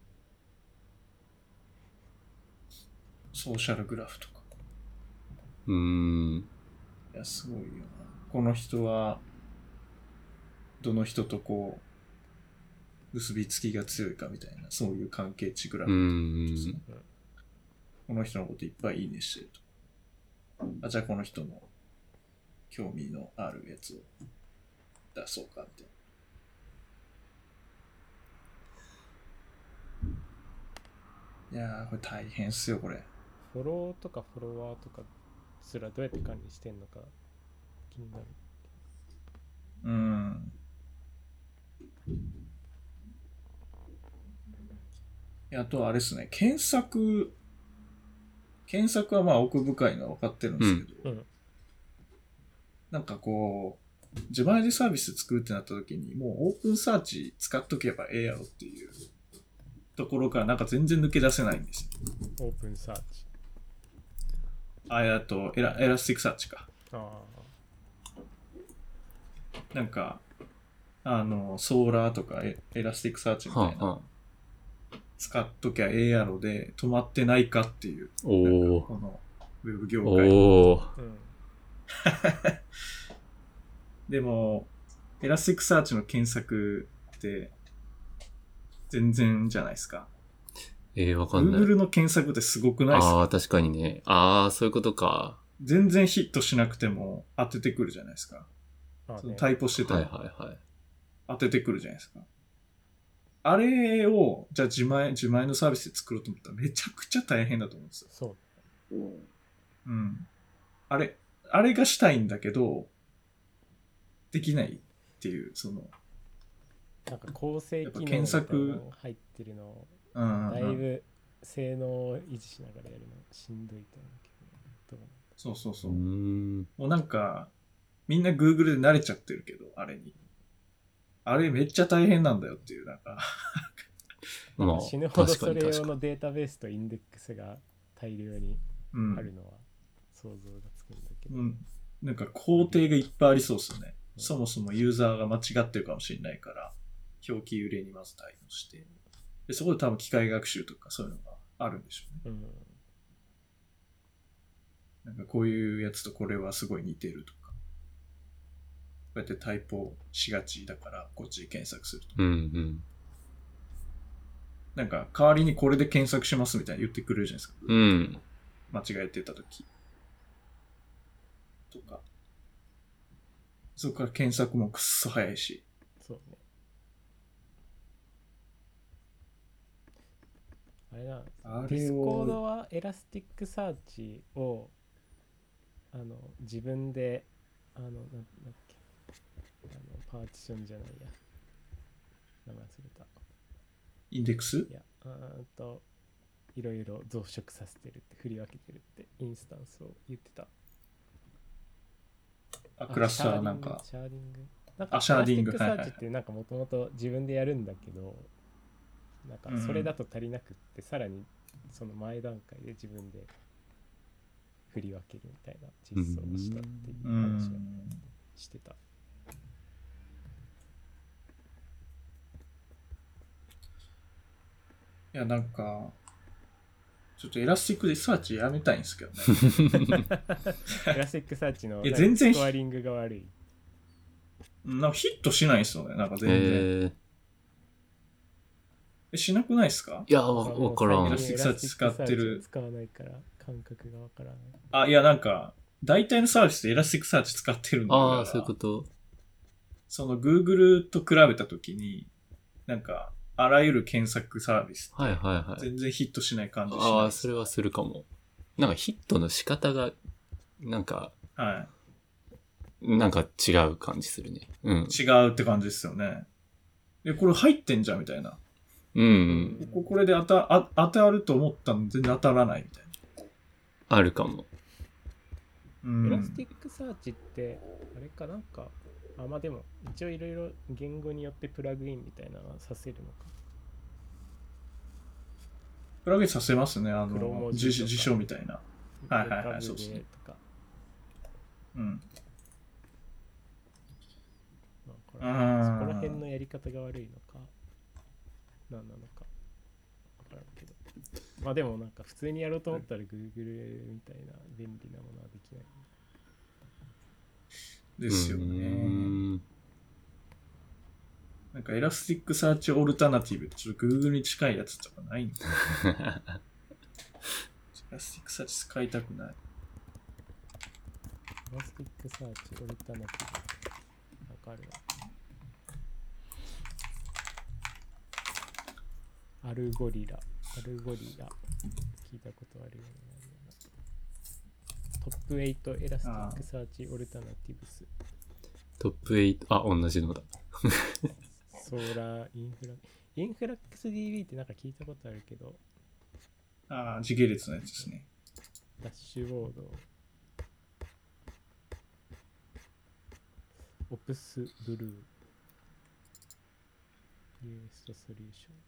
Speaker 1: ソーシャルグラフとか。
Speaker 2: うーん。
Speaker 1: いや、すごいよな。この人は、どの人とこう、結びつきが強いかみたいな、そういう関係値グラ
Speaker 2: う
Speaker 1: フ、
Speaker 2: ーん。
Speaker 1: この人のこといっぱいいいねしてると。あ、じゃあこの人の興味のあるやつを出そうかみたいな。いやー、これ大変っすよ、これ。
Speaker 3: フォローとかフォロワーとかすらどうやって管理してんのか気になる。
Speaker 1: うん。あとはあれですね、検索、検索はまあ奥深いのは分かってるんですけど、
Speaker 3: うんうん、
Speaker 1: なんかこう、自前でサービス作るってなった時に、もうオープンサーチ使っとけばええやろっていうところからなんか全然抜け出せないんですよ。
Speaker 3: オープンサーチ。
Speaker 1: あ、あとエラ、エラスティックサーチか。
Speaker 3: あ
Speaker 1: なんか、あの、ソーラーとかエエラスティックサーチみたいな、
Speaker 2: はあはあ、
Speaker 1: 使っときゃええやろで止まってないかっていう、
Speaker 2: おー。
Speaker 1: このウェブ業界。
Speaker 2: おー。
Speaker 3: あ、うん。
Speaker 1: でも、エラスティックサーチの検索って全然じゃないですか。
Speaker 2: えー、わかんない。
Speaker 1: Google の検索ってすごくないですか？
Speaker 2: ああ、確かにね。ああ、そういうことか。
Speaker 1: 全然ヒットしなくても当ててくるじゃないですか。
Speaker 3: あね、
Speaker 1: そのタイプしてた
Speaker 2: はい
Speaker 1: ら
Speaker 2: はいはい。
Speaker 1: 当ててくるじゃないですか。あれを、じゃあ自前、自前のサービスで作ろうと思ったらめちゃくちゃ大変だと思うんですよ。
Speaker 3: そう。
Speaker 1: うん。あれ、あれがしたいんだけど、できないっていう、その、
Speaker 3: なんか構成
Speaker 1: やっぱ
Speaker 3: 機能みたいな
Speaker 1: 検索
Speaker 3: の入ってるのを
Speaker 1: うんうん
Speaker 3: だいぶ性能を維持しながらやるのしんどいと思うけど、どうなんだ。
Speaker 1: そうそうそうう。
Speaker 2: ーん。
Speaker 1: もうなんか、みんな Google で慣れちゃってるけど、あれに。あれめっちゃ大変なんだよっていう、なんか。
Speaker 2: まあ、
Speaker 3: 死ぬほど
Speaker 2: 確か
Speaker 3: それ用
Speaker 2: に確かに。
Speaker 3: のデータベースとインデックスが大量に
Speaker 1: うん
Speaker 3: あるのは想像がつくんだけど、
Speaker 1: うん。なんか工程がいっぱいありそうですよね。そもそもユーザーが間違ってるかもしれないから、表記揺れにまず対応して。で、そこで多分機械学習とかそういうのがあるんでしょうね。
Speaker 3: うん、
Speaker 1: なんかこういうやつとこれはすごい似てるとか。こうやってタイプしがちだからこっちで検索すると。
Speaker 2: うんうん。
Speaker 1: なんか代わりにこれで検索しますみたいな言ってくれるじゃないですか。
Speaker 2: うん。
Speaker 1: 間違えてたとき。とか。そこから検索もくっそ早いし。
Speaker 3: そうね。あれな、
Speaker 1: あ
Speaker 3: ディス
Speaker 1: れ
Speaker 3: コード
Speaker 1: を、
Speaker 3: はエラスティックサーチをあの自分であのなんなんだっけあのパーティションじゃないや名前忘れた。
Speaker 1: インデックス
Speaker 3: いやあーといろいろ増殖させてるって振り分けてるってインスタンスを言ってた。
Speaker 1: あ、クラスターなんか。
Speaker 3: シャーディングなんか
Speaker 1: あシャーディング
Speaker 3: エラスティックサーチってなんかもともと自分でやるんだけど、なんかそれだと足りなくって、さらにその前段階で自分で振り分けるみたいな実装をしたっていう
Speaker 1: う
Speaker 3: 話を
Speaker 1: ん。
Speaker 3: してた。
Speaker 1: いや、なんか、ちょっとエラスティックでサーチやめたいんですけどね。
Speaker 3: エラスティックサーチの
Speaker 1: いや全然
Speaker 3: スコアリングが悪い。
Speaker 1: なんかヒットしないんですよね、なんか全然。
Speaker 2: え
Speaker 1: え、しなくないですか？
Speaker 2: いや、わわからん。
Speaker 1: エラスティックサーチ使ってる
Speaker 3: エラスティックサーチを使わないから感覚がわからない。
Speaker 1: あ、いや、なんか、大体のサービスでエラスティックサーチ使ってるんだ
Speaker 2: ああ、
Speaker 1: から
Speaker 2: そういうこと。
Speaker 1: その Google と比べたときに、なんか、あらゆる検索サービス
Speaker 2: はいはいはい。
Speaker 1: 全然ヒットしない感じしない。
Speaker 2: ああ、それはするかも。なんかヒットの仕方が、なんか、
Speaker 1: は
Speaker 2: なんか違う感じするね。うん。
Speaker 1: い。違うって感じですよね。え、これ入ってんじゃんみたいな。
Speaker 2: うんうん。
Speaker 1: ここれで当た、あ当たると思ったの全然当たらないみたいな。
Speaker 2: あるかも。
Speaker 1: うん。
Speaker 3: エラスティックサーチってあれかなんかあまあでも一応いろいろ言語によってプラグインみたいなのはさせるのか。
Speaker 1: プラグインさせますね。あ
Speaker 3: 黒
Speaker 1: の、
Speaker 3: 文字とか
Speaker 1: 辞辞書みたいな。はいはいはい、そうですね。
Speaker 3: とか。
Speaker 1: うん。
Speaker 3: まあこれ
Speaker 1: あー
Speaker 3: そこら辺のやり方が悪いのか何なのか分からんけど、まあでもなんか普通にやろうと思ったら Google みたいな便利なものはできない。
Speaker 1: ですよ
Speaker 2: うー
Speaker 1: ね。
Speaker 2: ん。
Speaker 1: なんかエラスティックサーチオルタナティブってちょっと Google に近いやつとかないんだ。エラスティックサーチ使いたくない。
Speaker 3: エラスティックサーチオルタナティブわかるわ。アルゴリラアルゴリラ聞いたことあるようなるような。トップはちエラスティックサーチオルタナティブス。
Speaker 2: トップはち、あ、同じのだ。
Speaker 3: ソーラーインフラインフラックス ディービー ってなんか聞いたことあるけど、
Speaker 1: ああ、時系列のやつですね。
Speaker 3: ダッシュボードオプスブルー ユーエス ソリューション。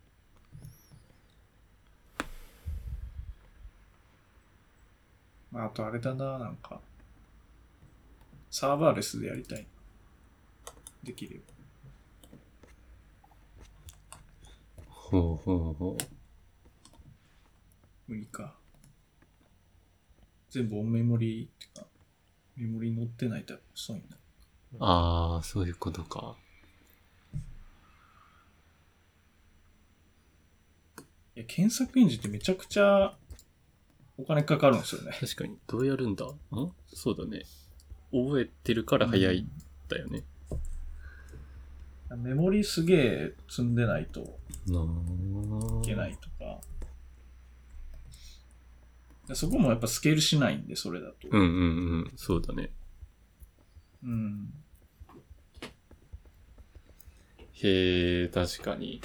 Speaker 1: まあ、あとあれだな、なんか、サーバーレスでやりたい。できるよ。
Speaker 2: ほうほうほう。
Speaker 1: 無理か。全部オンメモリーってか、メモリー載ってないと遅いんだ。
Speaker 2: ああ、そういうことか。
Speaker 1: いや、検索エンジンってめちゃくちゃお金かかるんですよね。
Speaker 2: 確かに。どうやるんだ？んそうだね。覚えてるから早いんだよね。
Speaker 1: メモリーすげえ積んでないと
Speaker 2: なあ。
Speaker 1: いけないとか。そこもやっぱスケールしないんで、それだと。
Speaker 2: うんうんうん。そうだね。
Speaker 1: うん。
Speaker 2: へえ、確かに。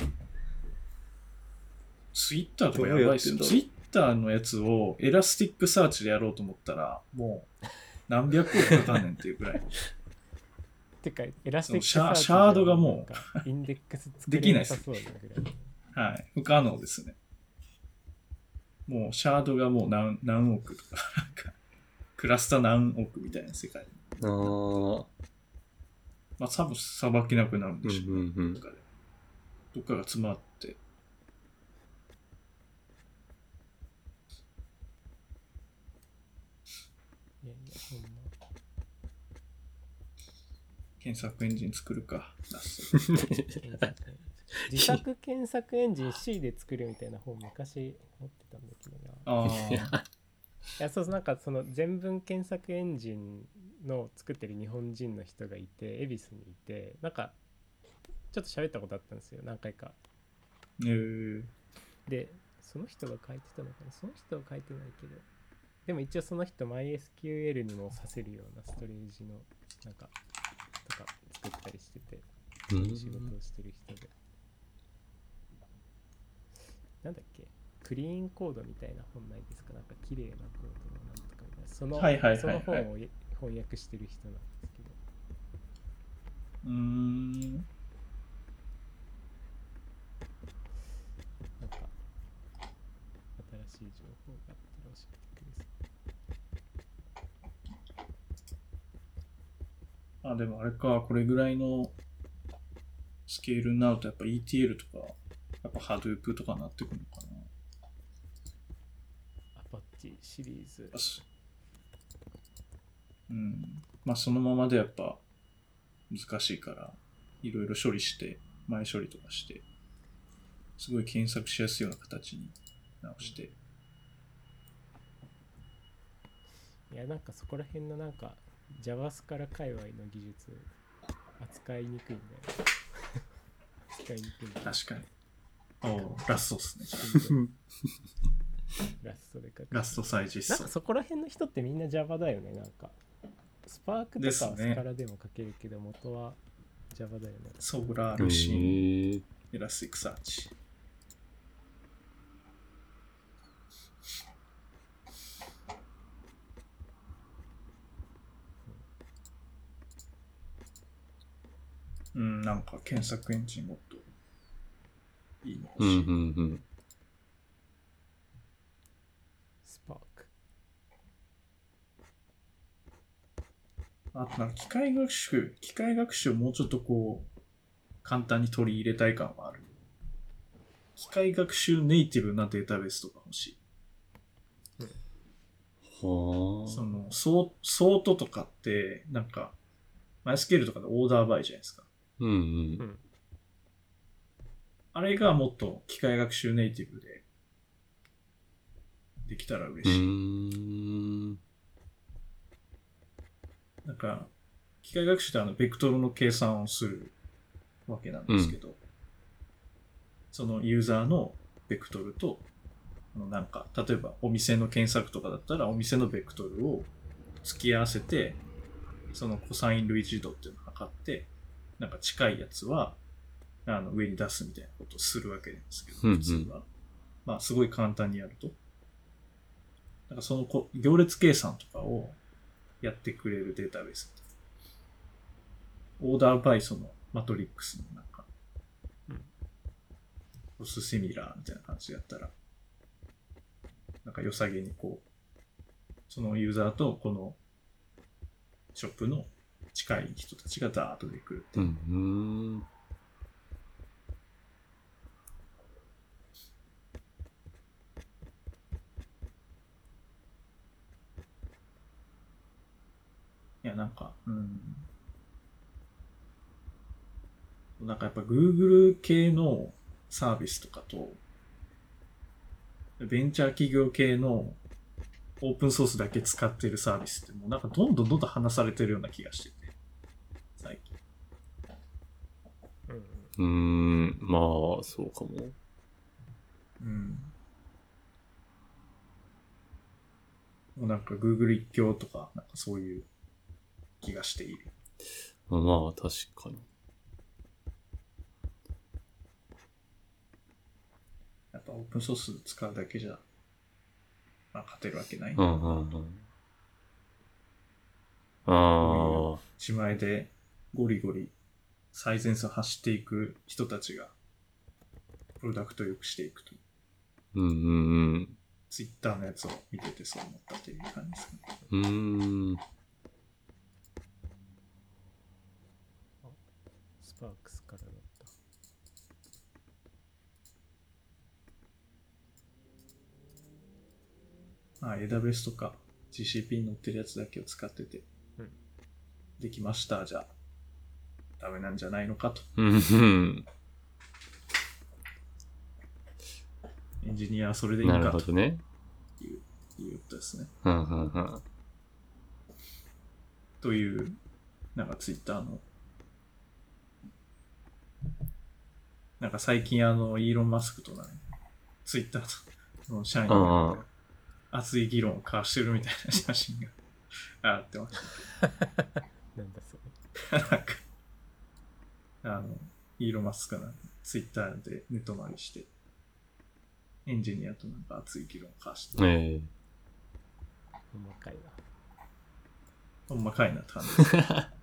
Speaker 1: ツイッターとかやばいっすよ。ツイッターのやつをエラスティックサーチでやろうと思ったら、もう何百億かかんねんっていうくらい。
Speaker 3: てかエラスティック
Speaker 1: シャ
Speaker 3: サーチ
Speaker 1: シャードがも
Speaker 3: うインデックス作
Speaker 1: できないっす
Speaker 3: れなさそうだぐらい。
Speaker 1: はい。不可能ですね。もうシャードがもう何何億とか、なんか、クラスター何億みたいな世界。
Speaker 2: ああ。
Speaker 1: まあ、多分さばけなくなるんでしょうね。
Speaker 2: うんうんうん
Speaker 1: どっかで。どっかが詰まって。
Speaker 3: いやいや、ほんま。
Speaker 1: 検索エンジン作るか。ラス
Speaker 3: 自作検索エンジン C で作るみたいな本昔持ってたんだけどな。
Speaker 1: ああ。
Speaker 3: いやそうそう、なんかその全文検索エンジンの作ってる日本人の人がいて、恵比寿にいて、なんかちょっと喋ったことあったんですよ、何回か。
Speaker 1: えー、
Speaker 3: でその人が書いてたのかな、その人は書いてないけど、でも一応その人 MySQL にもさせるようなストレージのなんかとか作ったりしてて、そういう仕事をしてる人で、なんだっけ、クリーンコードみたいな本ないですか、なんか綺麗なコードのなんとかみたいな、その、
Speaker 1: はいはいはいはい
Speaker 3: その本を翻訳してる人なんですけど、
Speaker 1: うーん。
Speaker 3: なんか新しい情報があったら教えてください。
Speaker 1: あ、でもあれか、これぐらいのスケールになるとやっぱ イーティーエル とか、やっぱ Hadoop とかになってくるのかな。
Speaker 3: アパッチシリーズ。
Speaker 1: うん。まあそのままでやっぱ難しいから、いろいろ処理して、前処理とかして、 すごい検索しやすいような形に直して。
Speaker 3: いやなんかそこら辺のなんか Java スカラ界隈の技術扱いにくいんだよ扱いにくいんだよ。
Speaker 1: 確かに。おラストっすね。
Speaker 3: ラストで書く。
Speaker 1: ラスト再実装。
Speaker 3: なんかそこら辺の人ってみんな Java だよね。なんかスパークとかはスカラでも書けるけど、元は Java だよね。
Speaker 1: ソーラールシン、エラスティックサーチ。うん、なんか検索エンジンもっといいの欲しい。
Speaker 2: うんうんうん。
Speaker 3: スパーク。
Speaker 1: あとなんか機械学習、機械学習をもうちょっとこう簡単に取り入れたい感はある。機械学習ネイティブなデータベースとか欲しい。
Speaker 2: はあ。
Speaker 1: そのソー、ソートとかってなんか MySQL とかでオーダーバイじゃないですか。
Speaker 2: うんうん。
Speaker 1: あれがもっと機械学習ネイティブでできたら嬉しい。うーん。なんか機械学習ってあのベクトルの計算をするわけなんですけど、うん、そのユーザーのベクトルとなんか例えばお店の検索とかだったらお店のベクトルを突き合わせてそのコサイン類似度っていうのを測ってなんか近いやつはあの上に出すみたいなことをするわけですけど、普通はまあすごい簡単にやるとなんかそのこ行列計算とかをやってくれるデータベースオーダーバイそのマトリックスのなんかロスシミラーみたいな感じでやったらなんか良さげにこうそのユーザーとこのショップの近い人たちがダーッと出てくるっていう、うん、いやなんかうんなんかやっぱ Google 系のサービスとかとベンチャー企業系のオープンソースだけ使ってるサービスってもうなんかどんどんどんどん話されてるような気がしてて最近。
Speaker 2: うーん、まあそうかも。
Speaker 1: うん。もうなんか Google 一強とかなんかそういう気がしている。
Speaker 2: まあ確かに。
Speaker 1: やっぱオープンソース使うだけじゃ、まあ、勝てるわけない。
Speaker 2: うんうんうん。ああ。
Speaker 1: 自前でゴリゴリ最前線走っていく人たちがプロダクトを良くしていくと。
Speaker 2: うんうんうん。
Speaker 1: ツイッターのやつを見ててそう思ったという感じですかね。
Speaker 2: うーん。
Speaker 3: スパークスからだった。
Speaker 1: あ、エーダブリューエス とか ジーシーピー に載ってるやつだけを使ってて、うん、できましたじゃダメなんじゃないのかと。エンジニアはそれでいいんかと。
Speaker 2: なるほどね。
Speaker 1: いう、いうことですね。
Speaker 2: はんはんはん
Speaker 1: という、なんかツイッターの、なんか最近あの、イーロン・マスクとね、ツイッターとの社員が熱い議論を交わしてるみたいな写真が上がってました。
Speaker 3: なんだそれ。
Speaker 1: なんか、あの、イーロン・マスクがツイッターで寝泊まりして、エンジニアとなんか熱い議論を交わしてる。
Speaker 2: ええー。
Speaker 3: ほんまかいな。
Speaker 1: ほんまかいなって感じです。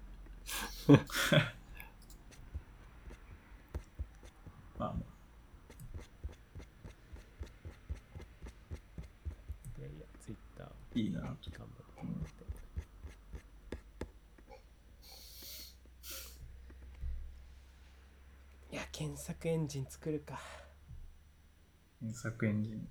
Speaker 1: まあまあ。
Speaker 3: いやいや、ツイッター
Speaker 1: いいなと
Speaker 3: 頑張ってもらって。いや、検索エンジン作るか。
Speaker 1: 検索エンジン。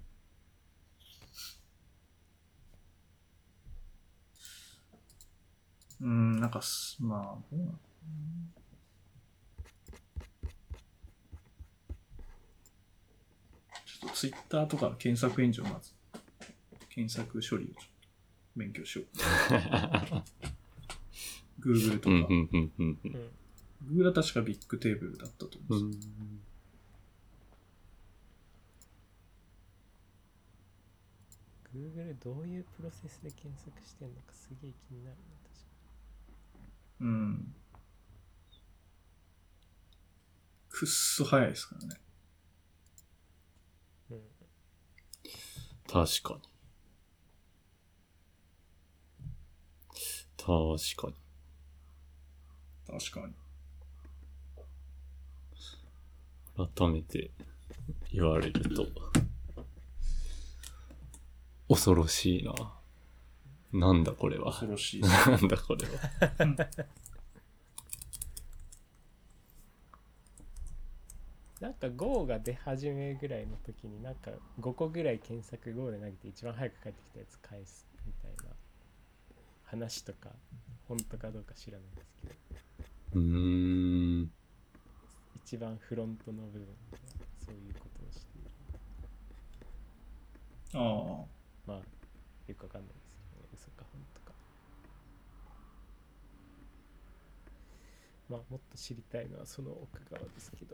Speaker 1: うん、なんか、まあ、どうなの？ ょっとツイッターとかの検索エンジンをまず、検索処理をちょっと勉強しよう。Google とか。
Speaker 2: うんうんうんうん
Speaker 3: うん。
Speaker 1: Google は確かビッグテーブルだったと思
Speaker 2: う
Speaker 1: うんですよ。
Speaker 2: ん。
Speaker 3: Google どういうプロセスで検索してんのかすげえ気になるな、確か
Speaker 1: うん。くっそ早いですからね。
Speaker 3: に。うん。
Speaker 2: 確かに。確かに。
Speaker 1: 確かに。
Speaker 2: 改めて言われると、恐ろしいな。なんだこれは。
Speaker 1: 恐ろしいですね。
Speaker 2: なんだこれは。
Speaker 3: なんか Go が出始めぐらいの時になんかごこぐらい検索 Go で投げて一番早く返ってきたやつ返すみたいな話とか本当かどうか知らないですけど、
Speaker 2: うーん。
Speaker 3: 一番フロントの部分でそういうことをしている。
Speaker 1: ああ。
Speaker 3: まあよくわかんないですけどね、嘘か本当か。まあもっと知りたいのはその奥側ですけど。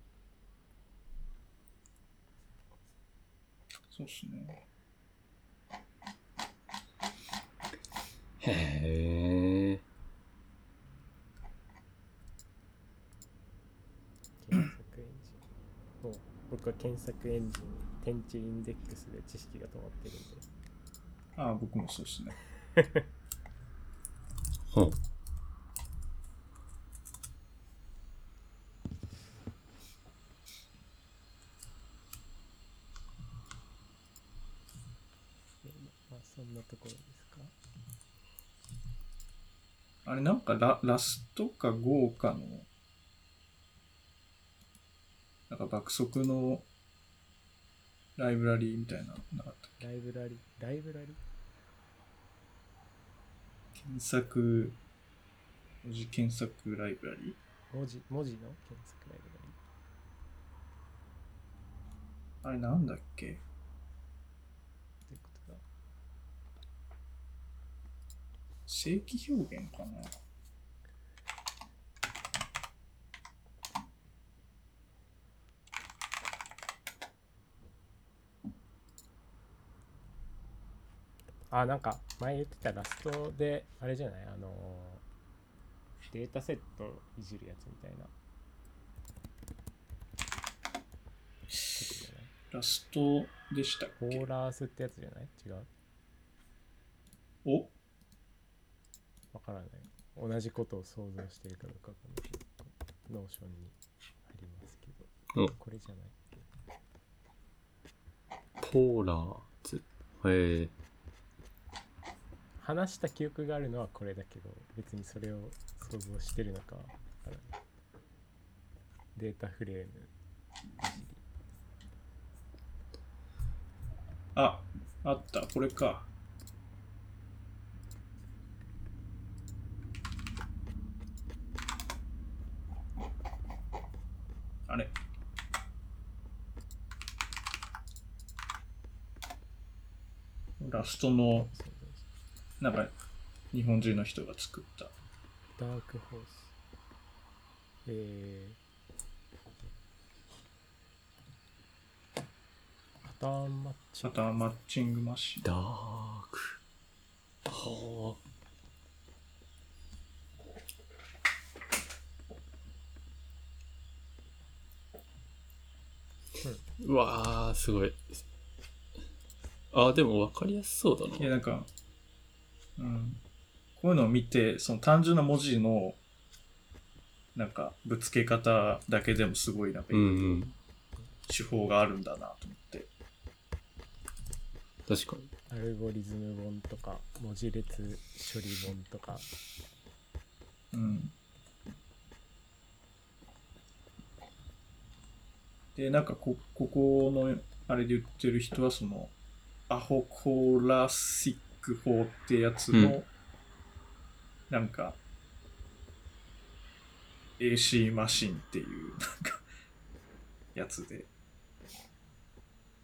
Speaker 1: そうっすね。
Speaker 2: へえ。
Speaker 3: 検索エンジン。もう僕は検索エンジン天地インデックスで知識が止まってるんで。
Speaker 1: ああ、僕もそうっすね。
Speaker 2: ほう。
Speaker 3: まあそんなところですか。
Speaker 1: あれなんかララストかゴーかのなんか爆速のライブラリーみたいなのなかったっけ？
Speaker 3: ライブラリライブラリ
Speaker 1: 検索文字検索ライブラリー
Speaker 3: 文字文字の検索ライブラリ
Speaker 1: あれなんだっけ？
Speaker 3: ということだ。
Speaker 1: 正規表現かな？
Speaker 3: あ、なんか前言ってたラストであれじゃない、あのーデータセットいじるやつみたいなことじゃない？
Speaker 1: ラストでしたっけ？
Speaker 3: ホーラースってやつじゃない？違う？
Speaker 1: お
Speaker 3: わからない。同じことを想像してるかどうかわかんないけど、ノーションにありますけど、
Speaker 2: お
Speaker 3: これじゃないっけ？
Speaker 2: ポーラーズ。へえ。
Speaker 3: 話した記憶があるのはこれだけど、別にそれを想像してるのかわからない。データフレームいじり。
Speaker 1: あ、あった。これか。あれ。ラストの、
Speaker 3: そうそう
Speaker 1: なんか、日本人の人が作った。
Speaker 3: ダークホース。えー、パターンマッチ。
Speaker 1: パターンマッチングマシン。
Speaker 2: ダーク。はあ。うわー、すごい。あー、でも分かりやすそうだ
Speaker 1: いや、
Speaker 2: な。
Speaker 1: なんか、うん。こういうのを見て、その単純な文字の、なんか、ぶつけ方だけでもすごい、なんか、
Speaker 2: うんうん。
Speaker 1: 手法があるんだなと思って。
Speaker 2: 確かに。
Speaker 3: アルゴリズム本とか、文字列処理本とか。
Speaker 1: うん。で、なんかこ、ここの、あれで言ってる人は、その、アホコラシック法ってやつの、
Speaker 2: うん
Speaker 1: なんか、エーシー マシンっていう、なんか、やつで。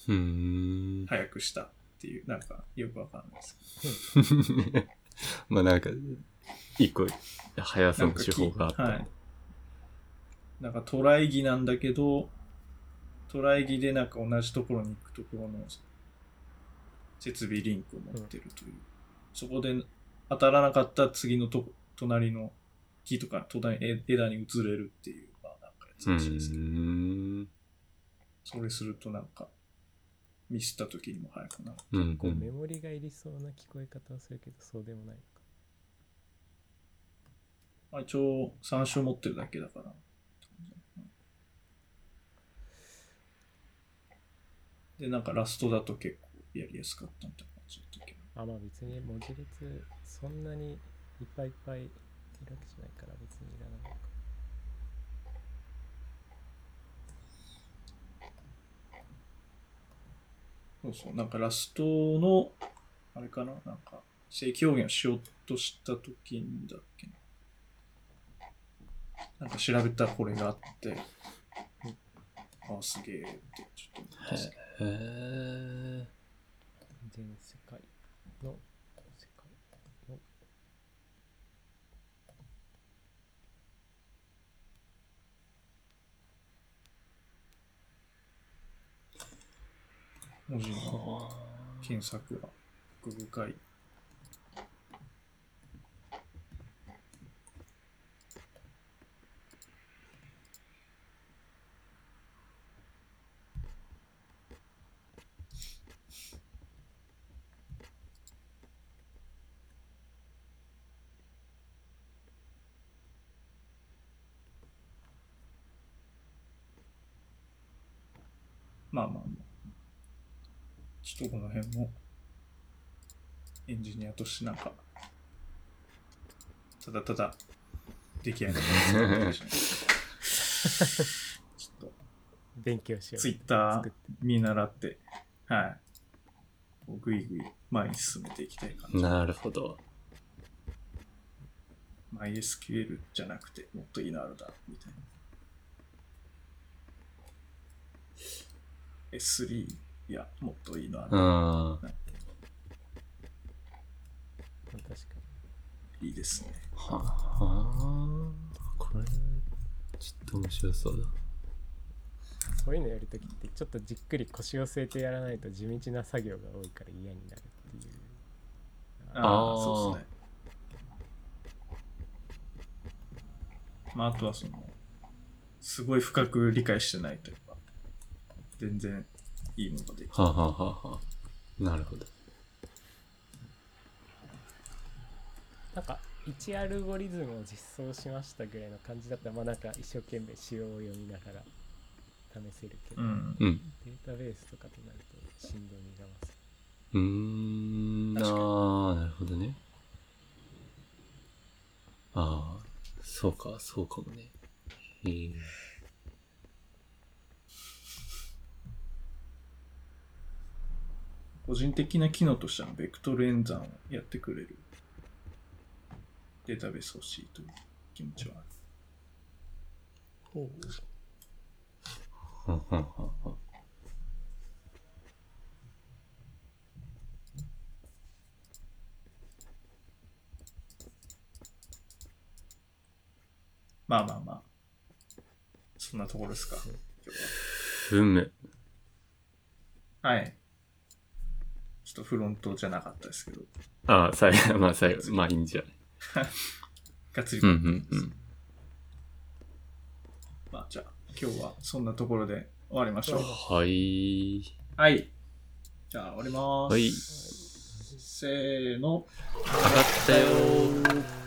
Speaker 2: うーん。
Speaker 1: 早くしたっていう、なんかよくわかんないです
Speaker 2: まあなんか、一個、速さの手法があった。
Speaker 1: はい。なんかトライギなんだけど、トライギでなんか同じところに行くところの設備リンクを持ってるという。うん、そこで当たらなかった次のと隣の木とか隣枝に移れるっていう、まあなんかやつらしいですけど。それするとなんか、ミスった時にも早くなる。
Speaker 3: うんうん、結構メモリがいりそうな聞こえ方をするけど、そうでもないのか。
Speaker 1: まあ、一応参照持ってるだけだから。で、なんかラストだと結構やりやすかったみたいな感じだったけど。
Speaker 3: あ、まあ別に文字列そんなにいっぱいいっぱいいるわけじゃないから別にいらないのか。
Speaker 1: そうそう、なんかラストの、あれかな、なんか正規表現をしようとした時にだっけな。なんか調べたらこれがあって、うん、ああ、すげえってちょっと思ったんですけど。
Speaker 2: へー。
Speaker 3: 全世界の世界の
Speaker 1: 文字の検索が奥深い。まあまあまあ。ちょっとこの辺もエンジニアとしてなんかただただ出来上がりちょっと
Speaker 3: 勉強しよう。
Speaker 1: ツイッター見習ってはいぐいぐい前に進めていきたい感じ。
Speaker 2: なるほど。
Speaker 1: MySQL じゃなくてもっといいのあるだみたいな。エススリー いやもっといいのある。
Speaker 2: ああ。
Speaker 3: 確か
Speaker 1: にいいですね。
Speaker 2: はあ。これちょっと面白そうだ。
Speaker 3: そういうのやるときってちょっとじっくり腰を据えてやらないと地道な作業が多いから嫌になるっていう。
Speaker 1: ああ、そうですね。まああとはそのすごい深く理解してないというか全然いいものができる。
Speaker 2: はあ、はあはあはあ、なるほど。
Speaker 3: なんかいちアルゴリズムを実装しましたぐらいの感じだったらまあなんか一生懸命仕様を読みながら試せるけど、
Speaker 1: うん、
Speaker 3: データベースとかとなるとしんどみが増す。
Speaker 2: うーん、ああ、なるほどね。ああ、そうか、そうかもね。へえ。
Speaker 1: 個人的な機能としてはベクトル演算をやってくれるデータベース欲しいという気持ちはある。
Speaker 3: ほ
Speaker 2: う。はははは。
Speaker 1: まあまあまあ。そんなところですか。
Speaker 2: ふむ。
Speaker 1: はい。ちょっとフロントじゃなかったですけど。
Speaker 2: ああ、最後、まあ最後、まあいいんじゃない。
Speaker 1: がっつり。
Speaker 2: うんうんうん。
Speaker 1: まあじゃあ、今日はそんなところで終わりましょう。
Speaker 2: はい。
Speaker 1: はい。じゃあ終わります。
Speaker 2: はい。
Speaker 1: せーの。
Speaker 2: かかったよー。